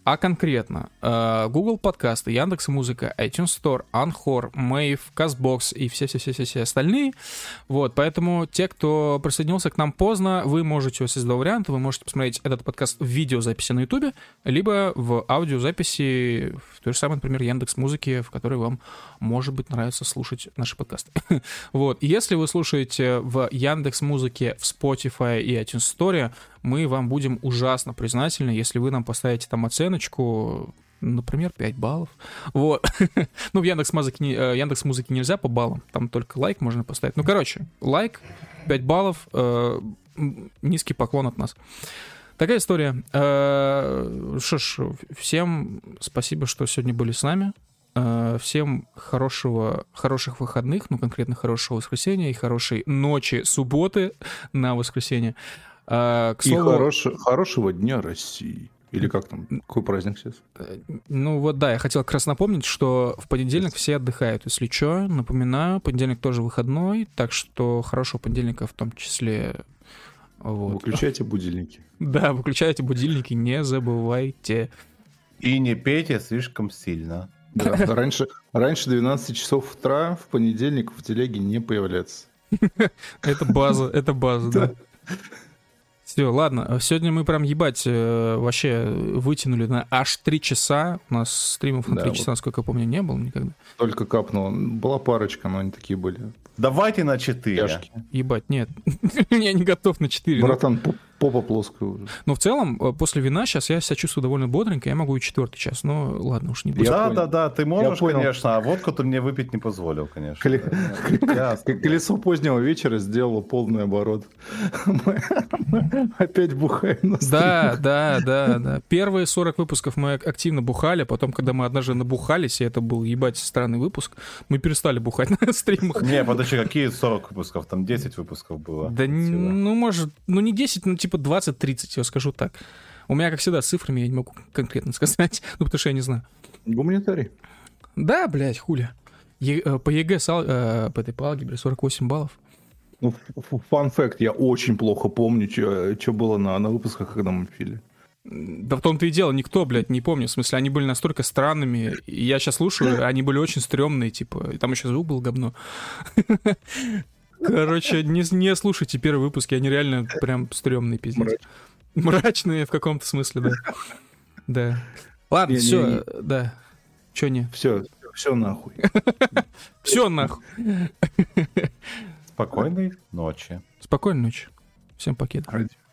а конкретно Google подкасты, Яндекс.Музыка, iTunes Store, Anchor, Mave, CastBox и все-все-все-все остальные. Вот, поэтому те, кто присоединился к нам поздно, вы можете, если есть два варианта, вы можете посмотреть этот подкаст в видеозаписи на YouTube, либо в аудиозаписи в той же самой, например, Яндекс.Музыке, в которой вам, может быть, нравится слушать наши подкасты. Вот, если вы слушаете в Яндекс.Музыке, в Spotify и iTunes Store, мы вам будем ужасно признательны, если вы нам поставите там оценочку, например, пять баллов. Вот. Ну, в Яндекс.Музыке, Яндекс.Музыке нельзя по баллам, там только лайк можно поставить. Ну, короче, лайк, пять баллов, э, низкий поклон от нас. Такая история. Э, что ж, всем спасибо, что сегодня были с нами. Э, всем хорошего, хороших выходных, ну, конкретно хорошего воскресенья и хорошей ночи субботы на воскресенье. Uh, к слову... И хорош... хорошего дня России. Или как там? Какой праздник сейчас? Ну вот да, я хотел как раз напомнить, что в понедельник все отдыхают. Если что, напоминаю, понедельник тоже выходной, так что хорошего понедельника в том числе. Вот. Выключайте будильники. Да, выключайте будильники, не забывайте. И не пейте слишком сильно. Да, раньше, раньше двенадцати часов утра в понедельник в телеге не появляться. Это база, это база, да. Все, ладно, сегодня мы прям ебать э, вообще вытянули на аж три часа. У нас стримов на три да, часа, вот. Насколько я помню, не было никогда. Только капнуло. Была парочка, но они такие были. Давайте на четыре. Ебать, нет. Я не готов на четыре. Братан, попа плоская уже. Но в целом, после вина сейчас я себя чувствую довольно бодренько, я могу и четвертый час, но ладно, уж не буду. Да, да, да, ты можешь, конечно, а водку ты мне выпить не позволил, конечно. Колесо позднего вечера сделало полный оборот. Опять бухаем на стримах. Да, да, да, да. Первые сорок выпусков мы активно бухали, потом, когда мы однажды набухались, и это был, ебать, странный выпуск, мы перестали бухать на стримах. Не, подожди, какие сорок выпусков? Там десять выпусков было. Да, ну, может, ну не десять, ну типа двадцать-тридцать, я скажу так. У меня, как всегда, с цифрами я не могу конкретно сказать, ну потому что я не знаю. Гуманитарий. Да, блядь, хули. Е- по ЕГЭ с ал- э, по этой по алгебре сорок восемь баллов. Ну, фан-факт, я очень плохо помню, что было на, на выпусках, когда мы пили. Да в том-то и дело, никто, блядь, не помню. В смысле, они были настолько странными. И я сейчас слушаю, они были очень стрёмные, типа. И там еще звук был говно. Короче, не, не слушайте первые выпуски, они реально прям стрёмные, пиздец. Мрачные в каком-то смысле, да. Да. Ладно, не, все, не, не. Да. Чё не? Все, все нахуй. Все нахуй. Спокойной ночи. Спокойной ночи. Всем покеда.